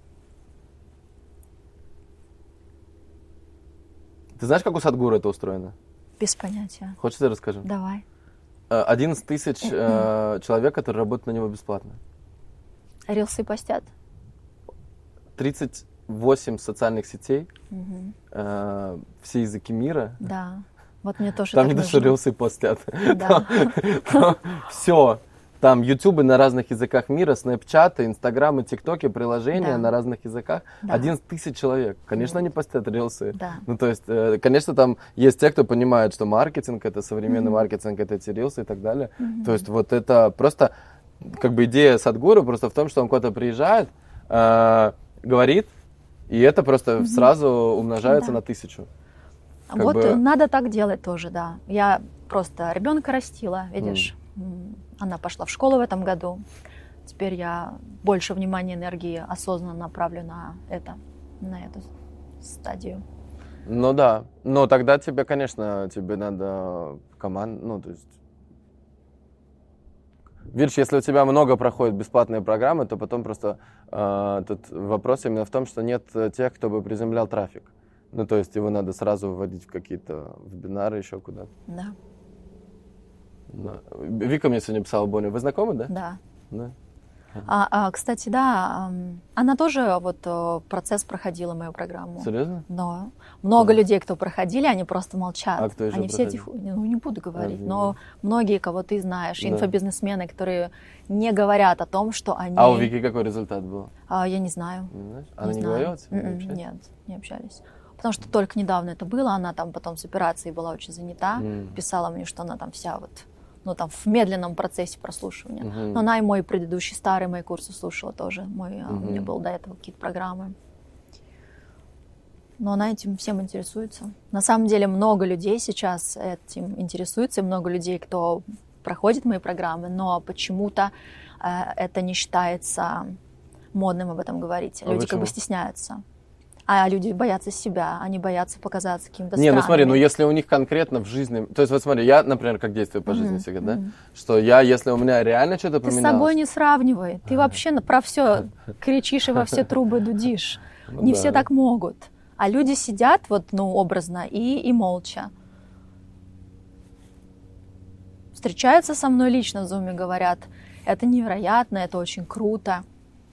[SPEAKER 2] Ты знаешь, как у Садгуру это устроено?
[SPEAKER 1] Без понятия.
[SPEAKER 2] Хочешь, я расскажу?
[SPEAKER 1] Давай.
[SPEAKER 2] Э, одиннадцать тысяч э, человек, которые работают на него бесплатно.
[SPEAKER 1] Рилсы постят?
[SPEAKER 2] тридцать восемь социальных сетей,
[SPEAKER 1] Мгм.
[SPEAKER 2] э, все языки мира.
[SPEAKER 1] Да. Вот мне тоже
[SPEAKER 2] Там
[SPEAKER 1] так
[SPEAKER 2] не то, что
[SPEAKER 1] нужно.
[SPEAKER 2] рилсы постят.
[SPEAKER 1] Да.
[SPEAKER 2] Все. Там ютубы на разных языках мира, снэпчаты, инстаграмы, тиктоки, приложения
[SPEAKER 1] Да.
[SPEAKER 2] на разных языках.
[SPEAKER 1] Да.
[SPEAKER 2] одиннадцать тысяч человек. Конечно,
[SPEAKER 1] Вот.
[SPEAKER 2] они постят рилсы.
[SPEAKER 1] Да.
[SPEAKER 2] Ну, то есть, э, конечно, там есть те, кто понимает, что маркетинг, это современный
[SPEAKER 1] Мгм.
[SPEAKER 2] маркетинг, это эти рилсы и так далее.
[SPEAKER 1] Мгм.
[SPEAKER 2] То есть, вот это просто, как бы идея Садхгуру просто в том, что он куда-то приезжает, э, говорит, и это просто
[SPEAKER 1] Мгм.
[SPEAKER 2] сразу умножается
[SPEAKER 1] Да.
[SPEAKER 2] на тысячу. Как
[SPEAKER 1] Вот
[SPEAKER 2] бы-
[SPEAKER 1] надо так делать тоже, да. Я просто ребенка растила, видишь. М, Она пошла в школу в этом году. Теперь я больше внимания, энергии осознанно направлю на это, на эту стадию.
[SPEAKER 2] Ну да, но тогда тебе, конечно, тебе надо команд, ну то есть, видишь, если у тебя много проходит бесплатные программы, то потом просто э, тут вопрос именно в том, что нет тех, кто бы приземлял трафик. Ну то есть его надо сразу вводить в какие-то вебинары, еще куда-то.
[SPEAKER 1] Да,
[SPEAKER 2] Да. Вика мне сегодня писала, Боня, вы знакомы, да?
[SPEAKER 1] да.
[SPEAKER 2] Да.
[SPEAKER 1] А, а, кстати, да, ам, она тоже вот э, процесс проходила мою программу.
[SPEAKER 2] Серьезно?
[SPEAKER 1] Но много
[SPEAKER 2] Да.
[SPEAKER 1] людей, кто проходили, они просто молчат.
[SPEAKER 2] А кто еще
[SPEAKER 1] они все
[SPEAKER 2] проходил?
[SPEAKER 1] тихо, ну не буду говорить,
[SPEAKER 2] А,
[SPEAKER 1] но многие, кого ты знаешь,
[SPEAKER 2] Да.
[SPEAKER 1] инфобизнесмены, которые не говорят о том, что они...
[SPEAKER 2] А у Вики какой результат был?
[SPEAKER 1] А, я не знаю.
[SPEAKER 2] Не знаешь? Она не,
[SPEAKER 1] знаю.
[SPEAKER 2] говорила тебе? Не
[SPEAKER 1] М-м,
[SPEAKER 2] общалась?
[SPEAKER 1] Нет, не общались. Потому что только недавно это было, она там потом с операцией была очень занята,
[SPEAKER 2] М.
[SPEAKER 1] писала мне, что она там вся вот, ну там в медленном процессе прослушивания.
[SPEAKER 2] Мгм.
[SPEAKER 1] Но она и мой предыдущий старый мои курсы слушала тоже, мой, а, у меня
[SPEAKER 2] Мгм.
[SPEAKER 1] был до этого какие-то программы. Но она этим всем интересуется. На самом деле много людей сейчас этим интересуется, и много людей, кто проходит мои программы, но почему-то э, это не считается модным об этом говорить.
[SPEAKER 2] А
[SPEAKER 1] Люди как бы
[SPEAKER 2] почему?
[SPEAKER 1] стесняются. А люди боятся себя, они боятся показаться каким-то
[SPEAKER 2] Не, ну смотри, ну
[SPEAKER 1] странными.
[SPEAKER 2] если у них конкретно в жизни... То есть вот смотри, я, например, как действую по жизни
[SPEAKER 1] Мгм,
[SPEAKER 2] всегда, да?
[SPEAKER 1] мгм.
[SPEAKER 2] Что я, если у меня реально что-то
[SPEAKER 1] Ты с
[SPEAKER 2] поменялось...
[SPEAKER 1] собой не сравнивай. Ты вообще на- про все кричишь и во все трубы дудишь.
[SPEAKER 2] Ну
[SPEAKER 1] Не
[SPEAKER 2] да.
[SPEAKER 1] все так могут. А люди сидят вот, ну, образно и, и молча. Встречаются со мной лично в зуме, говорят, это невероятно, это очень круто.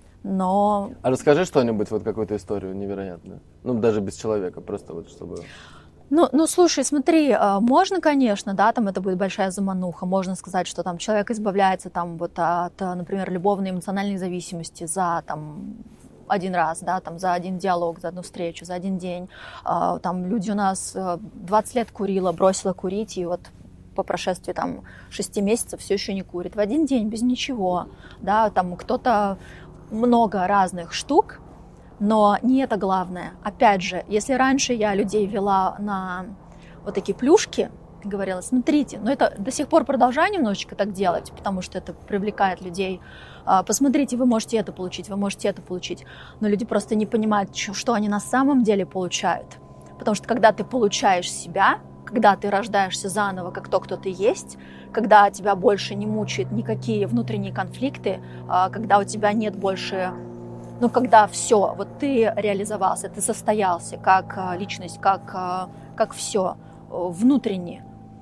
[SPEAKER 1] Но
[SPEAKER 2] А расскажи что-нибудь, вот какую-то историю невероятную. Ну, даже без человека, просто вот чтобы...
[SPEAKER 1] Ну, ну, слушай, смотри, а, можно, конечно, да, там это будет большая замануха, можно сказать, что там человек избавляется там вот от, а, например, любовной эмоциональной зависимости за там один раз, да, там за один диалог, за одну встречу, за один день. А, Там люди у нас а, двадцать лет курила, бросила курить, и вот по прошествии там шести месяцев все еще не курит. В один день без ничего, да, там кто-то много разных штук, но не это главное. Опять же, если раньше я людей вела на вот такие плюшки, и говорила, смотрите, но это до сих пор продолжаю немножечко так делать, потому что это привлекает людей. А, Посмотрите, вы можете это получить, вы можете это получить. Но люди просто не понимают, чё- что они на самом деле получают. Потому что когда ты получаешь себя, когда ты рождаешься заново, как то, кто ты есть, когда тебя больше не мучают никакие внутренние конфликты, а, когда у тебя нет больше... Ну, когда все, вот ты реализовался, ты состоялся как а, личность, как, а, как все внутренне,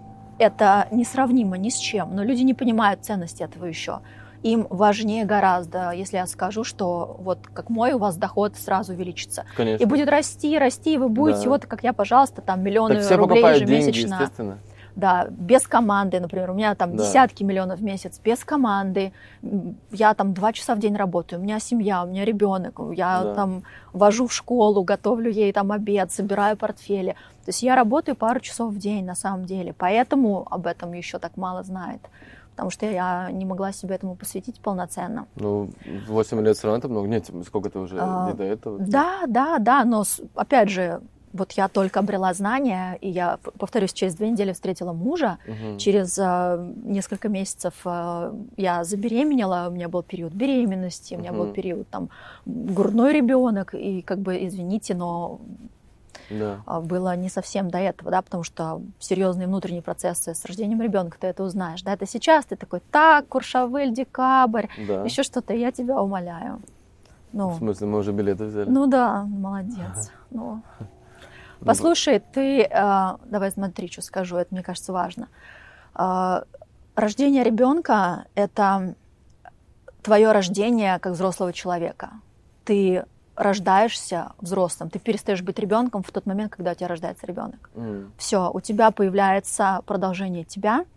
[SPEAKER 1] это несравнимо ни с чем. Но люди не понимают ценности этого еще. Им важнее гораздо, если я скажу, что вот как мой, у вас доход сразу увеличится.
[SPEAKER 2] Конечно.
[SPEAKER 1] И будет расти, расти, и вы будете,
[SPEAKER 2] Да.
[SPEAKER 1] вот как я, пожалуйста, там миллионы
[SPEAKER 2] Так все
[SPEAKER 1] рублей
[SPEAKER 2] покупают деньги,
[SPEAKER 1] ежемесячно.
[SPEAKER 2] естественно.
[SPEAKER 1] Да, без команды, например, у меня там
[SPEAKER 2] Да.
[SPEAKER 1] десятки миллионов в месяц, без команды, М, я там два часа в день работаю, у меня семья, у меня ребенок, я
[SPEAKER 2] Да.
[SPEAKER 1] там вожу в школу, готовлю ей там обед, собираю портфели. То есть я работаю пару часов в день на самом деле, поэтому об этом еще так мало знает, потому что я не могла себе этому посвятить полноценно.
[SPEAKER 2] Ну, восемь лет все равно это много. Нет, сколько ты уже
[SPEAKER 1] А,
[SPEAKER 2] не до этого?
[SPEAKER 1] Да, да, да, но с- опять же, вот я только обрела знания, и я, п- повторюсь, через две недели встретила мужа,
[SPEAKER 2] Мгм.
[SPEAKER 1] через э, несколько месяцев э, я забеременела, у меня был период беременности, у меня был
[SPEAKER 2] Мгм.
[SPEAKER 1] период там грудной ребенок, и как бы, извините, но
[SPEAKER 2] Да.
[SPEAKER 1] а, было не совсем до этого, да, потому что серьезные внутренние процессы с рождением ребенка, ты это узнаешь, да, это сейчас ты такой, так, Куршавель, декабрь,
[SPEAKER 2] Да.
[SPEAKER 1] еще что-то, я тебя умоляю. Ну,
[SPEAKER 2] В смысле, мы уже билеты взяли?
[SPEAKER 1] ну да, молодец. Ну.
[SPEAKER 2] Ну,
[SPEAKER 1] Послушай, ты, э, давай смотри, что скажу, это мне кажется важно. Э, рождение ребенка – это твое рождение как взрослого человека. Ты рождаешься взрослым, ты перестаешь быть ребенком в тот момент, когда у тебя рождается ребенок.
[SPEAKER 2] Mm.
[SPEAKER 1] Все, у тебя появляется продолжение тебя,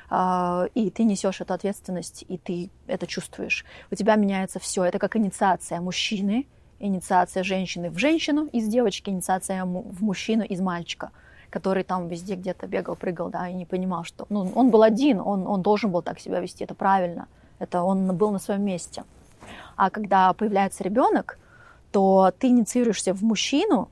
[SPEAKER 1] и ты несешь эту ответственность, и ты это чувствуешь. У тебя меняется все. Это как инициация мужчины, инициация женщины в женщину из девочки, инициация в мужчину из мальчика, который там везде где-то бегал, прыгал, да, и не понимал, что... Ну, он был один, он, он должен был так себя вести, это правильно. Это он был на своем месте. А когда появляется ребенок, то ты инициируешься в мужчину,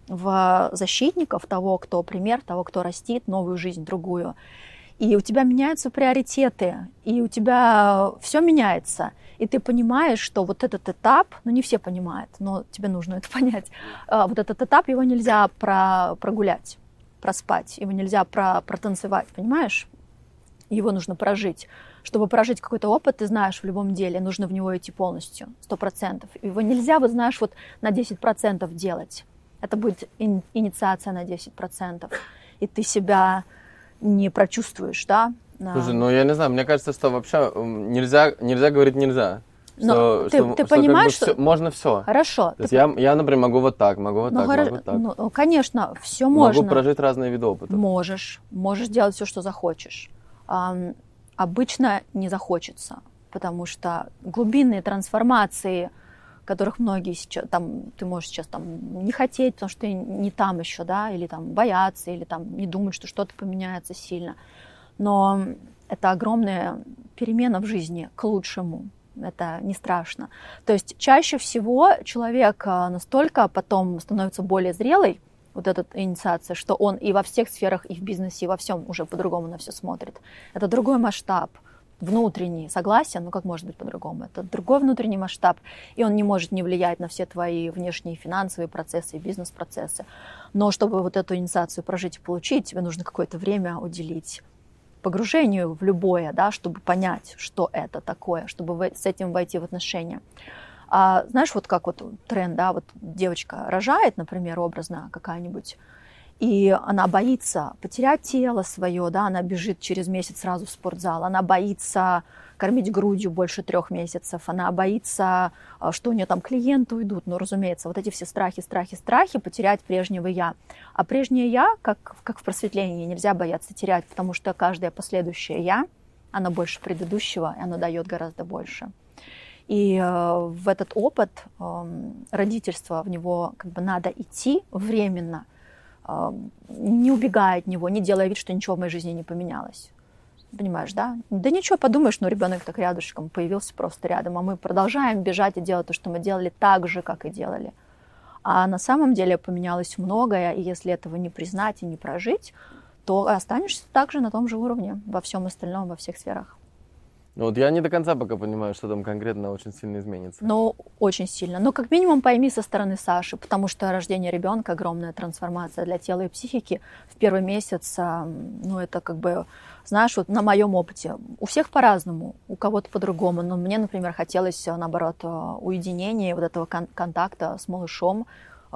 [SPEAKER 1] в защитников, того, кто пример, того, кто растит новую жизнь, другую. И у тебя меняются приоритеты, и у тебя все меняется. И ты понимаешь, что вот этот этап, ну не все понимают, но тебе нужно это понять, вот этот этап, его нельзя про, прогулять, проспать, его нельзя про, протанцевать, понимаешь? Его нужно прожить. Чтобы прожить какой-то опыт, ты знаешь, в любом деле нужно в него идти полностью, сто процентов. Его нельзя, вот знаешь, вот на десять процентов делать. Это будет ин- инициация на десять процентов. И ты себя не прочувствуешь, да?
[SPEAKER 2] Слушай, ну я не знаю, мне кажется, что вообще нельзя, нельзя говорить нельзя.
[SPEAKER 1] Но
[SPEAKER 2] что,
[SPEAKER 1] ты,
[SPEAKER 2] что,
[SPEAKER 1] ты
[SPEAKER 2] что
[SPEAKER 1] понимаешь,
[SPEAKER 2] как бы
[SPEAKER 1] что...
[SPEAKER 2] все, можно все.
[SPEAKER 1] Хорошо.
[SPEAKER 2] То есть я, я, например, могу вот так, могу вот
[SPEAKER 1] ну,
[SPEAKER 2] так,
[SPEAKER 1] хоро...
[SPEAKER 2] могу вот так.
[SPEAKER 1] Ну, конечно, все
[SPEAKER 2] могу
[SPEAKER 1] можно.
[SPEAKER 2] Могу прожить разные виды опыта.
[SPEAKER 1] Можешь. Можешь делать все, что захочешь. А, обычно не захочется, потому что глубинные трансформации, которых многие сейчас, там, ты можешь сейчас там не хотеть, потому что ты не там еще, да, или там бояться, или там не думать, что что-то поменяется сильно. Но это огромная перемена в жизни к лучшему. Это не страшно. То есть чаще всего человек настолько потом становится более зрелый, вот эта инициация, что он и во всех сферах, и в бизнесе, и во всем уже по-другому на все смотрит. Это другой масштаб, внутренний, согласен? Ну как может быть по-другому? Это другой внутренний масштаб, и он не может не влиять на все твои внешние финансовые процессы и бизнес-процессы. Но чтобы вот эту инициацию прожить и получить, тебе нужно какое-то время уделить погружению в любое, да, чтобы понять, что это такое, чтобы с этим войти в отношения. А, знаешь, вот как вот тренд, да, вот девочка рожает, например, образно какая-нибудь, и она боится потерять тело свое, да, она бежит через месяц сразу в спортзал, она боится кормить грудью больше трех месяцев, она боится, что у нее там клиенты уйдут, ну, разумеется, вот эти все страхи, страхи, страхи, потерять прежнего «я». А прежнее «я», как, как в просветлении, нельзя бояться терять, потому что каждое последующее «я», оно больше предыдущего, и оно дает гораздо больше. И э, в этот опыт э, родительства, в него как бы надо идти временно, э, не убегая от него, не делая вид, что ничего в моей жизни не поменялось. Понимаешь, да? Да ничего, подумаешь, ну ребенок так рядышком появился просто рядом, а мы продолжаем бежать и делать то, что мы делали так же, как и делали. А на самом деле поменялось многое, и если этого не признать и не прожить, то останешься также на том же уровне во всем остальном, во всех сферах.
[SPEAKER 2] Ну вот я не до конца пока понимаю, что там конкретно очень сильно изменится.
[SPEAKER 1] Ну, очень сильно. Но как минимум пойми со стороны Саши, потому что рождение ребенка — огромная трансформация для тела и психики. В первый месяц, ну, это как бы, знаешь, вот на моем опыте. У всех по-разному, у кого-то по-другому. Но мне, например, хотелось, наоборот, уединения, вот этого кон- контакта с малышом,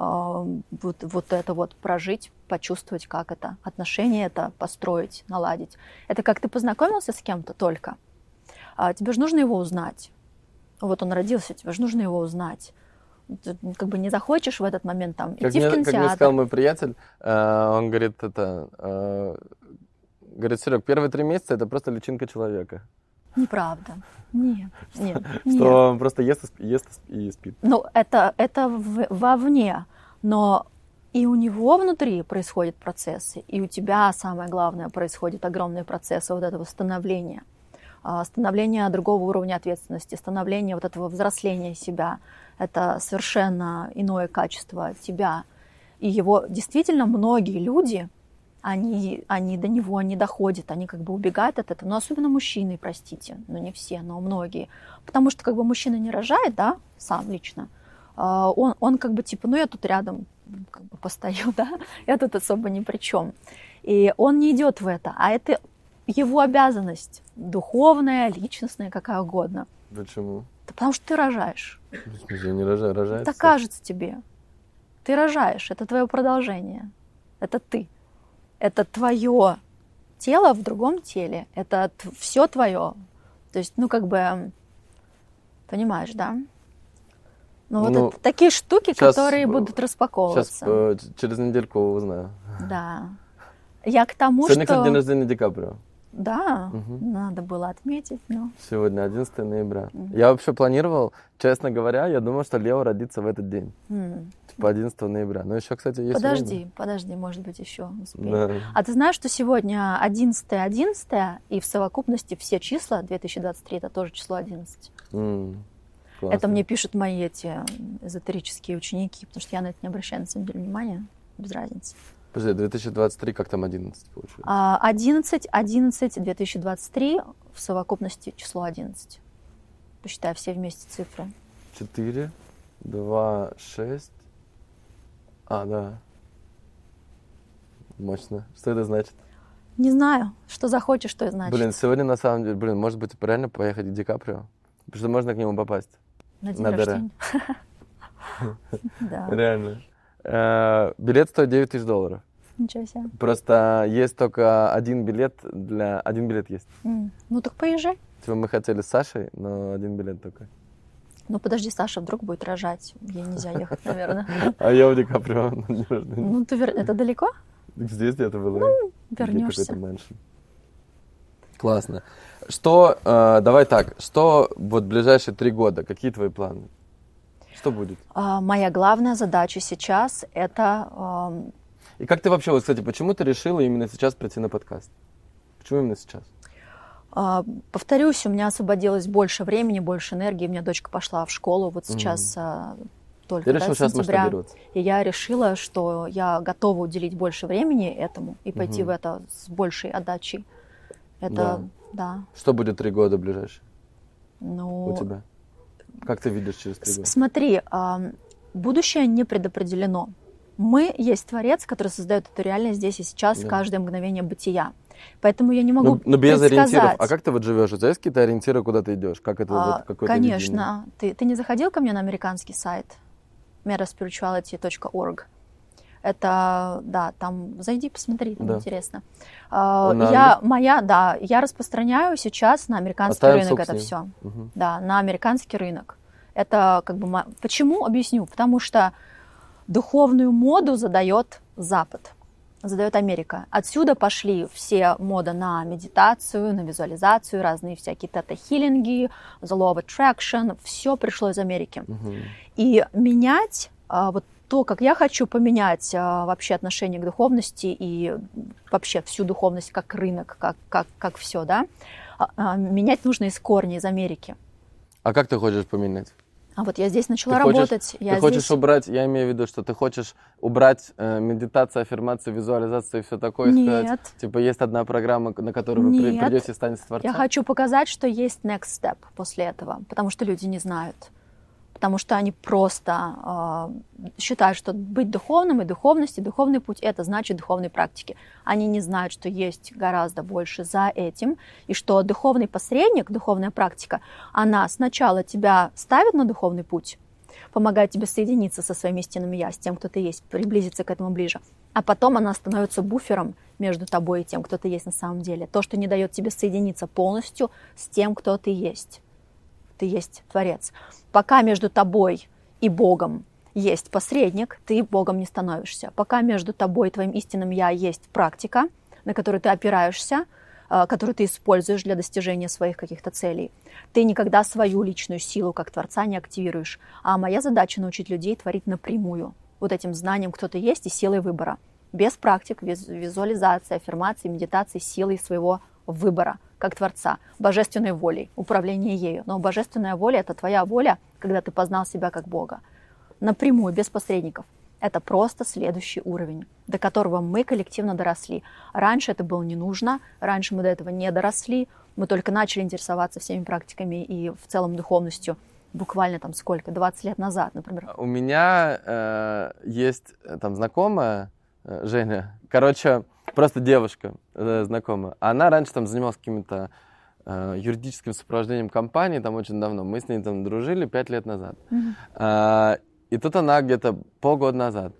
[SPEAKER 1] вот, вот это вот прожить, почувствовать, как это, отношения это построить, наладить. Это как ты познакомился с кем-то только, а тебе же нужно его узнать. Вот он родился, тебе же нужно его узнать. Ты как бы не захочешь в этот момент там
[SPEAKER 2] как
[SPEAKER 1] идти
[SPEAKER 2] мне,
[SPEAKER 1] в кинотеатр.
[SPEAKER 2] Как мне сказал мой приятель, э, он говорит, это, э, говорит, Серег, первые три месяца это просто личинка человека.
[SPEAKER 1] Неправда. Нет, нет,
[SPEAKER 2] Что
[SPEAKER 1] нет.
[SPEAKER 2] он просто ест, ест и спит.
[SPEAKER 1] Ну, это, это в, вовне, но и у него внутри происходят процессы, и у тебя, самое главное, происходят огромные процессы вот этого становления. Становление другого уровня ответственности, становление вот этого взросления себя. Это совершенно иное качество тебя. И его действительно многие люди, они, они до него не доходят, они как бы убегают от этого. Но особенно мужчины, простите, ну не все, но многие. Потому что как бы мужчина не рожает, да, сам лично. Он, он как бы типа, ну я тут рядом как бы постою, да, я тут особо ни при чем. И он не идет в это, а это его обязанность, духовная, личностная, какая угодно.
[SPEAKER 2] Почему?
[SPEAKER 1] Да потому что ты рожаешь.
[SPEAKER 2] В смысле, не рожаю, рожается?
[SPEAKER 1] Это кажется тебе. Ты рожаешь, это твое продолжение. Это ты. Это твое тело в другом теле. Это все твое. То есть, ну, как бы, понимаешь, да? Ну, вот
[SPEAKER 2] Ну,
[SPEAKER 1] это такие штуки,
[SPEAKER 2] щас,
[SPEAKER 1] которые
[SPEAKER 2] э,
[SPEAKER 1] будут распаковываться.
[SPEAKER 2] Сейчас э, ч- через недельку узнаю.
[SPEAKER 1] Да. Я к тому,
[SPEAKER 2] Сегодня,
[SPEAKER 1] что...
[SPEAKER 2] кстати, день рождения Ди Каприо.
[SPEAKER 1] Да,
[SPEAKER 2] Мгм.
[SPEAKER 1] надо было отметить, но...
[SPEAKER 2] Сегодня одиннадцатое ноября.
[SPEAKER 1] Мгм.
[SPEAKER 2] Я вообще планировал, честно говоря, я думал, что Лео родится в этот день.
[SPEAKER 1] М.
[SPEAKER 2] Типа одиннадцатого ноября. Но еще, кстати, есть
[SPEAKER 1] Подожди,
[SPEAKER 2] время.
[SPEAKER 1] подожди, может быть, еще успеем.
[SPEAKER 2] Да.
[SPEAKER 1] А ты знаешь, что сегодня одиннадцатое одиннадцатое, и в совокупности все числа две тысячи двадцать три это тоже число одиннадцать.
[SPEAKER 2] М,
[SPEAKER 1] Это
[SPEAKER 2] классно.
[SPEAKER 1] мне пишут мои эти эзотерические ученики, потому что я на это не обращаю на самом деле внимания, без разницы.
[SPEAKER 2] Подожди, две тысячи двадцать три, как там одиннадцать получается?
[SPEAKER 1] А, одиннадцать, одиннадцать, две тысячи двадцать три в совокупности число одиннадцать. Посчитай все вместе цифры.
[SPEAKER 2] четыре, два, шесть. А, да. Мощно. Что это значит?
[SPEAKER 1] Не знаю, что захочешь, что это значит.
[SPEAKER 2] Блин, сегодня на самом деле, блин, может быть, реально поехать к Ди Каприо? Потому что можно к нему попасть.
[SPEAKER 1] На день
[SPEAKER 2] на дыре.
[SPEAKER 1] рождения. Да,
[SPEAKER 2] Реально. Э, Билет стоит девять тысяч долларов.
[SPEAKER 1] ничего себе.
[SPEAKER 2] Просто есть только один билет для... Один билет есть.
[SPEAKER 1] М. Ну так поезжай.
[SPEAKER 2] Типа мы хотели с Сашей, но один билет только.
[SPEAKER 1] Ну подожди, Саша вдруг будет рожать. Ей нельзя ехать, наверное.
[SPEAKER 2] А я у Ди Каприо на день рождения.
[SPEAKER 1] Ну, ты вер... это далеко?
[SPEAKER 2] Здесь где-то было.
[SPEAKER 1] Вернешься.
[SPEAKER 2] Какой-то мэншн. Классно. Что, э, давай так, что вот ближайшие три года, какие твои планы? Что будет?
[SPEAKER 1] А, моя главная задача сейчас это ам,
[SPEAKER 2] И как ты вообще, вот, кстати, почему ты решила именно сейчас прийти на подкаст? Почему именно сейчас?
[SPEAKER 1] а, повторюсь, у меня освободилось больше времени, больше энергии. У меня дочка пошла в школу вот сейчас а, только
[SPEAKER 2] Ты
[SPEAKER 1] да,
[SPEAKER 2] решил
[SPEAKER 1] с
[SPEAKER 2] сейчас
[SPEAKER 1] сентября.
[SPEAKER 2] масштабироваться?
[SPEAKER 1] И я решила, что я готова уделить больше времени этому и пойти
[SPEAKER 2] Мгм.
[SPEAKER 1] в это с большей отдачей. Это,
[SPEAKER 2] Да.
[SPEAKER 1] да.
[SPEAKER 2] Что будет три года ближайшие
[SPEAKER 1] Ну,
[SPEAKER 2] у тебя? Как ты видишь через три
[SPEAKER 1] с-
[SPEAKER 2] года?
[SPEAKER 1] смотри, ам, будущее не предопределено. Мы есть Творец, который создает эту реальность здесь и сейчас,
[SPEAKER 2] Да.
[SPEAKER 1] каждое мгновение бытия. Поэтому я не могу
[SPEAKER 2] Ну, но без ориентиров.
[SPEAKER 1] предсказать.
[SPEAKER 2] А как ты вот живешь? У тебя есть какие-то ориентиры, куда ты идешь? Как это
[SPEAKER 1] А,
[SPEAKER 2] вот какое-то
[SPEAKER 1] Конечно. Ты, ты не заходил ко мне на американский сайт metaspirituality точка org? Это, да, там зайди, посмотри, там
[SPEAKER 2] Да.
[SPEAKER 1] интересно. А,
[SPEAKER 2] Он на
[SPEAKER 1] я, моя, да, я распространяю сейчас на американский
[SPEAKER 2] Оставим
[SPEAKER 1] рынок
[SPEAKER 2] ссылку
[SPEAKER 1] это
[SPEAKER 2] с
[SPEAKER 1] все.
[SPEAKER 2] ним. Мгм.
[SPEAKER 1] Да, на американский рынок. Это как бы... мо- Почему? Объясню. Потому что духовную моду задает Запад, задает Америка. Отсюда пошли все мода на медитацию, на визуализацию, разные всякие тета-хиллинги, the law of attraction. Все пришло из Америки.
[SPEAKER 2] Мгм.
[SPEAKER 1] И менять а, вот то, как я хочу поменять а, вообще отношение к духовности и вообще всю духовность как рынок, как, как, как все, да, а, а, менять нужно из корня, из Америки.
[SPEAKER 2] А как ты хочешь поменять?
[SPEAKER 1] А вот я здесь начала
[SPEAKER 2] Ты хочешь-
[SPEAKER 1] работать. Я
[SPEAKER 2] Ты хочешь
[SPEAKER 1] здесь...
[SPEAKER 2] убрать, я имею в виду, что ты хочешь убрать э, медитацию, аффирмацию, визуализацию и все такое? и сказать,
[SPEAKER 1] Нет.
[SPEAKER 2] типа, есть одна программа, на которую вы при-
[SPEAKER 1] Нет.
[SPEAKER 2] придете и станете творцом?
[SPEAKER 1] Я хочу показать, что есть next step после этого, потому что люди не знают. Потому что они просто э, считают, что быть духовным и духовность, и духовный путь – это значит духовные практики. Они не знают, что есть гораздо больше за этим, и что духовный посредник, духовная практика, она сначала тебя ставит на духовный путь, помогает тебе соединиться со своим истинным «я», с тем, кто ты есть, приблизиться к этому ближе. А потом она становится буфером между тобой и тем, кто ты есть на самом деле. То, что не дает тебе соединиться полностью с тем, кто ты есть. Ты есть Творец. Пока между тобой и Богом есть посредник, ты Богом не становишься. Пока между тобой и твоим истинным «я» есть практика, на которую ты опираешься, э, которую ты используешь для достижения своих каких-то целей, ты никогда свою личную силу как Творца не активируешь. А моя задача — научить людей творить напрямую, вот этим знанием, кто ты есть, и силой выбора. Без практик, виз- визуализации, аффирмации, медитации, силой своего выбора, как Творца, божественной волей, управление ею. Но божественная воля — это твоя воля, когда ты познал себя как Бога. Напрямую, без посредников. Это просто следующий уровень, до которого мы коллективно доросли. Раньше это было не нужно, раньше мы до этого не доросли, мы только начали интересоваться всеми практиками и в целом духовностью буквально там сколько, двадцать лет назад, например.
[SPEAKER 2] У меня э, есть э, там знакомая, э, Женя, короче, просто девушка э, знакомая. Она раньше там занималась каким-то э, юридическим сопровождением компании, там очень давно. Мы с ней там дружили пять лет назад.
[SPEAKER 1] Мгм.
[SPEAKER 2] Э, и тут она где-то полгода назад,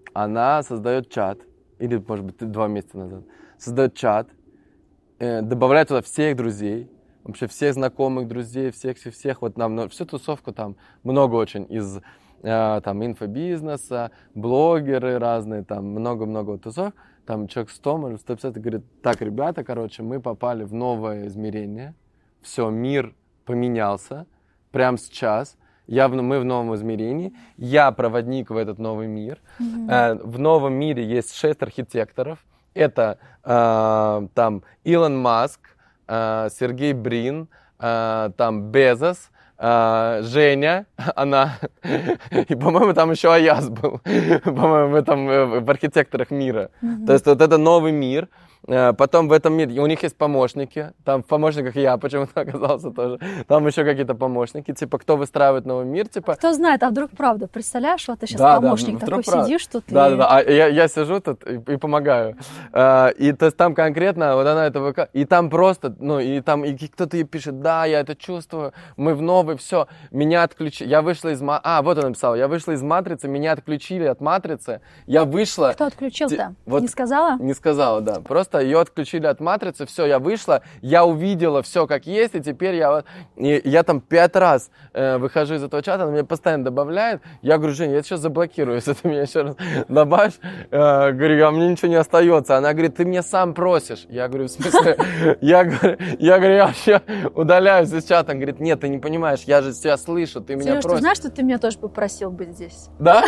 [SPEAKER 2] она создает чат, или, может быть, два месяца назад, создает чат, э, добавляет туда всех друзей, вообще всех знакомых, друзей, всех-всех, вот нам всю тусовку там много очень из там инфобизнеса, блогеры разные, там много-много тусов, там человек сто, может, сто пятьдесят, и говорит, так, ребята, короче, мы попали в новое измерение, все, мир поменялся, прямо сейчас, я в, мы в новом измерении, я проводник в этот новый мир. Mm-hmm. Э, в новом мире есть шесть архитекторов. Это э, там Илон Маск, э, Сергей Брин, э, там Безос, э, Женя, она, и, по-моему, там еще Аяз был, по-моему, в, этом, в архитекторах мира. Mm-hmm. То есть вот это новый мир. Потом в этом мире у них есть помощники, там в помощниках я почему-то оказался тоже, там еще какие-то помощники, типа кто выстраивает новый мир, типа...
[SPEAKER 1] Кто знает, а вдруг правда, представляешь, вот ты сейчас
[SPEAKER 2] да,
[SPEAKER 1] помощник
[SPEAKER 2] да,
[SPEAKER 1] такой
[SPEAKER 2] прав...
[SPEAKER 1] сидишь тут
[SPEAKER 2] да,
[SPEAKER 1] и...
[SPEAKER 2] Да, да, а я, я сижу тут и, и помогаю, и то есть там конкретно, вот она это выка... и там просто, ну и там и кто-то ей пишет, да, я это чувствую, мы в новый, все, меня отключили, я вышла из... А, вот он написал, я вышла из матрицы, меня отключили от матрицы, я вышла...
[SPEAKER 1] Кто отключил-то?
[SPEAKER 2] Вот,
[SPEAKER 1] не сказала?
[SPEAKER 2] Не сказала, да, просто ее отключили от матрицы, все, я вышла, я увидела все как есть, и теперь я, и я там пять раз э, выхожу из этого чата, она меня постоянно добавляет, я говорю, Жень, я сейчас заблокирую, если ты меня еще раз добавишь, э, говорю, а мне ничего не остается, она говорит, ты меня сам просишь, я говорю, в смысле, я говорю, я говорю, я вообще удаляюсь из чата, он говорит, нет, ты не понимаешь, я же тебя слышу, ты меня
[SPEAKER 1] Сереж,
[SPEAKER 2] просишь.
[SPEAKER 1] ты знаешь, что ты меня тоже попросил быть здесь?
[SPEAKER 2] Да?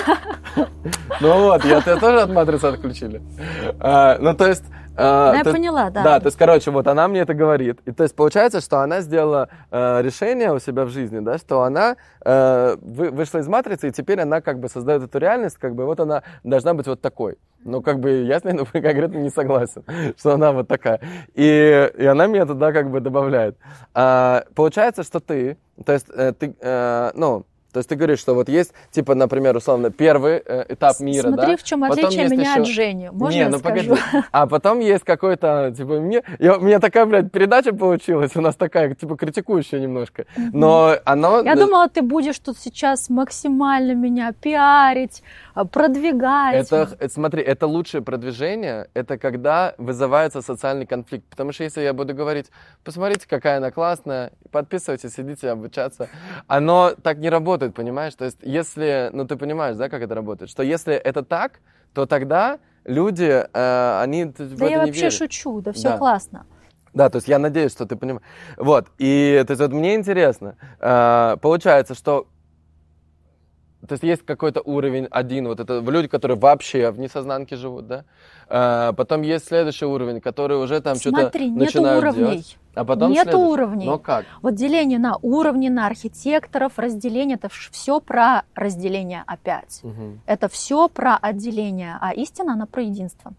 [SPEAKER 2] Ну вот, я тебя тоже от матрицы отключили. Ну то есть...
[SPEAKER 1] Uh,
[SPEAKER 2] ну,
[SPEAKER 1] я
[SPEAKER 2] то,
[SPEAKER 1] поняла, да.
[SPEAKER 2] Да, то есть, короче, вот она мне это говорит. И то есть получается, что она сделала э, решение у себя в жизни, да, что она э, вы, вышла из матрицы, и теперь она как бы создает эту реальность, как бы вот она должна быть вот такой. Но как бы я с ней, ну, конкретно не согласен, что она вот такая. И, и она меня туда как бы добавляет. А, получается, что ты, то есть э, ты, э, ну, то есть ты говоришь, что вот есть, типа, например, условно, первый э, этап мира,
[SPEAKER 1] Смотри,
[SPEAKER 2] да?
[SPEAKER 1] Смотри, в чем
[SPEAKER 2] потом
[SPEAKER 1] отличие меня
[SPEAKER 2] еще...
[SPEAKER 1] от Жени. Можно
[SPEAKER 2] Не,
[SPEAKER 1] я
[SPEAKER 2] ну
[SPEAKER 1] скажу?
[SPEAKER 2] Погоди. А потом есть какой-то, типа, мне... Я, у меня такая, блядь, передача получилась, у нас такая, типа, критикующая немножко. Но оно...
[SPEAKER 1] Я думала, ты будешь тут сейчас максимально меня пиарить, продвигать.
[SPEAKER 2] Это, это, смотри, это лучшее продвижение, это когда вызывается социальный конфликт. Потому что если я буду говорить, посмотрите, какая она классная, подписывайтесь, идите обучаться, оно так не работает, понимаешь? То есть если, ну ты понимаешь, да, как это работает, что если это так, то тогда люди, э, они в
[SPEAKER 1] да
[SPEAKER 2] это
[SPEAKER 1] я
[SPEAKER 2] не
[SPEAKER 1] вообще
[SPEAKER 2] верят.
[SPEAKER 1] шучу, да все
[SPEAKER 2] Да.
[SPEAKER 1] классно.
[SPEAKER 2] Да, то есть я надеюсь, что ты понимаешь. Вот, и то есть вот мне интересно, э, получается, что то есть есть какой-то уровень один, вот это люди, которые вообще в несознанке живут, да? А, потом есть следующий уровень, который уже там что-то начинают
[SPEAKER 1] уровней.
[SPEAKER 2] делать. А потом
[SPEAKER 1] нету
[SPEAKER 2] следующий.
[SPEAKER 1] уровней.
[SPEAKER 2] Но как?
[SPEAKER 1] Вот деление на уровни, на архитекторов, разделение, это все про разделение опять.
[SPEAKER 2] Угу.
[SPEAKER 1] Это все про отделение, а истина, она про единство.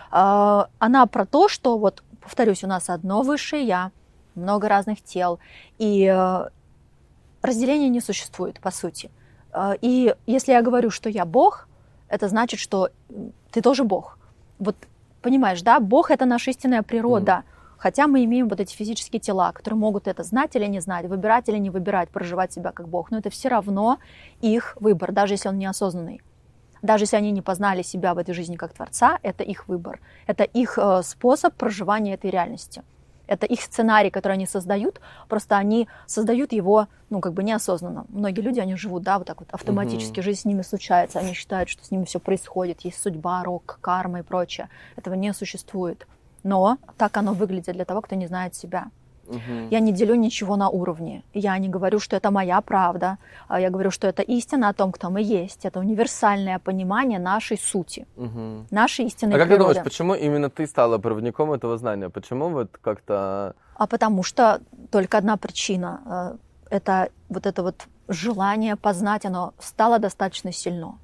[SPEAKER 1] А, она про то, что, вот, повторюсь, у нас одно высшее я, много разных тел, и а, разделения не существует, по сути. И если я говорю, что я Бог, это значит, что ты тоже Бог. Вот понимаешь, да, Бог — это наша истинная природа. Mm. Хотя мы имеем вот эти физические тела, которые могут это знать или не знать, выбирать или не выбирать, проживать себя как Бог. Но это все равно их выбор, даже если он неосознанный. Даже если они не познали себя в этой жизни как Творца, это их выбор. Это их э, способ проживания этой реальности. Это их сценарий, который они создают, просто они создают его, ну, как бы неосознанно. Многие люди, они живут, да, вот так вот автоматически, uh-huh. жизнь с ними случается, они считают, что с ними все происходит, есть судьба, рок, карма и прочее. Этого не существует. Но так оно выглядит для того, кто не знает себя. Uh-huh. Я не делю ничего на уровне. Я не говорю, что это моя правда. Я говорю, что это истина о том, кто мы есть. Это универсальное понимание нашей сути, uh-huh. нашей истинной природы.
[SPEAKER 2] А как ты думаешь, почему именно ты стала проводником этого знания? Почему вот как-то...
[SPEAKER 1] А потому что только одна причина. Это вот это вот желание познать, оно стало достаточно сильно.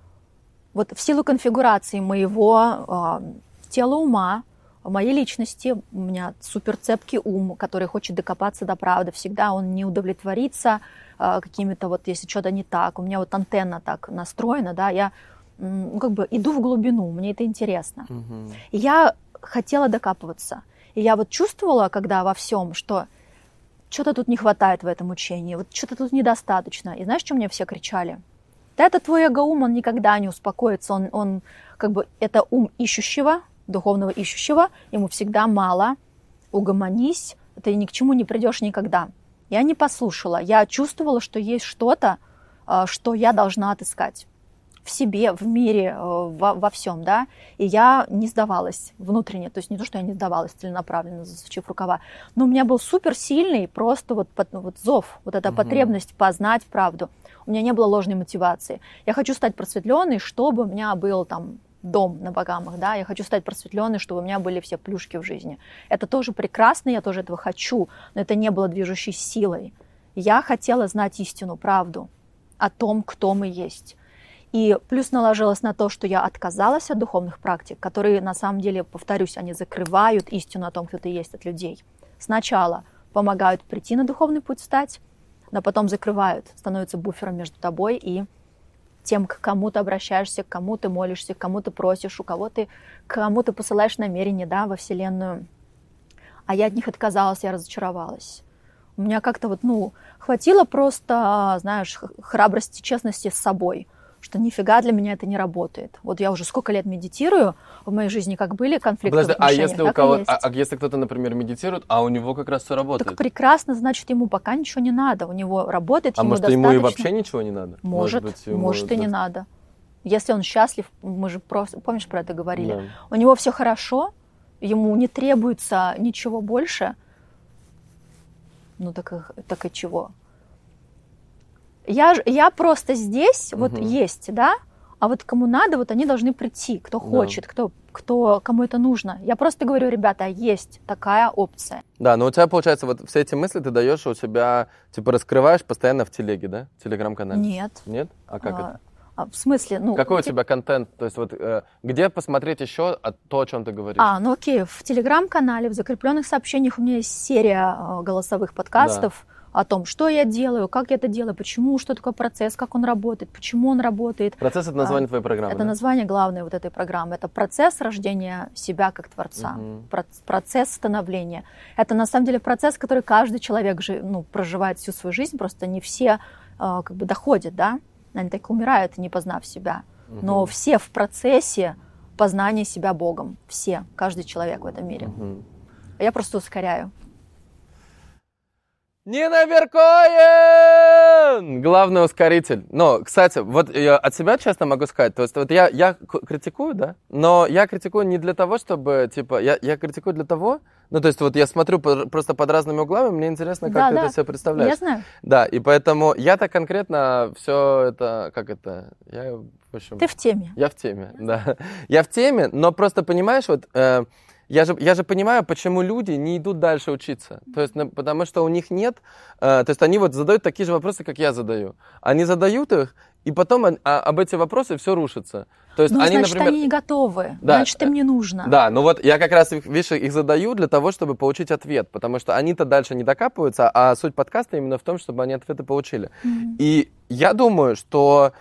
[SPEAKER 1] Вот в силу конфигурации моего тела ума, моей личности, у меня суперцепкий ум, который хочет докопаться до правды. Всегда он не удовлетворится э, какими-то вот, если что-то не так. У меня вот антенна так настроена, да, я ну, как бы иду в глубину, мне это интересно. Uh-huh. И я хотела докапываться. И я вот чувствовала, когда во всем, что что-то тут не хватает в этом учении, вот что-то тут недостаточно. И знаешь, что мне все кричали? Да это твой эго-ум, он никогда не успокоится, он, он как бы, это ум ищущего, духовного ищущего, ему всегда мало, угомонись, ты ни к чему не придешь никогда. Я не послушала. Я чувствовала, что есть что-то, что я должна отыскать в себе, в мире, во, во всем, да, и я не сдавалась внутренне, то есть не то, что я не сдавалась целенаправленно, засучив рукава, но у меня был суперсильный просто вот, вот зов, вот эта uh-huh. потребность познать правду. У меня не было ложной мотивации. Я хочу стать просветленной, чтобы у меня был там дом на Багамах, да, я хочу стать просветленной, чтобы у меня были все плюшки в жизни. Это тоже прекрасно, я тоже этого хочу, но это не было движущей силой. Я хотела знать истину, правду о том, кто мы есть. И плюс наложилось на то, что я отказалась от духовных практик, которые, на самом деле, повторюсь, они закрывают истину о том, кто ты есть, от людей. Сначала помогают прийти на духовный путь встать, но потом закрывают, становятся буфером между тобой и тем, к кому ты обращаешься, к кому ты молишься, к кому ты просишь, у кого ты, к кому ты посылаешь намерение, да, во Вселенную. А я от них отказалась, я разочаровалась. У меня как-то вот, ну, хватило просто, знаешь, храбрости, честности с собой, что нифига для меня это не работает. Вот я уже сколько лет медитирую, в моей жизни как были конфликты
[SPEAKER 2] Подожди,
[SPEAKER 1] в отношениях,
[SPEAKER 2] а если у кого, а, а если кто-то, например, медитирует, а у него как раз все работает?
[SPEAKER 1] Так прекрасно, значит, ему пока ничего не надо, у него работает,
[SPEAKER 2] а
[SPEAKER 1] ему
[SPEAKER 2] может,
[SPEAKER 1] достаточно.
[SPEAKER 2] ему и вообще ничего не надо?
[SPEAKER 1] Может, может, быть, может и не надо. Если он счастлив, мы же просто, помнишь, про это говорили, да. У него все хорошо, ему не требуется ничего больше, ну так, так и чего? Я, я просто здесь, угу. вот есть, да, а вот кому надо, вот они должны прийти, кто хочет, да. кто, кто, кому это нужно. Я просто говорю, ребята, есть такая опция.
[SPEAKER 2] Да, но у тебя, получается, вот все эти мысли ты даешь, у себя, типа, раскрываешь постоянно в телеге, да, в телеграм-канале?
[SPEAKER 1] Нет.
[SPEAKER 2] Нет? А как
[SPEAKER 1] а,
[SPEAKER 2] это?
[SPEAKER 1] А, в смысле? Ну,
[SPEAKER 2] какой у
[SPEAKER 1] те...
[SPEAKER 2] тебя контент? То есть вот э, где посмотреть еще то, о чем ты говоришь?
[SPEAKER 1] А, ну окей, в телеграм-канале, в закрепленных сообщениях у меня есть серия э, голосовых подкастов, да. О том, что я делаю, как я это делаю, почему, что такое процесс, как он работает, почему он работает.
[SPEAKER 2] Процесс — это название а, твоей программы,
[SPEAKER 1] Это
[SPEAKER 2] да?
[SPEAKER 1] название главное вот этой программы. Это процесс рождения себя как Творца, угу. процесс становления. Это на самом деле процесс, который каждый человек же, ну, проживает всю свою жизнь, просто не все э, как бы доходят, да? Они так умирают, не познав себя. Угу. Но все в процессе познания себя Богом. Все, каждый человек в этом мире. Угу. Я просто ускоряю.
[SPEAKER 2] Нина Веркоен! Главный ускоритель. Но, кстати, вот я от себя честно могу сказать, то есть вот я, я критикую, да, но я критикую не для того, чтобы, типа, я, я критикую для того, ну, то есть вот я смотрю по, просто под разными углами, мне интересно, как да, ты да. это себе представляешь.
[SPEAKER 1] Я знаю.
[SPEAKER 2] Да, и поэтому я-то конкретно все это, как это, я, в общем...
[SPEAKER 1] Ты в теме.
[SPEAKER 2] Я в теме, да. Я в теме, но просто, понимаешь, вот... Э, Я же, я же понимаю, почему люди не идут дальше учиться. То есть, потому что у них нет... Э, то есть они вот задают такие же вопросы, как я задаю. Они задают их, и потом а, об эти вопросы все рушится. То есть
[SPEAKER 1] ну,
[SPEAKER 2] они,
[SPEAKER 1] значит,
[SPEAKER 2] например...
[SPEAKER 1] они не готовы.
[SPEAKER 2] Да.
[SPEAKER 1] Значит, им не нужно.
[SPEAKER 2] Да, ну вот я как раз, видишь, их задаю для того, чтобы получить ответ. Потому что они-то дальше не докапываются, а суть подкаста именно в том, чтобы они ответы получили. Mm-hmm. И я думаю, что...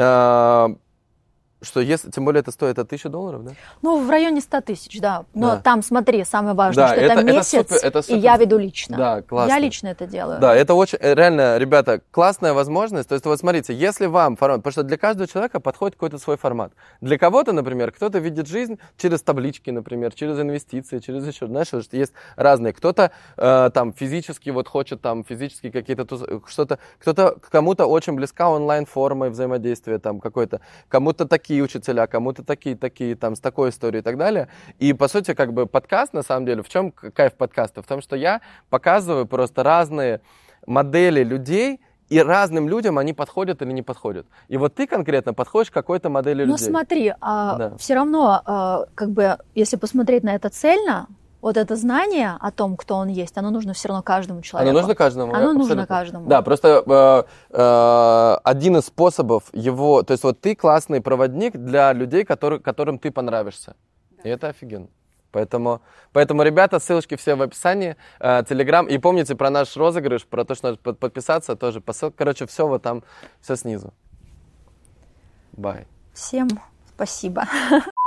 [SPEAKER 2] Э, Что если, тем более это стоит от тысячи долларов, да?
[SPEAKER 1] Ну, в районе ста тысяч, да. Но да. там, смотри, самое важное,
[SPEAKER 2] да,
[SPEAKER 1] что это, это месяц, это супер, это супер. И я веду лично.
[SPEAKER 2] Да, классно.
[SPEAKER 1] Я лично это делаю.
[SPEAKER 2] Да, это очень, реально, ребята, классная возможность. То есть, вот смотрите, если вам формат, потому что для каждого человека подходит какой-то свой формат. Для кого-то, например, кто-то видит жизнь через таблички, например, через инвестиции, через еще, знаешь, есть разные. Кто-то э, там физически вот хочет там физически какие-то, что-то, кто-то, кому-то очень близка онлайн-форма взаимодействия там какой-то, кому-то такие учителя, кому то такие, такие, там, с такой историей и так далее. И, по сути, как бы подкаст, на самом деле, в чем кайф подкаста? В том, что я показываю просто разные модели людей, и разным людям они подходят или не подходят. И вот ты конкретно подходишь к какой-то модели
[SPEAKER 1] Но
[SPEAKER 2] людей.
[SPEAKER 1] Ну, смотри, а,
[SPEAKER 2] да.
[SPEAKER 1] все равно, а, как бы, если посмотреть на это цельно, вот это знание о том, кто он есть, оно нужно все равно каждому человеку.
[SPEAKER 2] Оно нужно каждому.
[SPEAKER 1] Оно абсолютно. нужно каждому.
[SPEAKER 2] Да, просто э, э, один из способов его... То есть вот ты классный проводник для людей, который, которым ты понравишься. Да. И это офигенно. Поэтому, поэтому, ребята, ссылочки все в описании. Телеграм. Э, и помните про наш розыгрыш, про то, что надо подписаться тоже. Посыл... Короче, все вот там, все снизу. Бай.
[SPEAKER 1] Всем спасибо.